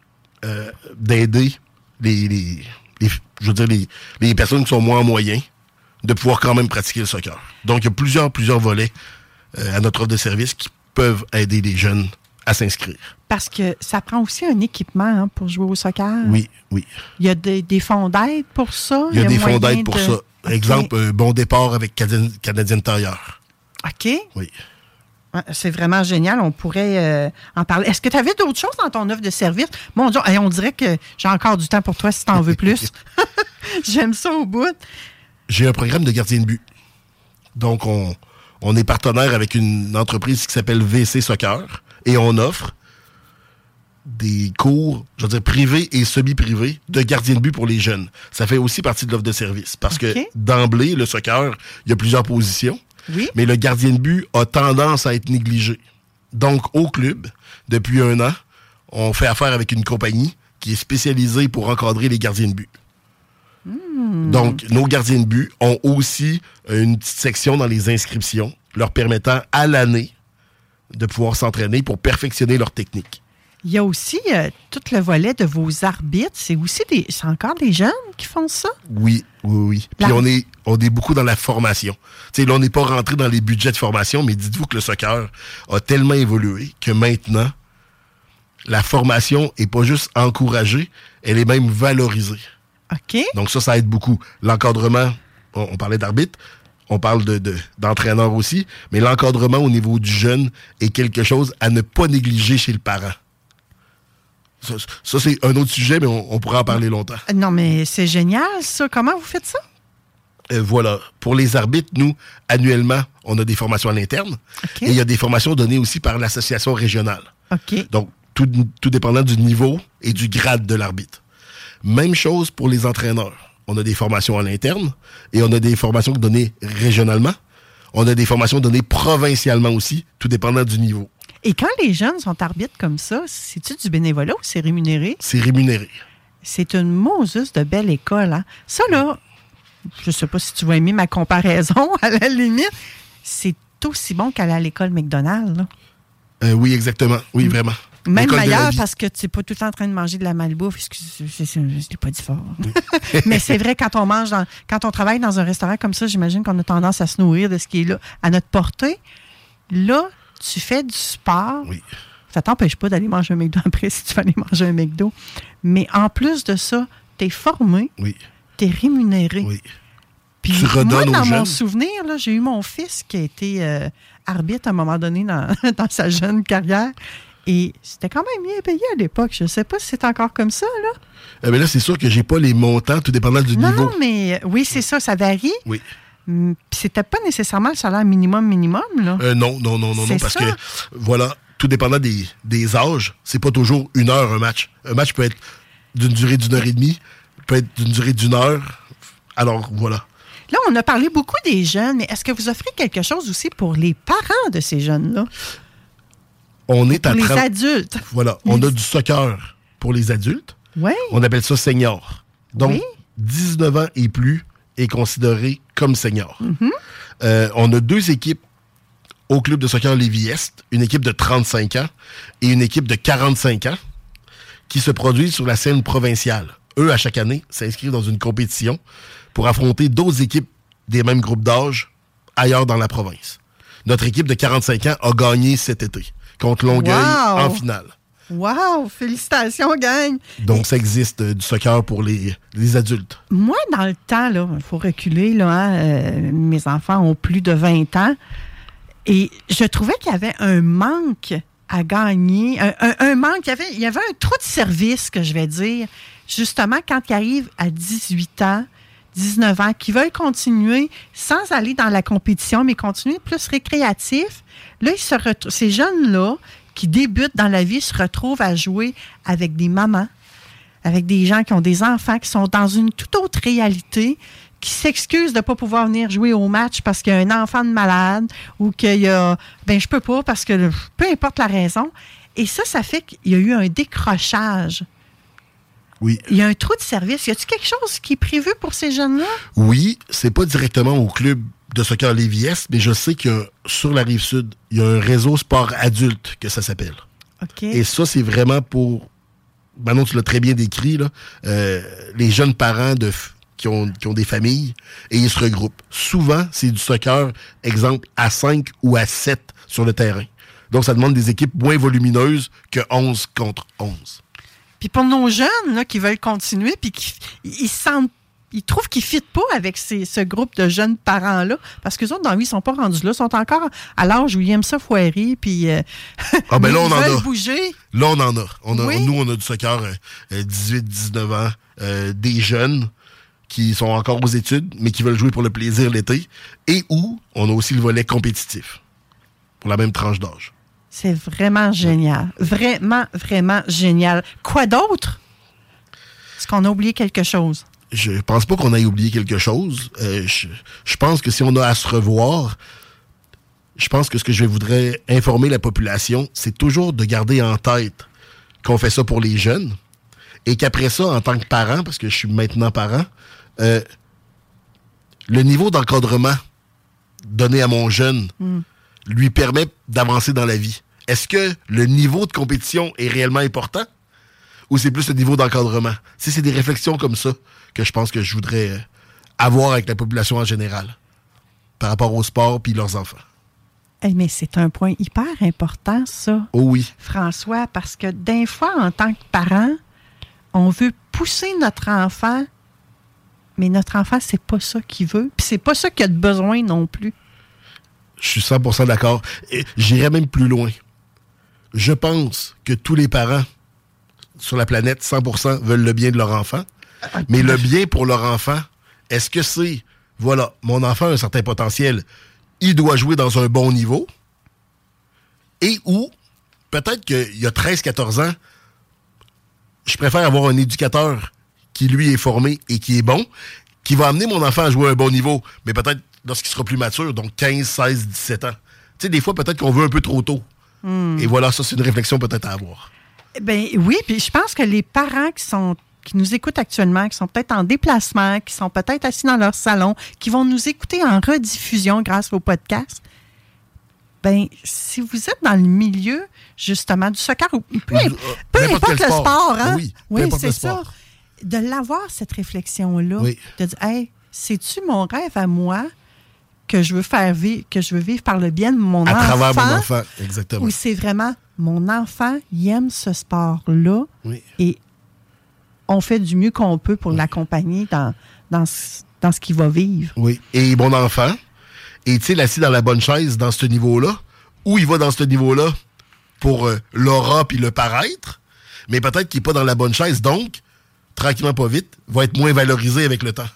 d'aider les personnes qui sont moins en moyen de pouvoir quand même pratiquer le soccer. Donc, il y a plusieurs volets à notre offre de service qui peuvent aider les jeunes à s'inscrire.
Parce que ça prend aussi un équipement pour jouer au soccer.
Oui.
Il y a des fonds d'aide pour ça?
Il y a des fonds d'aide pour ça. Exemple, bon départ avec Canadien Tailleur.
OK.
Oui.
C'est vraiment génial. On pourrait en parler. Est-ce que tu avais d'autres choses dans ton offre de service? Mon Dieu, on dirait que j'ai encore du temps pour toi si tu en veux plus. J'aime ça au bout.
J'ai un programme de gardien de but. Donc, on est partenaire avec une entreprise qui s'appelle VC Soccer et on offre des cours, je veux dire, privés et semi-privés de gardien de but pour les jeunes. Ça fait aussi partie de l'offre de service parce que d'emblée, le soccer, il y a plusieurs positions.
Oui.
Mais le gardien de but a tendance à être négligé. Donc, au club, depuis 1 an, on fait affaire avec une compagnie qui est spécialisée pour encadrer les gardiens de but. Donc, nos gardiens de but ont aussi une petite section dans les inscriptions leur permettant à l'année de pouvoir s'entraîner pour perfectionner leur technique.
Il y a aussi tout le volet de vos arbitres. C'est encore des jeunes qui font ça?
Oui. Puis on est beaucoup dans la formation. Là, on n'est pas rentré dans les budgets de formation, mais dites-vous que le soccer a tellement évolué que maintenant, la formation n'est pas juste encouragée, elle est même valorisée.
OK.
Donc ça aide beaucoup. L'encadrement, on parlait d'arbitre, on parle d'entraîneur aussi, mais l'encadrement au niveau du jeune est quelque chose à ne pas négliger chez le parent. Ça c'est un autre sujet, mais on pourra en parler longtemps.
Non, mais c'est génial, ça. Comment vous faites ça?
Voilà. Pour les arbitres, nous, annuellement, on a des formations à l'interne. Okay. Et il y a des formations données aussi par l'association régionale.
OK.
Donc, tout dépendant du niveau et du grade de l'arbitre. Même chose pour les entraîneurs. On a des formations à l'interne et on a des formations données régionalement. On a des formations données provincialement aussi, tout dépendant du niveau.
Et quand les jeunes sont arbitres comme ça, c'est-tu du bénévolat ou c'est rémunéré?
C'est rémunéré.
C'est une Moses de belle école. Hein? Ça, là, je sais pas si tu vas aimer ma comparaison, à la limite, c'est aussi bon qu'aller à l'école McDonald's.
Oui, exactement. Oui, vraiment.
Même meilleur parce que tu n'es pas tout le temps en train de manger de la malbouffe. Je ne l'ai pas dit fort. Mais c'est vrai, quand on travaille dans un restaurant comme ça, j'imagine qu'on a tendance à se nourrir de ce qui est là, à notre portée. Là, tu fais du sport.
Oui.
Ça ne t'empêche pas d'aller manger un McDo après si tu veux aller manger un McDo. Mais en plus de ça, tu es formé.
Oui.
Tu es rémunéré.
Oui.
Puis
tu redonnes
moi,
aux jeunes.
Dans mon souvenir, là, j'ai eu mon fils qui a été arbitre à un moment donné dans sa jeune carrière. Et c'était quand même bien payé à l'époque. Je ne sais pas si c'est encore comme ça, là.
Mais là, c'est sûr que j'ai pas les montants, tout dépendant du niveau.
Non, mais oui, c'est ça, ça varie.
Oui.
Puis c'était pas nécessairement le salaire minimum, là.
Non, parce
ça.
que, voilà, tout dépendant des âges, c'est pas toujours 1 heure un match. Un match peut être d'une durée d'1h30, peut être d'une durée d'1 heure. Alors, voilà.
Là, on a parlé beaucoup des jeunes, mais est-ce que vous offrez quelque chose aussi pour les parents de ces jeunes-là?
On est
pour les adultes.
Voilà, on a du soccer pour les adultes.
Oui.
On appelle ça senior. Donc,
oui.
19 ans et plus est considéré comme senior.
Mm-hmm.
On a 2 équipes au club de soccer Lévis-Est, une équipe de 35 ans et une équipe de 45 ans qui se produisent sur la scène provinciale. Eux, à chaque année, s'inscrivent dans une compétition pour affronter d'autres équipes des mêmes groupes d'âge ailleurs dans la province. Notre équipe de 45 ans a gagné cet été contre Longueuil en finale.
Wow! Félicitations, gang!
Donc, ça existe du soccer pour les adultes.
Moi, dans le temps, il faut reculer, mes enfants ont plus de 20 ans, et je trouvais qu'il y avait un manque à gagner, un manque, il y avait un trou de service, que je vais dire, justement, quand ils arrivent à 18 ans, 19 ans, qui veulent continuer sans aller dans la compétition, mais continuer plus récréatif. Là, ces jeunes-là, qui débutent dans la vie, se retrouvent à jouer avec des mamans, avec des gens qui ont des enfants, qui sont dans une toute autre réalité, qui s'excusent de ne pas pouvoir venir jouer au match parce qu'il y a un enfant de malade ou qu'il y a... je peux pas parce que... Peu importe la raison. Et ça fait qu'il y a eu un décrochage.
Oui.
Il y a un trou de service. Y a-t-il quelque chose qui est prévu pour ces jeunes-là?
Oui, c'est pas directement au club de soccer Lévis-Est, mais je sais que sur la Rive-Sud, il y a un réseau sport adulte que ça s'appelle.
OK.
Et ça, c'est vraiment pour... Manon, tu l'as très bien décrit, là, les jeunes parents qui ont des familles et ils se regroupent. Souvent, c'est du soccer, exemple, à 5 ou à 7 sur le terrain. Donc, ça demande des équipes moins volumineuses que 11 contre 11.
Puis pour nos jeunes là, qui veulent continuer, puis ils trouvent qu'ils ne fitent pas avec ce groupe de jeunes parents-là, parce qu'eux autres, dans la vie, ils ne sont pas rendus là, ils sont encore à l'âge où ils aiment ça foirer, puis
là, on en a.
Bouger.
Là, on en a.
Oui.
Nous, on a du soccer 18-19 ans, des jeunes qui sont encore aux études, mais qui veulent jouer pour le plaisir l'été, et où on a aussi le volet compétitif, pour la même tranche d'âge.
C'est vraiment génial. Vraiment, vraiment génial. Quoi d'autre? Est-ce qu'on a oublié quelque chose?
Je pense pas qu'on ait oublié quelque chose. Je pense que si on a à se revoir, je pense que ce que je voudrais informer la population, c'est toujours de garder en tête qu'on fait ça pour les jeunes et qu'après ça, en tant que parent, parce que je suis maintenant parent, le niveau d'encadrement donner à mon jeune lui permet d'avancer dans la vie? Est-ce que le niveau de compétition est réellement important ou c'est plus le niveau d'encadrement? C'est des réflexions comme ça que je pense que je voudrais avoir avec la population en général par rapport au sport puis leurs enfants.
Mais c'est un point hyper important, ça.
Oh oui.
François, parce que des fois, en tant que parent, on veut pousser notre enfant, mais notre enfant, c'est pas ça qu'il veut, puis c'est pas ça qu'il a de besoin non plus.
Je suis 100% d'accord. Et j'irais même plus loin. Je pense que tous les parents sur la planète, 100%, veulent le bien de leur enfant, mais le bien pour leur enfant, est-ce que c'est, voilà, mon enfant a un certain potentiel, il doit jouer dans un bon niveau, et ou, peut-être qu'il y a 13-14 ans, je préfère avoir un éducateur qui, lui, est formé et qui est bon, qui va amener mon enfant à jouer à un bon niveau, mais peut-être lorsqu'il sera plus mature, donc 15, 16, 17 ans. Tu sais, des fois, peut-être qu'on veut un peu trop tôt. Et voilà, ça, c'est une réflexion peut-être à avoir.
Ben oui, puis je pense que les parents qui nous écoutent actuellement, qui sont peut-être en déplacement, qui sont peut-être assis dans leur salon, qui vont nous écouter en rediffusion grâce au podcast, ben si vous êtes dans le milieu, justement, du soccer, ou peu importe le sport, hein? Oui, c'est ça. De l'avoir, cette réflexion-là, de dire, hey, c'est-tu mon rêve à moi que je veux vivre par le bien de mon enfant? À
travers mon enfant, exactement.
Ou c'est vraiment, mon enfant, il aime ce sport-là, et on fait du mieux qu'on peut pour l'accompagner dans ce qu'il va vivre. Oui,
et mon enfant, est-il assis dans la bonne chaise dans ce niveau-là, ou il va dans ce niveau-là pour l'aura puis le paraître, mais peut-être qu'il n'est pas dans la bonne chaise, donc, tranquillement pas vite, va être moins valorisé avec le temps.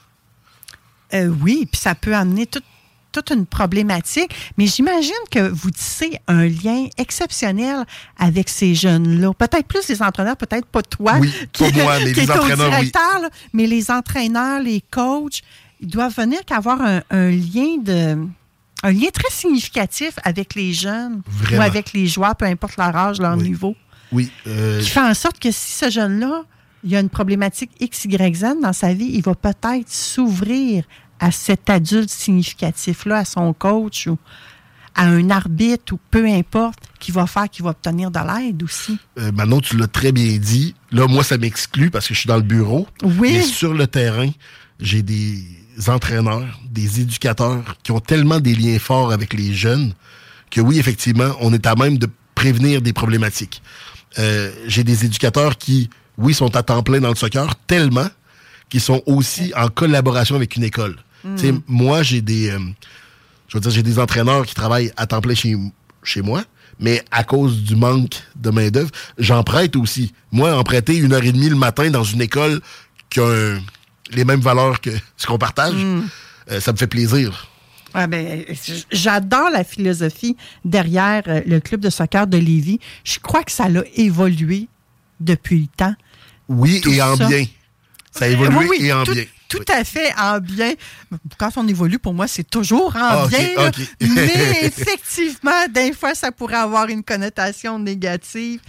Oui, puis ça peut amener toute une problématique, mais j'imagine que vous tissez un lien exceptionnel avec ces jeunes-là. Peut-être plus les entraîneurs, peut-être pas toi,
pas moi, mais les entraîneurs,
directeur, là, mais les entraîneurs, les coachs, ils doivent venir qu'avoir un lien très significatif avec les jeunes. Vraiment. Ou avec les joueurs, peu importe leur âge, leur niveau.
Oui.
Qui fait en sorte que si ce jeune-là, il y a une problématique X, Y, Z dans sa vie, il va peut-être s'ouvrir à cet adulte significatif-là, à son coach ou à un arbitre ou peu importe, qui va obtenir de l'aide aussi.
Manon, tu l'as très bien dit. Là, moi, ça m'exclut parce que je suis dans le bureau.
Oui.
Mais sur le terrain, j'ai des entraîneurs, des éducateurs qui ont tellement des liens forts avec les jeunes que oui, effectivement, on est à même de prévenir des problématiques. J'ai des éducateurs qui, oui, sont à temps plein dans le soccer, tellement qu'ils sont aussi en collaboration avec une école. Tu sais, moi, j'ai des entraîneurs qui travaillent à temps plein chez moi, mais à cause du manque de main-d'œuvre, j'en prête aussi. Moi, en prêter 1h30 le matin dans une école qui a les mêmes valeurs que ce qu'on partage, ça me fait plaisir.
Ah ben, j'adore la philosophie derrière le club de soccer de Lévis. Je crois que ça a évolué depuis le temps.
Oui, et en bien. Ça a évolué et en bien.
Tout à fait en bien. Quand on évolue, pour moi, c'est toujours en bien. Okay. Mais effectivement, des fois, ça pourrait avoir une connotation négative.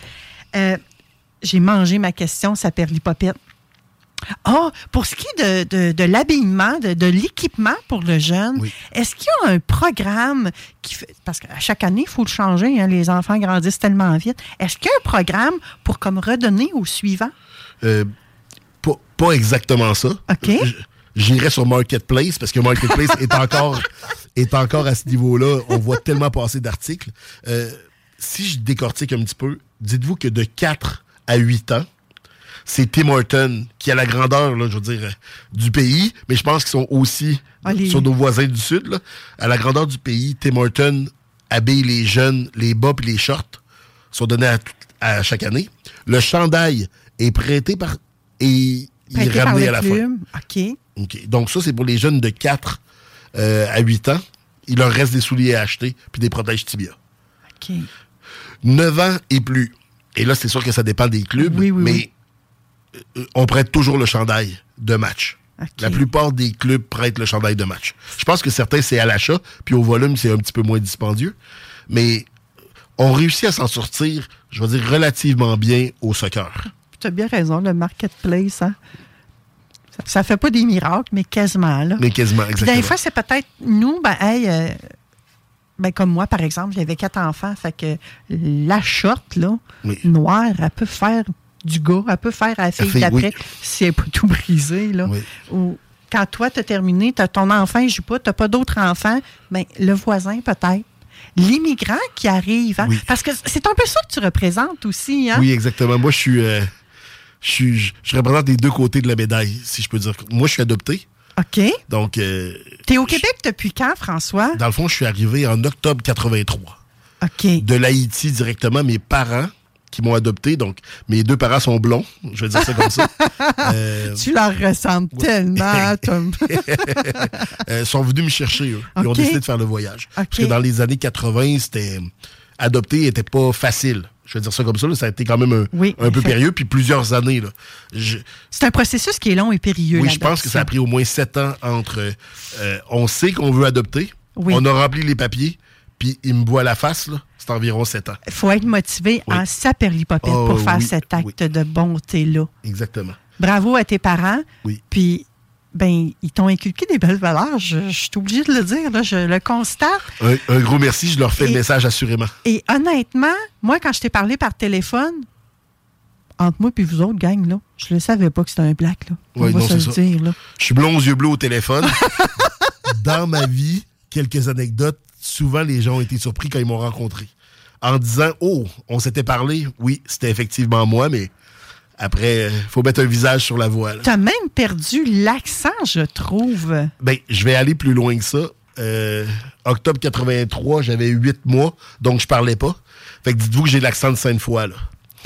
J'ai mangé ma question, ça perd l'hypopète. Pour ce qui est de l'habillement, de l'équipement pour le jeune, est-ce qu'il y a un programme qui fait... Parce qu'à chaque année, il faut le changer, hein, les enfants grandissent tellement vite. Est-ce qu'il y a un programme pour comme redonner au suivant?
Pas exactement ça.
OK.
J'irais sur Marketplace, parce que Marketplace est encore à ce niveau-là. On voit tellement passer d'articles. Si je décortique un petit peu, dites-vous que de 4 à 8 ans, c'est Tim Hortons qui a la grandeur, là, je veux dire, du pays, mais je pense qu'ils sont aussi sur nos voisins du Sud. Là, à la grandeur du pays, Tim Hortons habille les jeunes, les bas et les shorts sont donnés à chaque année. Le chandail est prêté par... et il est ramené à la fin. OK. Donc ça, c'est pour les jeunes de 4 à 8 ans. Il leur reste des souliers à acheter puis des protèges tibia.
OK.
9 ans et plus. Et là, c'est sûr que ça dépend des clubs, mais on prête toujours le chandail de match. Okay. La plupart des clubs prêtent le chandail de match. Je pense que certains, c'est à l'achat, puis au volume, c'est un petit peu moins dispendieux. Mais on réussit à s'en sortir, je vais dire, relativement bien au soccer.
Tu as bien raison, le marketplace, hein? Ça fait pas des miracles, mais quasiment, là.
Mais quasiment,
Puis
exactement.
des fois, c'est peut-être nous, comme moi, par exemple, j'avais 4 enfants, fait que la short, là, noire, elle peut faire du gars, elle peut faire à la fille d'après, si elle n'est pas tout brisée, là.
Oui.
Ou quand toi, tu as terminé, ton enfant ne joue pas, tu n'as pas d'autres enfants, bien, le voisin, peut-être. L'immigrant qui arrive, hein? Parce que c'est un peu ça que tu représentes aussi, hein?
Oui, exactement. Moi, je représente les deux côtés de la médaille, si je peux dire. Moi, je suis adopté.
OK.
Donc...
T'es au Québec depuis quand, François?
Dans le fond, je suis arrivé en octobre 83.
OK.
De l'Haïti directement, mes parents qui m'ont adopté. Donc, mes 2 parents sont blonds. Je vais dire ça comme ça.
Tu leur ressembles tellement, Tom.
Sont venus me chercher, eux. Ils ont décidé de faire le voyage. Parce que dans les années 80, adopter n'était pas facile. Je vais dire ça comme ça. Là. Ça a été quand même un peu périlleux, puis plusieurs années. Là.
C'est un processus qui est long et périlleux.
Oui, je pense que ça a pris au moins 7 ans entre... on sait qu'on veut adopter, on a rempli les papiers, puis il me voit la face, là. C'est environ 7 ans.
Il faut être motivé en saperlipopette pour faire cet acte de bonté-là.
Exactement.
Bravo à tes parents.
Oui.
Puis, ils t'ont inculqué des belles valeurs. Je suis obligée de le dire, là, je le constate.
Un gros merci, je leur fais le message assurément. Et
honnêtement, moi, quand je t'ai parlé par téléphone, entre moi et vous autres, gang, là, je ne savais pas que c'était un black. Là.
Oui, non, c'est ça.
Dire, là.
Je suis blond aux yeux bleus au téléphone. Dans ma vie, quelques anecdotes. Souvent, les gens ont été surpris quand ils m'ont rencontré. En disant, oh, on s'était parlé. Oui, c'était effectivement moi, mais après, il faut mettre un visage sur la voix.
Tu as même perdu l'accent, je trouve.
Je vais aller plus loin que ça. Octobre 83, j'avais 8 mois, donc je parlais pas. Fait que dites-vous que j'ai l'accent de Sainte-Foy, là.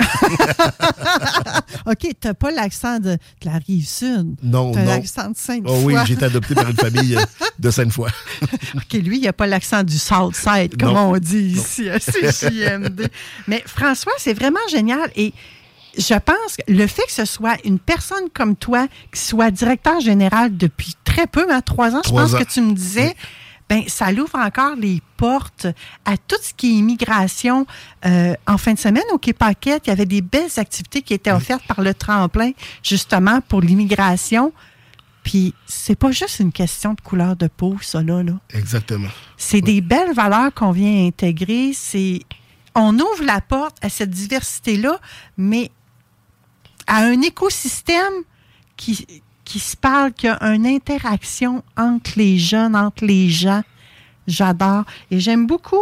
OK, t'as pas l'accent de la Rive-Sud.
Non,
t'as l'accent de Sainte-Foy.
Oh oui, j'ai été adopté par une famille de Sainte-Foy.
OK, lui, il a pas l'accent du Southside, comme on dit ici à CJMD. Mais François, c'est vraiment génial. Et je pense que le fait que ce soit une personne comme toi qui soit directeur général depuis très peu, 3 ans, je pense que tu me disais... ça l'ouvre encore les portes à tout ce qui est immigration. En fin de semaine, au Quai Paquette, il y avait des belles activités qui étaient offertes par le tremplin, justement, pour l'immigration. Puis, c'est pas juste une question de couleur de peau, ça, là.
Exactement.
C'est des belles valeurs qu'on vient intégrer. On ouvre la porte à cette diversité-là, mais à un écosystème qui se parle, qu'il y a une interaction entre les jeunes, entre les gens. J'adore. Et j'aime beaucoup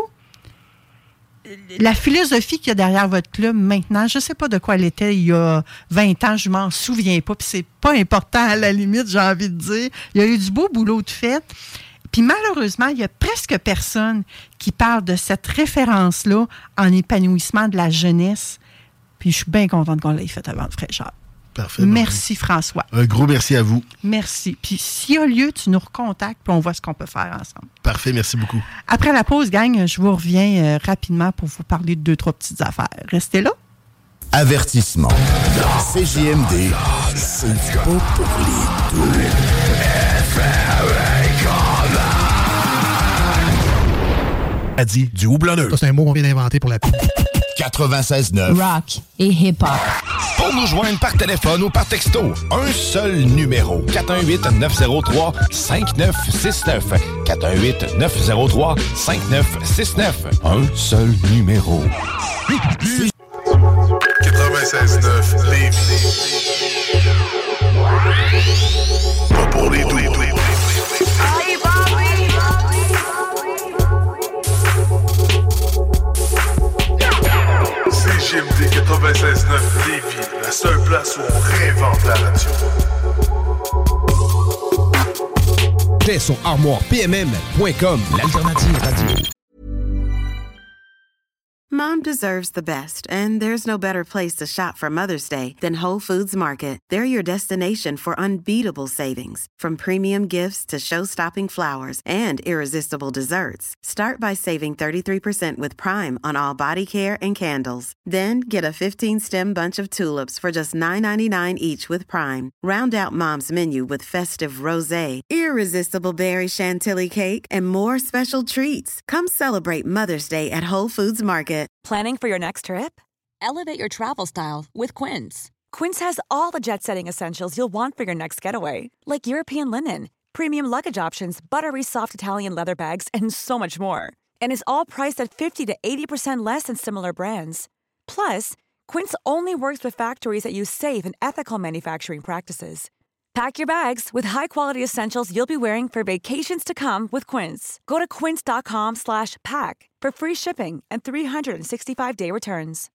la philosophie qu'il y a derrière votre club maintenant. Je ne sais pas de quoi elle était il y a 20 ans, je m'en souviens pas. Puis c'est pas important à la limite, j'ai envie de dire. Il y a eu du beau boulot de fait. Puis malheureusement, il y a presque personne qui parle de cette référence-là en épanouissement de la jeunesse. Puis je suis bien contente qu'on l'ait fait avant de fraîcheur.
Parfait.
Merci, François.
Un gros merci à vous.
Merci. Puis s'il y a lieu, tu nous recontactes puis on voit ce qu'on peut faire ensemble.
Parfait, merci beaucoup.
Après la pause, gang, je vous reviens rapidement pour vous parler de 2-3 petites affaires. Restez là.
Avertissement. CJMD, c'est pas pour les doux.
A dit du houblonneux. Ça, c'est un mot qu'on vient d'inventer pour la pub.
96.9
Rock et hip-hop.
Pour nous joindre par téléphone ou par texto, un seul numéro. 418-903-5969. 418-903-5969. Un seul numéro.
96.9 Lévis. Pas pour les doux. CJMD 96.9 Lévis, la seule place où on réinvente la radio.
Dès son armoirepmm.com, l'alternative radio.
Mom deserves the best, and there's no better place to shop for Mother's Day than Whole Foods Market. They're your destination for unbeatable savings, from premium gifts to show-stopping flowers and irresistible desserts. Start by saving 33% with Prime on all body care and candles. Then get a 15-stem bunch of tulips for just $9.99 each with Prime. Round out Mom's menu with festive rosé, irresistible berry chantilly cake, and more special treats. Come celebrate Mother's Day at Whole Foods Market.
Planning for your next trip? Elevate your travel style with Quince. Quince has all the jet-setting essentials you'll want for your next getaway, like European linen, premium luggage options, buttery soft Italian leather bags, and so much more. And is all priced at 50 to 80% less than similar brands. Plus, Quince only works with factories that use safe and ethical manufacturing practices. Pack your bags with high-quality essentials you'll be wearing for vacations to come with Quince. Go to quince.com/pack for free shipping and 365-day returns.